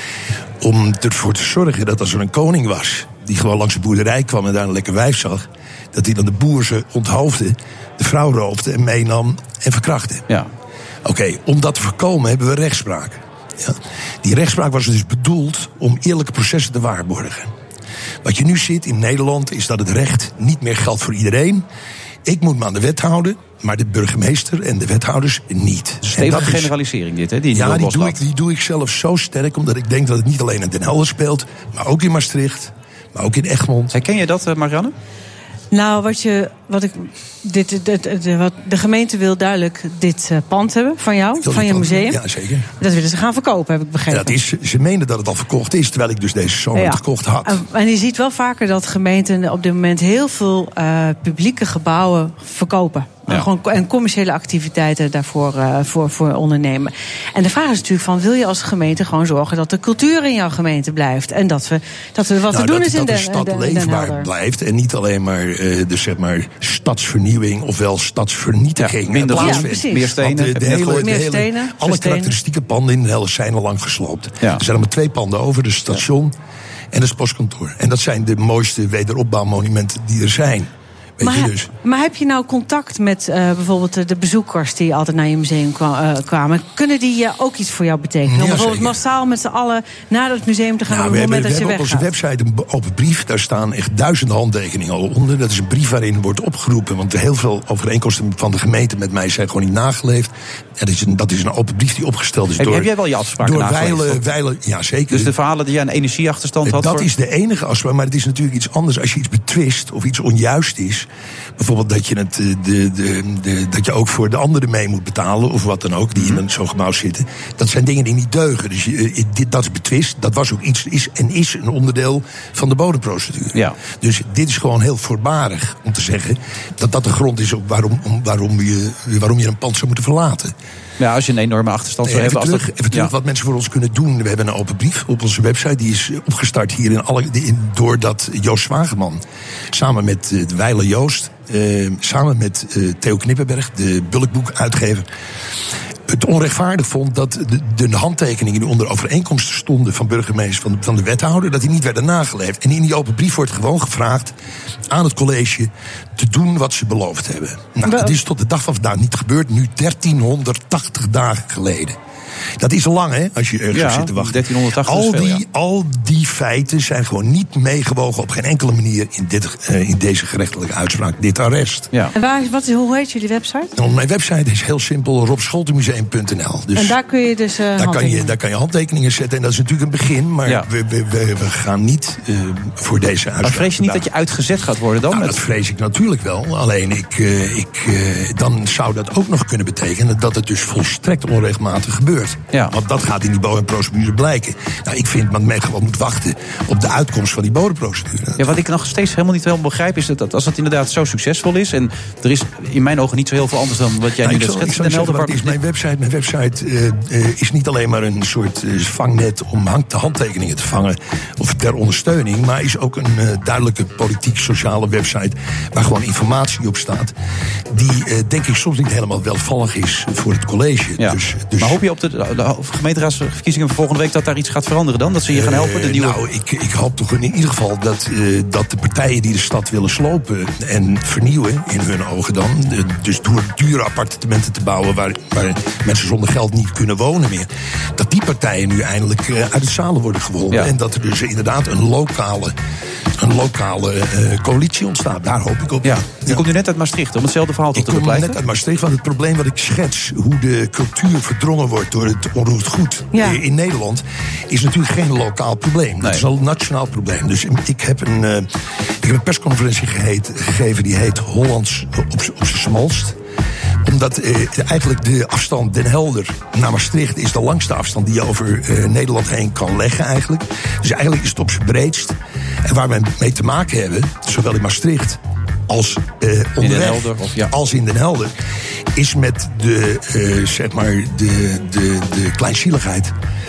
om ervoor te zorgen dat als er een koning was die gewoon langs de boerderij kwam en daar een lekker wijf zag, dat hij dan de boer ze onthoofde, de vrouw roofde en meenam en verkrachtte. Ja. Oké, okay, om dat te voorkomen hebben we rechtspraak. Ja. Die rechtspraak was dus bedoeld om eerlijke processen te waarborgen. Wat je nu ziet in Nederland is dat het recht niet meer geldt voor iedereen. Ik moet me aan de wet houden, maar de burgemeester en de wethouders niet. Stevige En dat is- generalisering dit, hè? Die je ja, niet die doe, loslaat. ik, die doe ik zelf zo sterk, omdat ik denk dat het niet alleen in Den Helder speelt, maar ook in Maastricht, maar ook in Egmond. Herken je dat, Marianne? Nou, wat je, wat ik, dit, dit, dit, wat, de gemeente wil duidelijk dit uh, pand hebben van jou, Dat van je kan- museum. Ja, zeker. Dat willen ze gaan verkopen, heb ik En begrepen. dat is, ze meenden dat het al verkocht is, terwijl ik dus deze zomer Ja. het gekocht had. En- En je ziet wel vaker dat gemeenten op dit moment heel veel uh, publieke gebouwen verkopen. Ja. En, gewoon, en commerciële activiteiten daarvoor uh, voor, voor ondernemen. En de vraag is natuurlijk van, wil je als gemeente gewoon zorgen dat de cultuur in jouw gemeente blijft? En dat we, dat we wat Nou, te doen dat, is in dat Den, de stad Den, Den leefbaar Helder. blijft en niet alleen maar, uh, dus zeg maar stadsvernieuwing ofwel stadsvernietiging Ja, minder plaatsvindt. goed, precies. meer stenen, Want de, heb de je net hele, gehoord. de Meer hele- stenen, alle verstenen. karakteristieke panden in de Helder zijn al lang gesloopt. Ja. Er zijn er maar twee panden over, dus het station en het postkantoor. En dat zijn de mooiste wederopbouwmonumenten die er zijn. Weet maar, je dus. maar heb je nou contact met uh, bijvoorbeeld de bezoekers die altijd naar je museum kwa, uh, kwamen? Kunnen die uh, ook iets voor jou betekenen? Om Ja, bijvoorbeeld zeker. massaal met z'n allen naar het museum te gaan Nou, op we het moment hebben, we dat je hebben op weggaat? onze website een open brief. Daar staan echt duizenden handtekeningen al onder. Dat is een brief waarin wordt opgeroepen. Want heel veel overeenkomsten van de gemeente met mij zijn gewoon niet nageleefd. En dat is een, dat is een open brief die opgesteld is Heb, door... heb jij wel je afspraken door nageleefd? Weilen, Weilen, ja, zeker. Dus de verhalen die jij een energieachterstand had? Dat voor... is de enige afspraak, maar het is natuurlijk iets anders als je iets betwist of iets onjuist is. Bijvoorbeeld dat je, het, de, de, de, dat je ook voor de anderen mee moet betalen of wat dan ook, die in zo'n gebouw zitten. Dat zijn dingen die niet deugen. Dus je, dit, dat is betwist. Dat was ook iets, is en is een onderdeel van de bodemprocedure. Ja. Dus dit is gewoon heel voorbarig om te zeggen dat dat de grond is ook waarom, om, waarom, je, waarom je een pand zou moeten verlaten. Ja, als je een enorme achterstand zou Nee, hebben. even Als terug, dat, even terug ja. wat mensen voor ons kunnen doen. We hebben een open brief op onze website. Die is opgestart hier in alle, in, doordat Joost Zwageman samen met uh, Weile Joost, uh, samen met uh, Theo Knippenberg, de Bulkboek-uitgever, het onrechtvaardig vond dat de, de handtekeningen die onder overeenkomsten stonden van burgemeester, van de, van de wethouder, dat die niet werden nageleefd. En in die open brief wordt gewoon gevraagd aan het college te doen wat ze beloofd hebben. Nou, dat is tot de dag van vandaag niet gebeurd, nu dertienhonderdtachtig dagen geleden. Dat is lang, hè, als je ergens Ja, zit te wachten. dertienhonderdtachtig al, is veel, die, ja. al die feiten zijn gewoon niet meegewogen op geen enkele manier in, dit, uh, in deze gerechtelijke uitspraak, dit arrest. Ja. En waar, wat, hoe heet jullie website? Nou, mijn website is heel simpel, rob scholtenmuseum punt n l. Dus en daar kun je dus uh, daar, kan je, daar kan je handtekeningen zetten. En dat is natuurlijk een begin, maar Ja. we, we, we, we gaan niet uh, voor deze uitspraak. Maar vrees je niet dat je uitgezet gaat worden dan? Nou, met... dat vrees ik natuurlijk wel. Alleen ik, uh, ik, uh, dan zou dat ook nog kunnen betekenen dat het dus volstrekt onrechtmatig gebeurt. Ja. Want dat gaat in die bodemprocedure blijken. Nou, ik vind dat men gewoon moet wachten op de uitkomst van die bodemprocedure. Ja, wat ik nog steeds helemaal niet helemaal begrijp is dat, dat als het inderdaad zo succesvol is, en er is in mijn ogen niet zo heel veel anders dan wat jij Nou, nu ik net zal, ik schetst zal in je Den zeggen, Helder. wat is mijn website? Mijn website uh, uh, is niet alleen maar een soort uh, vangnet om hand, de handtekeningen te vangen of ter ondersteuning, maar is ook een uh, duidelijke politiek-sociale website waar gewoon informatie op staat die uh, denk ik soms niet helemaal welvallig is voor het college. Ja. Dus, dus, Maar hoop je op de, de gemeenteraadsverkiezingen van volgende week dat daar iets gaat veranderen dan? Dat ze je gaan helpen? De nieuwe... Uh, nou, ik, ik hoop toch in ieder geval dat, uh, dat de partijen die de stad willen slopen en vernieuwen, in hun ogen dan, uh, dus door dure appartementen te bouwen waar, waar mensen zonder geld niet kunnen wonen meer, dat die partijen nu eindelijk uh, uit het zadel worden geholpen. Ja. En dat er dus inderdaad een lokale, een lokale uh, coalitie ontstaat. Daar hoop ik op. Ja. Je komt nu net uit Maastricht om hetzelfde verhaal Ik te kom bepleiten. net uit Maastricht, want het probleem wat ik schets, hoe de cultuur verdrongen wordt door het onroerend goed Ja. in Nederland, is natuurlijk geen lokaal probleem. Dat Nee. is een nationaal probleem. Dus ik heb een, uh, ik heb een persconferentie geheet, gegeven die heet Hollands op, op z'n smalst. Omdat eh, eigenlijk de afstand Den Helder naar Maastricht is de langste afstand die je over eh, Nederland heen kan leggen eigenlijk. Dus eigenlijk is het op zijn breedst. En waar we mee te maken hebben, zowel in Maastricht als eh, onderweg, Helder, of ja. als in Den Helder, is met de, uh, zeg maar, de, de, de kleinzieligheid.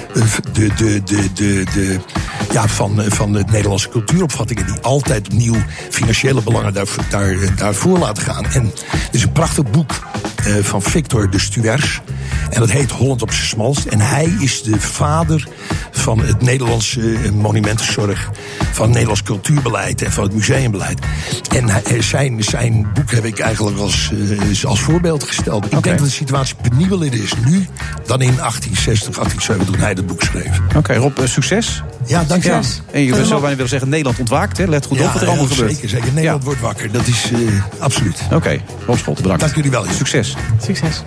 De, de, de, de, de, ja, van, van de Nederlandse cultuuropvattingen die altijd opnieuw financiële belangen daar, daar, daarvoor laten gaan. En er is een prachtig boek uh, van Victor de Stuers. En dat heet Holland op z'n smalst. En hij is de vader van het Nederlandse uh, monumentenzorg, van het Nederlands cultuurbeleid en van het museumbeleid. En hij, zijn, zijn boek heb ik eigenlijk als, uh, als voorbeeld gesteld. Ik Okay. denk dat de situatie penibeler is nu dan in achttien zestig, achttien zeventig toen hij dat boek schreef. Oké, okay, Rob, uh, succes. Ja, dank je. Ja. En je zou bijna willen zeggen, Nederland ontwaakt. Hè? Let goed ja, op wat er allemaal ja, gebeurt. Zeker, zeker. Nederland ja. wordt wakker. Dat is uh, absoluut. Oké, okay. Rob Scholten, bedankt. Dank jullie wel. Succes. Succes.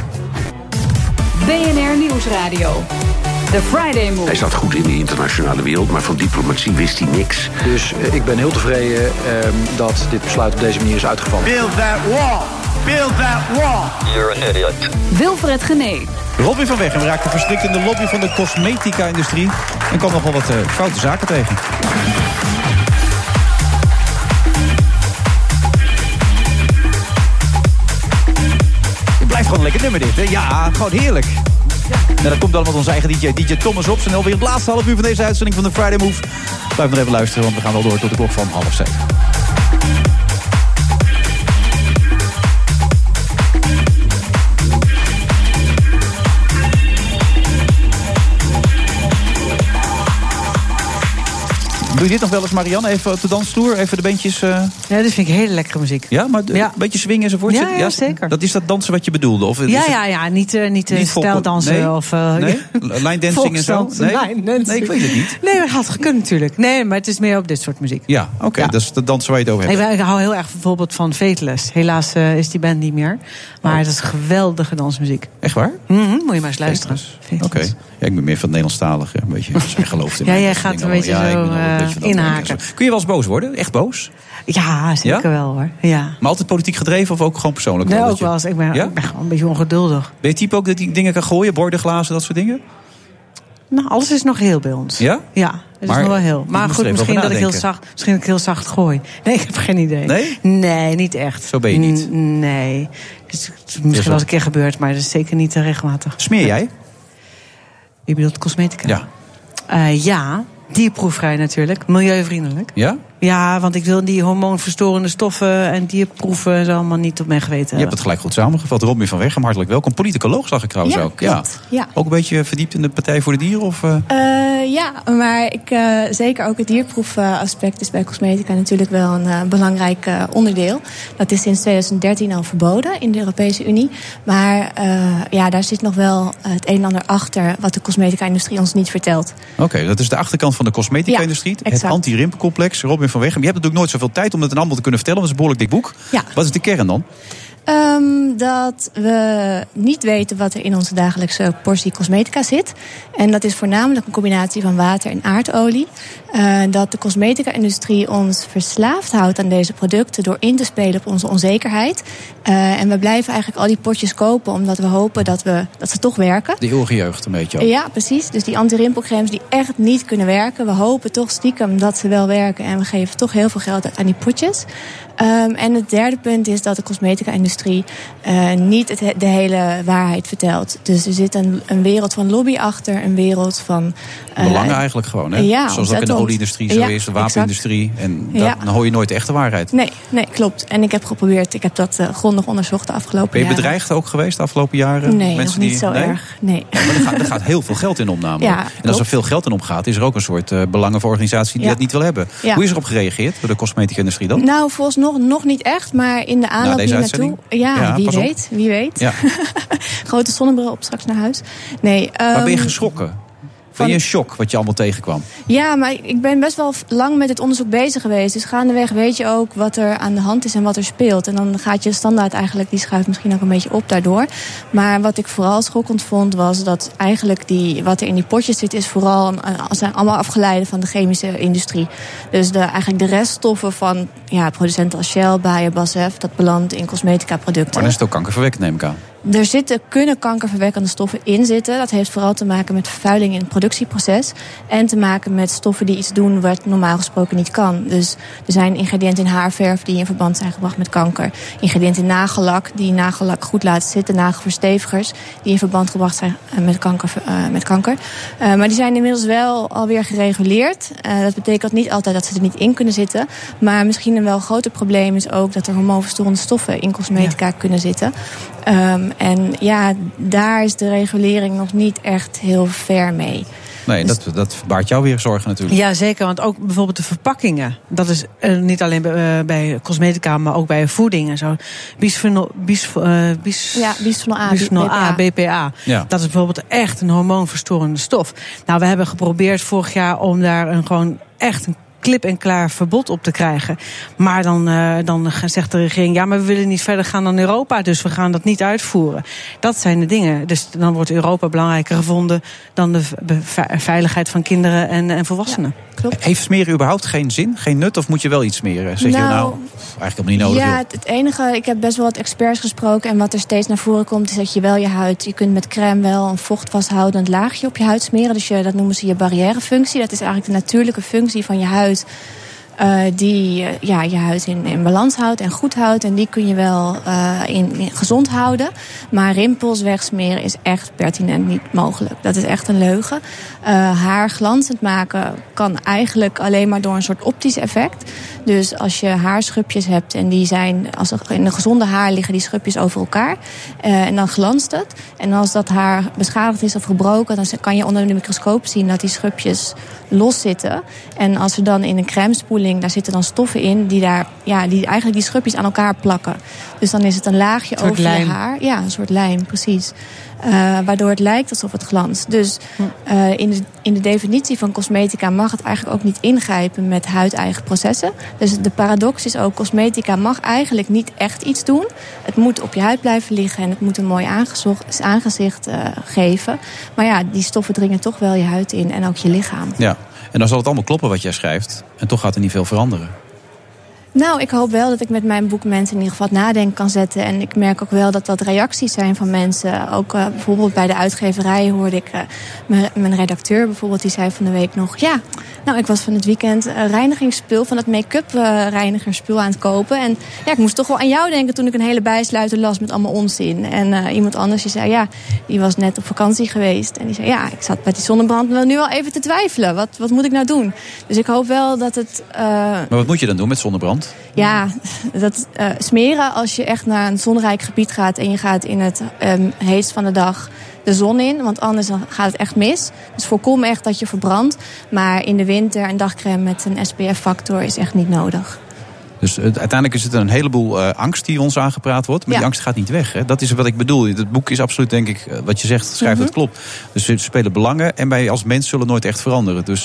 B N R Nieuwsradio. The Friday Move. Hij zat goed in de internationale wereld, maar van diplomatie wist hij niks. Dus uh, ik ben heel tevreden uh, dat dit besluit op deze manier is uitgevallen. Build that wall. Build that wall. You're an idiot. Wilfred Genee. Robin van Weg raakte verstrikt in de lobby van de cosmetica-industrie en kwam nogal wat uh, foute zaken tegen. Het blijft gewoon een lekker nummer dit, hè? Ja, gewoon heerlijk. Nou, dat komt dan met onze eigen D J, D J Thomas op. En alweer het laatste half uur van deze uitzending van de Friday Move. Blijf nog even luisteren, want we gaan wel door tot de klok van half zeven. Doe je dit nog wel eens, Marianne? Even op de dansvloer, even de beentjes... Uh... Ja, dat vind ik hele lekkere muziek. Ja, maar ja. een beetje swingen enzovoort? Ja, ja, ja, zeker. Dat is dat dansen wat je bedoelde? Of ja, ja, ja, niet, uh, niet, niet stijldansen nee? of... Uh, nee? Line dancing en zo? Nee? nee, ik weet het niet. Nee, dat had gekund natuurlijk. Nee, maar het is meer op dit soort muziek. Ja, oké, okay, ja. Dat is de dansen waar je het over hebt. Ik, ik hou heel erg bijvoorbeeld van Fateless. Helaas uh, is die band niet meer. Maar oh. dat is geweldige dansmuziek. Echt waar? Mm-hmm, moet je maar eens luisteren. Oké. Okay. Ja, ik ben meer van het Nederlandstalige. Een beetje zijn geloof in. Ja, jij gaat een beetje ja, zo uh, een beetje inhaken. Kun je wel eens boos worden? Echt boos? Ja, zeker ja? wel hoor. Ja. Maar altijd politiek gedreven of ook gewoon persoonlijk? Nee, wel, ook wel eens. Ik ben, ja? ik ben gewoon een beetje ongeduldig. Ben je type ook dat die dingen kan gooien? Borden, glazen, dat soort dingen? Nou, alles is nog heel bij ons. Ja? Ja, het is nog wel heel. Maar goed, misschien dat ik heel zacht, misschien dat ik heel zacht gooi. Nee, ik heb geen idee. Nee? Nee, niet echt. Zo ben je niet? N- nee. Het is misschien wel eens een keer gebeurd, maar dat is zeker niet uh, regelmatig. Smeer jij? Je bedoelt cosmetica? Ja. Uh, ja, dierproefvrij natuurlijk. Milieuvriendelijk. Ja? Ja, want ik wil die hormoonverstorende stoffen en dierproeven en zo allemaal niet op mijn geweten hebben. Je hebt het gelijk goed samengevat. Robin van Weghem, hartelijk welkom. Politicoloog zag ik trouwens ja, ook. Klopt. Ja. ja. Ook een beetje verdiept in de Partij voor de Dieren? Of, uh... Uh, ja, maar ik, uh, zeker ook het dierproefaspect is bij cosmetica natuurlijk wel een uh, belangrijk uh, onderdeel. Dat is sinds twintig dertien al verboden in de Europese Unie. Maar uh, ja, daar zit nog wel het een en ander achter wat de cosmetica-industrie ons niet vertelt. Oké, okay, dat is de achterkant van de cosmetica-industrie. Ja, het anti-rimpelcomplex. Robin van Weghem, je hebt natuurlijk nooit zoveel tijd om het allemaal te kunnen vertellen. Dat is een behoorlijk dik boek. Ja. Wat is de kern dan? Um, dat we niet weten wat er in onze dagelijkse portie cosmetica zit. En dat is voornamelijk een combinatie van water en aardolie. Uh, dat de cosmetica-industrie ons verslaafd houdt aan deze producten door in te spelen op onze onzekerheid. Uh, en we blijven eigenlijk al die potjes kopen omdat we hopen dat, we, dat ze toch werken. De eeuwige jeugd een beetje ook. Ja, precies. Dus die anti-rimpelcremes die echt niet kunnen werken. We hopen toch stiekem dat ze wel werken. En we geven toch heel veel geld uit aan die potjes. Um, en het derde punt is dat de cosmetica-industrie uh, niet het, de hele waarheid vertelt. Dus er zit een, een wereld van lobby achter, een wereld van... Uh, Belangen eigenlijk gewoon, hè? Ja, zoals ook in de olieindustrie zo ja, is, de wapenindustrie. Exact. En dat, ja. dan hoor je nooit de echte waarheid. Nee, nee, klopt. En ik heb geprobeerd, ik heb dat uh, grondig onderzocht de afgelopen jaren. Ben je bedreigd jaren. ook geweest de afgelopen jaren? Nee, Mensen nog niet die, zo nee? erg. Nee. Ja, maar er, gaat, er gaat heel veel geld in om namelijk. Ja, en als er veel geld in omgaat, is er ook een soort uh, belangenverorganisatie die ja. dat niet wil hebben. Ja. Hoe is erop gereageerd door de cosmetica-industrie dan? Nou, volgens nog, nog niet echt, maar in de aanloop hier naartoe... Ja, ja, wie weet, wie weet. Ja. Grote zonnebril op straks naar huis. Nee, um, maar ben je geschrokken? Ben je een shock wat je allemaal tegenkwam? Ja, maar ik ben best wel lang met het onderzoek bezig geweest. Dus gaandeweg weet je ook wat er aan de hand is en wat er speelt. En dan gaat je standaard eigenlijk, die schuift misschien ook een beetje op daardoor. Maar wat ik vooral schokkend vond, was dat eigenlijk die, wat er in die potjes zit, is vooral zijn allemaal afgeleiden van de chemische industrie. Dus de, eigenlijk de reststoffen van ja, producenten als Shell, Bayer, B A S F, dat belandt in cosmetica producten. Maar dan is het ook kankerverwekkend, neem ik aan. Er zitten, kunnen kankerverwekkende stoffen in zitten. Dat heeft vooral te maken met vervuiling in het productieproces. En te maken met stoffen die iets doen wat normaal gesproken niet kan. Dus er zijn ingrediënten in haarverf die in verband zijn gebracht met kanker. Ingrediënten in nagellak die nagellak goed laten zitten. Nagelverstevigers die in verband gebracht zijn met kanker. Uh, met kanker. Uh, maar die zijn inmiddels wel alweer gereguleerd. Uh, dat betekent niet altijd dat ze er niet in kunnen zitten. Maar misschien een wel groter probleem is ook dat er hormoonverstorende stoffen in cosmetica ja. kunnen zitten. Um, En ja, daar is de regulering nog niet echt heel ver mee. Nee, dus dat, dat baart jou weer zorgen natuurlijk. Ja, zeker. Want ook bijvoorbeeld de verpakkingen. Dat is uh, niet alleen bij, uh, bij cosmetica, maar ook bij voeding en zo. Bisphenol, bis, uh, bis, ja, bisphenol A, bisphenol A, B P A. Ja. Dat is bijvoorbeeld echt een hormoonverstorende stof. Nou, we hebben geprobeerd vorig jaar om daar een gewoon echt een klip en klaar verbod op te krijgen. Maar dan, uh, dan zegt de regering, ja, maar we willen niet verder gaan dan Europa, dus we gaan dat niet uitvoeren. Dat zijn de dingen. Dus dan wordt Europa belangrijker gevonden dan de veiligheid van kinderen en, en volwassenen. Ja, klopt. Heeft smeren überhaupt geen zin, geen nut, of moet je wel iets smeren? Zeg nou, je nou, eigenlijk helemaal niet nodig. Ja, het, het enige, ik heb best wel wat experts gesproken en wat er steeds naar voren komt, is dat je wel je huid, je kunt met crème wel een vochtvasthoudend laagje op je huid smeren. Dus je, dat noemen ze je barrièrefunctie. Dat is eigenlijk de natuurlijke functie van je huid. Uh, die uh, ja, je huid in, in balans houdt en goed houdt. En die kun je wel uh, in, in gezond houden. Maar rimpels wegsmeren is echt pertinent niet mogelijk. Dat is echt een leugen. Uh, haar glanzend maken kan eigenlijk alleen maar door een soort optisch effect. Dus als je haarschubjes hebt en die zijn, als er in een gezonde haar liggen die schubjes over elkaar. Uh, en dan glanst het. En als dat haar beschadigd is of gebroken, dan kan je onder de microscoop zien dat die schubjes los zitten. En als er dan in een crèmespoeling, daar zitten dan stoffen in die daar, ja, die eigenlijk die schubjes aan elkaar plakken. Dus dan is het een laagje over je lijm. Haar. Ja, een soort lijm, precies. Uh, waardoor het lijkt alsof het glanst. Dus uh, in, de, in de definitie van cosmetica mag het eigenlijk ook niet ingrijpen met huideigen processen. Dus de paradox is ook, cosmetica mag eigenlijk niet echt iets doen. Het moet op je huid blijven liggen en het moet een mooi aangezicht uh, geven. Maar ja, die stoffen dringen toch wel je huid in en ook je lichaam. Ja, en dan zal het allemaal kloppen wat jij schrijft. En toch gaat er niet veel veranderen. Nou, ik hoop wel dat ik met mijn boek mensen in ieder geval wat nadenken kan zetten. En ik merk ook wel dat dat reacties zijn van mensen. Ook uh, bijvoorbeeld bij de uitgeverij hoorde ik uh, mijn, mijn redacteur bijvoorbeeld, die zei van de week nog, ja, nou, ik was van het weekend uh, reinigingsspul, van het make-up uh, reinigingsspul aan het kopen. En ja, ik moest toch wel aan jou denken toen ik een hele bijsluiter las met allemaal onzin. En uh, iemand anders die zei, ja, die was net op vakantie geweest. En die zei, ja, ik zat bij die zonnebrand wel nu al even te twijfelen. Wat, wat moet ik nou doen? Dus ik hoop wel dat het... Uh, maar wat moet je dan doen met zonnebrand? Ja, dat uh, smeren als je echt naar een zonrijk gebied gaat en je gaat in het um, heetst van de dag de zon in, want anders dan gaat het echt mis. Dus voorkom echt dat je verbrandt. Maar in de winter een dagcrème met een S P F-factor is echt niet nodig. Dus uh, uiteindelijk is het een heleboel uh, angst die ons aangepraat wordt. Maar ja, die angst gaat niet weg. Hè? Dat is wat ik bedoel. Het boek is absoluut, denk ik, uh, wat je zegt, schrijft, mm-hmm. dat klopt. Dus ze spelen belangen en wij als mens zullen nooit echt veranderen. Dus...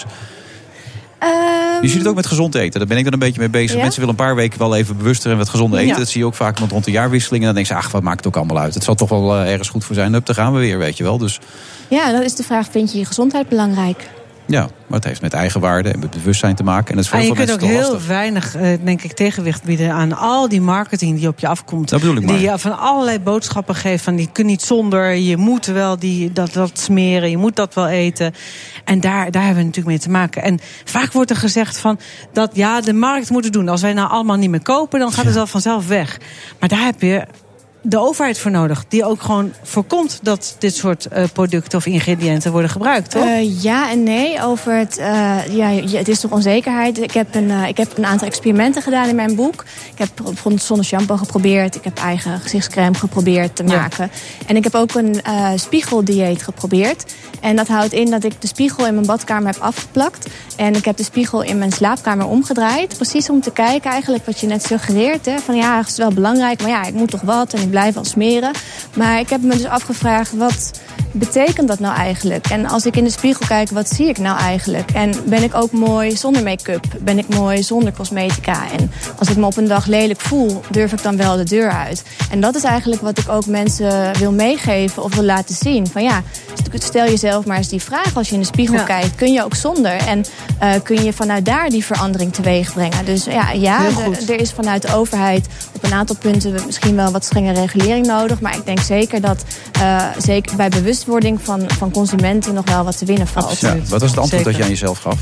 Um, je ziet het ook met gezond eten. Daar ben ik dan een beetje mee bezig. Ja? Mensen willen een paar weken wel even bewuster en wat gezonder eten. Ja. Dat zie je ook vaak rond de jaarwisseling. En dan denk je, ach, wat maakt het ook allemaal uit? Het zal toch wel uh, ergens goed voor zijn. Hup, daar gaan we weer, weet je wel. Dus... Ja, dat is de vraag, vind je je gezondheid belangrijk? Ja, maar het heeft met eigenwaarde en met bewustzijn te maken. En dat is voor ah, veel je kunt ook heel lastig. weinig, uh, denk ik, tegenwicht bieden aan al die marketing die op je afkomt. Dat bedoel ik maar. Die je van allerlei boodschappen geeft. Van die kun niet zonder, je moet wel die, dat, dat smeren, je moet dat wel eten. En daar, daar hebben we natuurlijk mee te maken. En vaak wordt er gezegd van dat ja, de markt moet het doen. Als wij nou allemaal niet meer kopen, dan gaat het wel vanzelf weg. Maar daar heb je de overheid voor nodig, die ook gewoon voorkomt dat dit soort uh, producten of ingrediënten worden gebruikt, toch? Uh, ja en nee. Over het, uh, ja, het is toch onzekerheid. Ik heb, een, uh, ik heb een aantal experimenten gedaan in mijn boek. Ik heb bijvoorbeeld zonder shampoo geprobeerd. Ik heb eigen gezichtscrème geprobeerd te maken. Ja. En ik heb ook een uh, spiegeldieet geprobeerd. En dat houdt in dat ik de spiegel in mijn badkamer heb afgeplakt. En ik heb de spiegel in mijn slaapkamer omgedraaid. Precies om te kijken eigenlijk wat je net suggereert. Hè, van ja, het is wel belangrijk, maar ja, ik moet toch wat en ik blijf wel smeren. Maar ik heb me dus afgevraagd, wat betekent dat nou eigenlijk? En als ik in de spiegel kijk, wat zie ik nou eigenlijk? En ben ik ook mooi zonder make-up? Ben ik mooi zonder cosmetica? En als ik me op een dag lelijk voel, durf ik dan wel de deur uit? En dat is eigenlijk wat ik ook mensen wil meegeven of wil laten zien. Van ja, stel jezelf maar eens die vraag als je in de spiegel ja. kijkt. Kun je ook zonder? En uh, kun je vanuit daar die verandering teweeg brengen? Dus ja, ja de, er is vanuit de overheid op een aantal punten misschien wel wat strenge regulering nodig. Maar ik denk zeker dat uh, zeker bij bewustwording van, van consumenten nog wel wat te winnen valt. Ja, wat was het antwoord zeker. dat je aan jezelf gaf?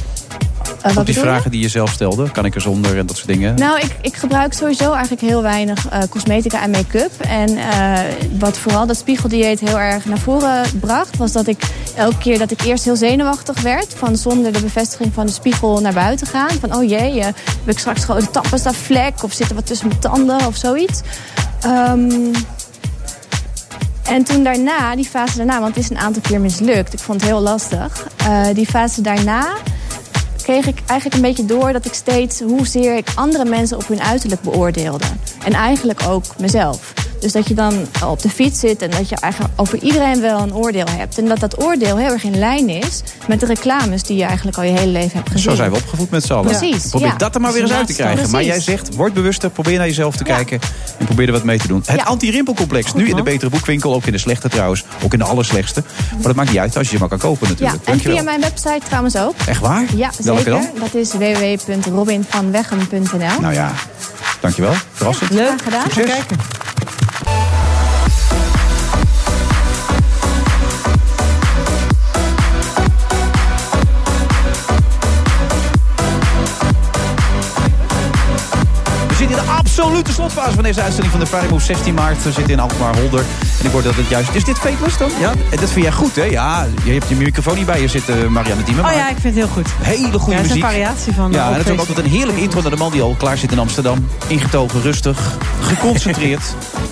Uh, Op die vragen die je zelf stelde, kan ik er zonder en dat soort dingen? Nou, ik, ik gebruik sowieso eigenlijk heel weinig uh, cosmetica en make-up. En uh, wat vooral dat spiegeldieet heel erg naar voren bracht, was dat ik elke keer dat ik eerst heel zenuwachtig werd, van zonder de bevestiging van de spiegel naar buiten gaan. Van oh jee, uh, heb ik straks gewoon een tandpasta vlek of zit er wat tussen mijn tanden of zoiets. Um, En toen daarna, die fase daarna, want het is een aantal keer mislukt. Ik vond het heel lastig. Uh, die fase daarna kreeg ik eigenlijk een beetje door dat ik steeds hoezeer ik andere mensen op hun uiterlijk beoordeelde. En eigenlijk ook mezelf. Dus dat je dan op de fiets zit en dat je eigenlijk over iedereen wel een oordeel hebt. En dat dat oordeel heel erg in lijn is met de reclames die je eigenlijk al je hele leven hebt gezien. Zo zijn we opgevoed met z'n allen. Precies. Probeer ja. dat er maar weer eens uit te krijgen. Precies. Maar jij zegt, word bewuster, probeer naar jezelf te ja. kijken en probeer er wat mee te doen. Het ja. anti-rimpelcomplex, nu in de betere boekwinkel, ook in de slechte trouwens, ook in de allerslechtste. Maar dat maakt niet uit als je je maar kan kopen natuurlijk. Ja, en via mijn website trouwens ook. Echt waar? Ja, Welke zeker. Dan? Dat is w w w punt robin van weghem punt n l. Nou ja, dankjewel. Verrassend. Ja, leuk gedaan. Succes. Kijken. absolute slotfase van deze uitzending van de Friday Move. zestien maart, we zitten in Alkmaar-Holder. En ik hoor dat het juist... Is dit Fateless dan? Ja, dat vind jij goed, hè? Ja, je hebt je microfoon niet bij je zitten, Marianne Thieme. Oh ja, ik vind het heel goed. Hele goede ja, muziek. Ja, een variatie van... Ja, en het is ook altijd een heerlijke intro naar de man die al klaar zit in Amsterdam. Ingetogen, rustig, geconcentreerd.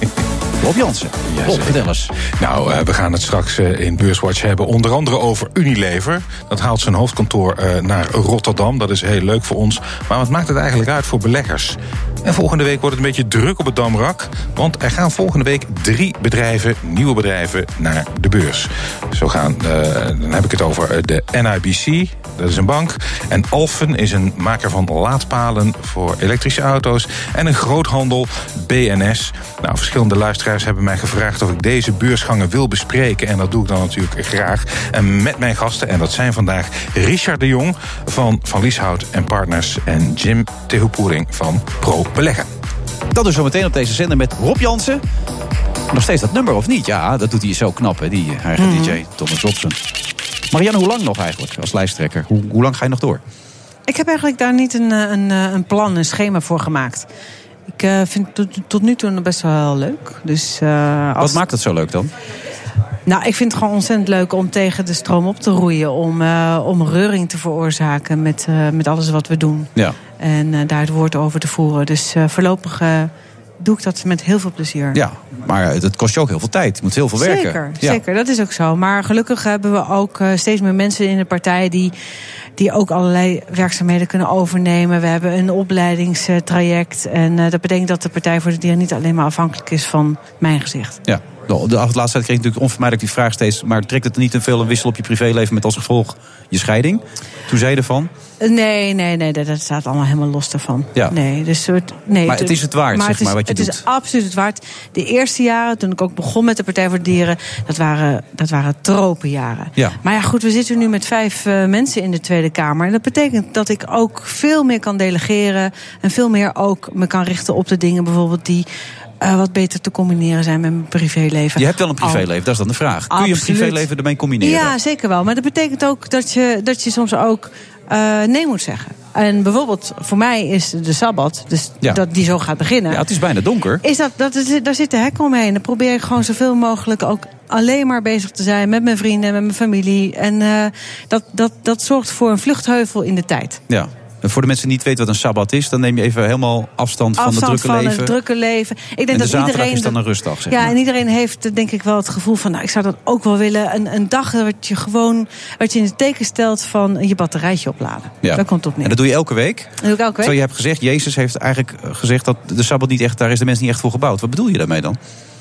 Rob Jansen. Rob, vertel eens. Nou, uh, we gaan het straks uh, in Beurswatch hebben. Onder andere over Unilever. Dat haalt zijn hoofdkantoor uh, naar Rotterdam. Dat is heel leuk voor ons. Maar wat maakt het eigenlijk uit voor beleggers? En volgende week wordt het een beetje druk op het Damrak. Want er gaan volgende week drie bedrijven, nieuwe bedrijven, naar de beurs. Zo gaan, uh, dan heb ik het over de N I B C. Dat is een bank. En Alphen is een maker van laadpalen voor elektrische auto's. En een groothandel, B N S. Nou, verschillende luisteraars hebben mij gevraagd of ik deze beursgangen wil bespreken. En dat doe ik dan natuurlijk graag. En met mijn gasten, en dat zijn vandaag Richard de Jong van Van Lieshout en Partners en Jim Tehupoering van Pro Beleggen. Dat dus zometeen op deze zender met Rob Jansen. Nog steeds dat nummer of niet? Ja, dat doet hij zo knap, hè, die eigen mm. D J Thomas Robson. Marianne, hoe lang nog eigenlijk als lijsttrekker? Hoe, hoe lang ga je nog door? Ik heb eigenlijk daar niet een, een, een plan, een schema voor gemaakt. Ik uh, vind het tot, tot nu toe best wel leuk. Dus, uh, als... Wat maakt het zo leuk dan? Nou, ik vind het gewoon ontzettend leuk om tegen de stroom op te roeien. Om, uh, om reuring te veroorzaken met, uh, met alles wat we doen. Ja. En uh, daar het woord over te voeren. Dus uh, voorlopig uh, doe ik dat met heel veel plezier. Ja, maar het kost je ook heel veel tijd. Je moet heel veel werken. Zeker, ja. zeker, dat is ook zo. Maar gelukkig hebben we ook uh, steeds meer mensen in de partij die... die ook allerlei werkzaamheden kunnen overnemen. We hebben een opleidingstraject. En uh, dat betekent dat de Partij voor de Dieren niet alleen maar afhankelijk is van mijn gezicht. Ja. De laatste tijd kreeg ik natuurlijk onvermijdelijk die vraag steeds... maar trekt het er niet te veel een wissel op je privéleven... met als gevolg je scheiding? Toen zei je ervan? Nee, nee, nee, dat staat allemaal helemaal los daarvan. Ja. Nee, dus, nee, maar het is het waard, maar zeg maar, wat je het doet. Het is absoluut het waard. De eerste jaren, toen ik ook begon met de Partij voor de Dieren... dat waren, dat waren tropenjaren. Ja. Maar ja, goed, we zitten nu met vijf uh, mensen in de Tweede Kamer. En dat betekent dat ik ook veel meer kan delegeren... en veel meer ook me kan richten op de dingen bijvoorbeeld die... Uh, wat beter te combineren zijn met mijn privéleven. Je hebt wel een privéleven, dat is dan de vraag. Kun je een privéleven ermee combineren? Ja, zeker wel. Maar dat betekent ook dat je, dat je soms ook uh, nee moet zeggen. En bijvoorbeeld, voor mij is de Sabbat, dus ja. dat die zo gaat beginnen... Ja, het is bijna donker. Is dat, dat is, daar zit de hek omheen. Dan probeer ik gewoon zoveel mogelijk ook alleen maar bezig te zijn... met mijn vrienden, met mijn familie. En uh, dat, dat, dat zorgt voor een vluchtheuvel in de tijd. Ja. Voor de mensen die niet weten wat een sabbat is... dan neem je even helemaal afstand, afstand van het drukke van leven. Het drukke leven. Ik denk en de dat zaterdag iedereen is dan een rustdag, zeg Ja, maar. En iedereen heeft denk ik wel het gevoel van... nou, ik zou dat ook wel willen. Een, een dag wat je gewoon wat je in het teken stelt van je batterijtje opladen. Ja. Daar komt het op neer. En dat doe je elke week? Dat doe ik elke week. Zo, je hebt gezegd, Jezus heeft eigenlijk gezegd... dat de sabbat niet echt, daar is de mens niet echt voor gebouwd. Wat bedoel je daarmee dan?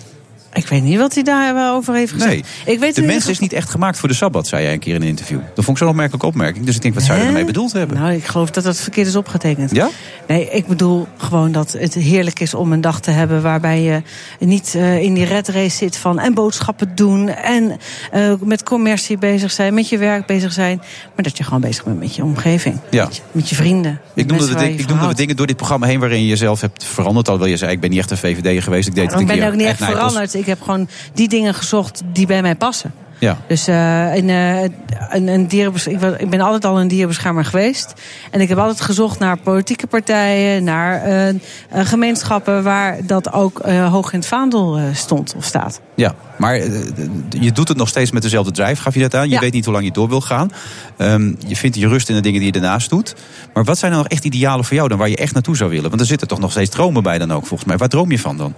Ik weet niet wat hij daarover heeft gezegd. Nee, ik weet de mens is niet echt gemaakt voor de Sabbat, zei jij een keer in een interview. Dat vond ik zo'n opmerkelijke opmerking. Dus ik denk, wat zou je ermee bedoeld hebben? Nou, ik geloof dat dat verkeerd is opgetekend. Ja? Nee, ik bedoel gewoon dat het heerlijk is om een dag te hebben... waarbij je niet uh, in die red race zit van en boodschappen doen... en uh, met commercie bezig zijn, met je werk bezig zijn... maar dat je gewoon bezig bent met je omgeving. Ja. Met, je, met je vrienden. Ik noemde, de, ik noemde de dingen door dit programma heen waarin je jezelf hebt veranderd. Alhoewel je zei, ik ben niet echt een V V D'er geweest. Ik deed het een ben keer ook niet echt veranderd. Ik heb gewoon die dingen gezocht die bij mij passen. Ja. Dus uh, in, uh, een, een dierenbes- ik, ik ben altijd al een dierenbeschermer geweest. En ik heb altijd gezocht naar politieke partijen, naar uh, uh, gemeenschappen waar dat ook uh, hoog in het vaandel uh, stond of staat. Ja, maar uh, je doet het nog steeds met dezelfde drijf, gaf je dat aan. Je ja. weet niet hoe lang je door wil gaan. Um, je vindt je rust in de dingen die je daarnaast doet. Maar wat zijn nou nog echt idealen voor jou dan, waar je echt naartoe zou willen? Want er zitten toch nog steeds dromen bij dan ook, volgens mij. Waar droom je van dan?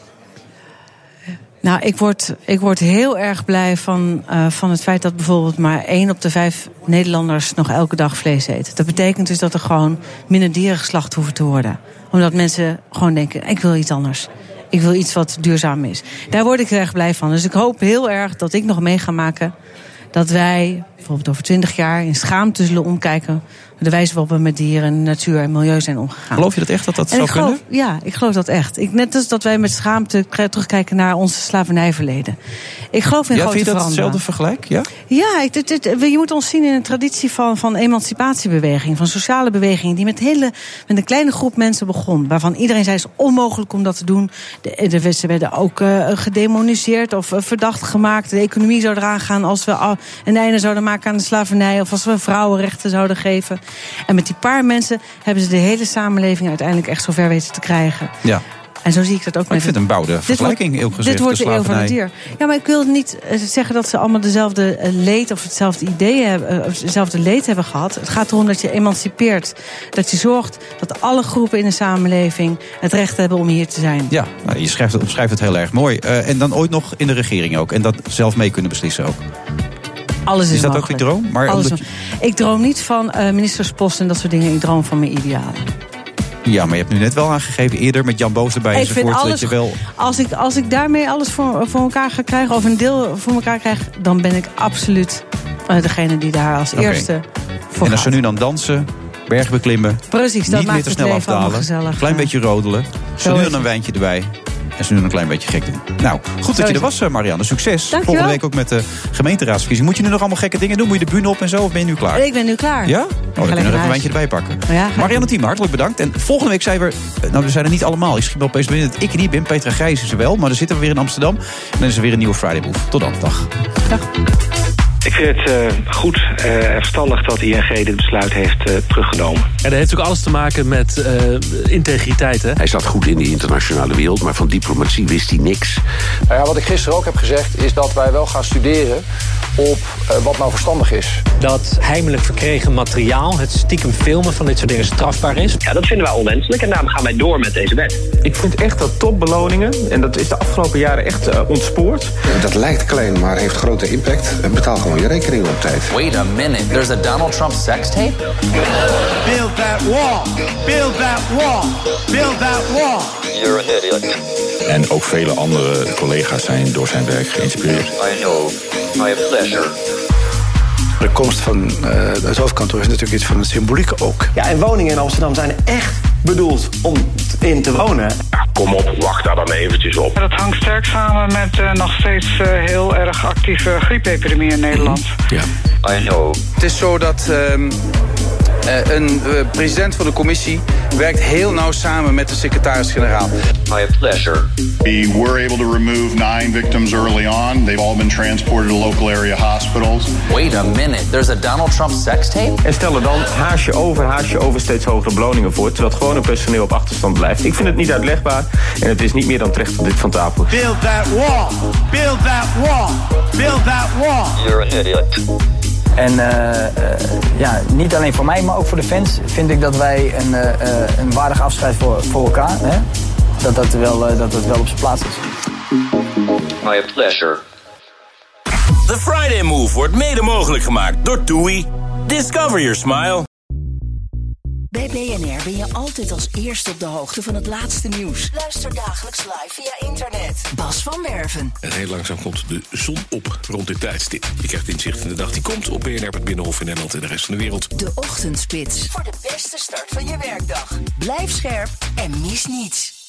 Nou, ik word, ik word heel erg blij van, uh, van het feit dat bijvoorbeeld maar één op de vijf Nederlanders nog elke dag vlees eet. Dat betekent dus dat er gewoon minder dieren geslacht hoeven te worden. Omdat mensen gewoon denken, ik wil iets anders. Ik wil iets wat duurzaam is. Daar word ik heel erg blij van. Dus ik hoop heel erg dat ik nog mee ga maken dat wij bijvoorbeeld over twintig jaar in schaamte zullen omkijken de wijze waarop we met dieren, natuur en milieu zijn omgegaan. Geloof je dat echt, dat dat en zou geloof, kunnen? Ja, ik geloof dat echt. Ik, net als dat wij met schaamte terugkijken naar ons slavernijverleden. Ik geloof in ja, grote vind je dat veranderen. hetzelfde vergelijk? Ja, ja ik, dit, dit, je moet ons zien in een traditie van, van emancipatiebeweging, van sociale bewegingen, die met, hele, met een kleine groep mensen begon. Waarvan iedereen zei, het is onmogelijk om dat te doen. De, de Westen werden ook uh, gedemoniseerd of uh, verdacht gemaakt. De economie zou eraan gaan als we uh, een einde zouden maken aan de slavernij, of als we vrouwenrechten zouden geven. En met die paar mensen hebben ze de hele samenleving uiteindelijk echt zover weten te krijgen. Ja. En zo zie ik dat ook. Maar ik vind het een bouwde vergelijking, heel gezegd. Dit wordt de, de eeuw van het dier. Ja, maar ik wil niet zeggen dat ze allemaal dezelfde leed of hetzelfde idee hebben, of hetzelfde leed hebben gehad. Het gaat erom dat je emancipeert. Dat je zorgt dat alle groepen in de samenleving het recht hebben om hier te zijn. Ja, nou, je schrijft het, omschrijft het heel erg mooi. Uh, en dan ooit nog in de regering ook. En dat zelf mee kunnen beslissen ook. Alles is, is dat mogelijk. ook die droom? Maar Alles omdat je... Ik droom niet van uh, ministersposten en dat soort dingen. Ik droom van mijn idealen. Ja, maar je hebt nu net wel aangegeven, eerder met Jan Boos erbij ik enzovoort. Vind alles, dat je wel... als, ik, als ik daarmee alles voor, voor elkaar ga krijgen, of een deel voor elkaar krijg, dan ben ik absoluut uh, degene die daar als okay. eerste voor En als gaat. ze nu dan dansen, berg beklimmen, precies, dat niet maakt meer te snel afdalen, gezellig, klein ja. beetje rodelen, ze nu dan een wijntje erbij. En ze nu een klein beetje gek doen. Nou, goed dat je er was, Marianne. Succes. Dankjewel. Volgende week ook met de gemeenteraadsverkiezing. Moet je nu nog allemaal gekke dingen doen? Moet je de bühne op en zo? Of ben je nu klaar? Ik ben nu klaar. Ja? Oh, dan kunnen we nog even een wijntje erbij pakken. Ja, Marianne Thieme, hartelijk bedankt. En volgende week zijn we... Nou, we zijn er niet allemaal. Ik schiet me opeens binnen dat ik er niet ben. Petra Grijs is er wel. Maar dan zitten we weer in Amsterdam. En dan is er weer een nieuwe Friday Move. Tot dan. Dag. Dag. Ik vind het uh, goed en uh, verstandig dat I N G dit besluit heeft uh, teruggenomen. En dat heeft ook alles te maken met uh, integriteit, hè? Hij zat goed in die internationale wereld, maar van diplomatie wist hij niks. Nou ja, wat ik gisteren ook heb gezegd is dat wij wel gaan studeren op uh, wat nou verstandig is. Dat heimelijk verkregen materiaal, het stiekem filmen van dit soort dingen strafbaar is. Ja, dat vinden wij onwenselijk en daarom gaan wij door met deze wet. Ik vind echt dat topbeloningen, en dat is de afgelopen jaren echt uh, ontspoord. Ja, dat lijkt klein, maar heeft grote impact. Betaal gewoon je rekening op tijd. Wait a minute, there's a Donald Trump sex tape? Build that wall, build that wall, build that wall. You're an idiot. En ook vele andere collega's zijn door zijn werk geïnspireerd. I know, my pleasure. De komst van uh, het hoofdkantoor is natuurlijk iets van een symboliek ook. Ja, en woningen in Amsterdam zijn echt bedoeld om in te wonen. Ja, kom op, wacht daar dan eventjes op. Dat hangt sterk samen met uh, nog steeds uh, heel erg actieve griepepidemie in Nederland. Ja. I know. Het is zo dat um, uh, een uh, president van de commissie werkt heel nauw samen met de secretaris-generaal. My pleasure. We were able to remove nine victims early on. They've all been transported to local area hospitals. Wait a minute, there's a Donald Trump sex tape? En stel er dan haasje over, haasje over steeds hogere beloningen voor, terwijl het gewone personeel op achterstand blijft. Ik vind het niet uitlegbaar en het is niet meer dan terecht dat dit van tafel is. Build that wall, build that wall, build that wall. You're an idiot. En uh, uh, ja, niet alleen voor mij, maar ook voor de fans vind ik dat wij een, uh, uh, een waardig afscheid voor, voor elkaar, hè? Dat, dat, wel, uh, dat dat wel op zijn plaats is. My pleasure. The Friday Move wordt mede mogelijk gemaakt door TUI. Discover your smile. Bij B N R ben je altijd als eerste op de hoogte van het laatste nieuws. Luister dagelijks live via internet. Bas van Werven. En heel langzaam komt de zon op rond dit tijdstip. Je krijgt inzicht in de dag die komt op B N R, het Binnenhof in Nederland en de rest van de wereld. De Ochtendspits. Voor de beste start van je werkdag. Blijf scherp en mis niets.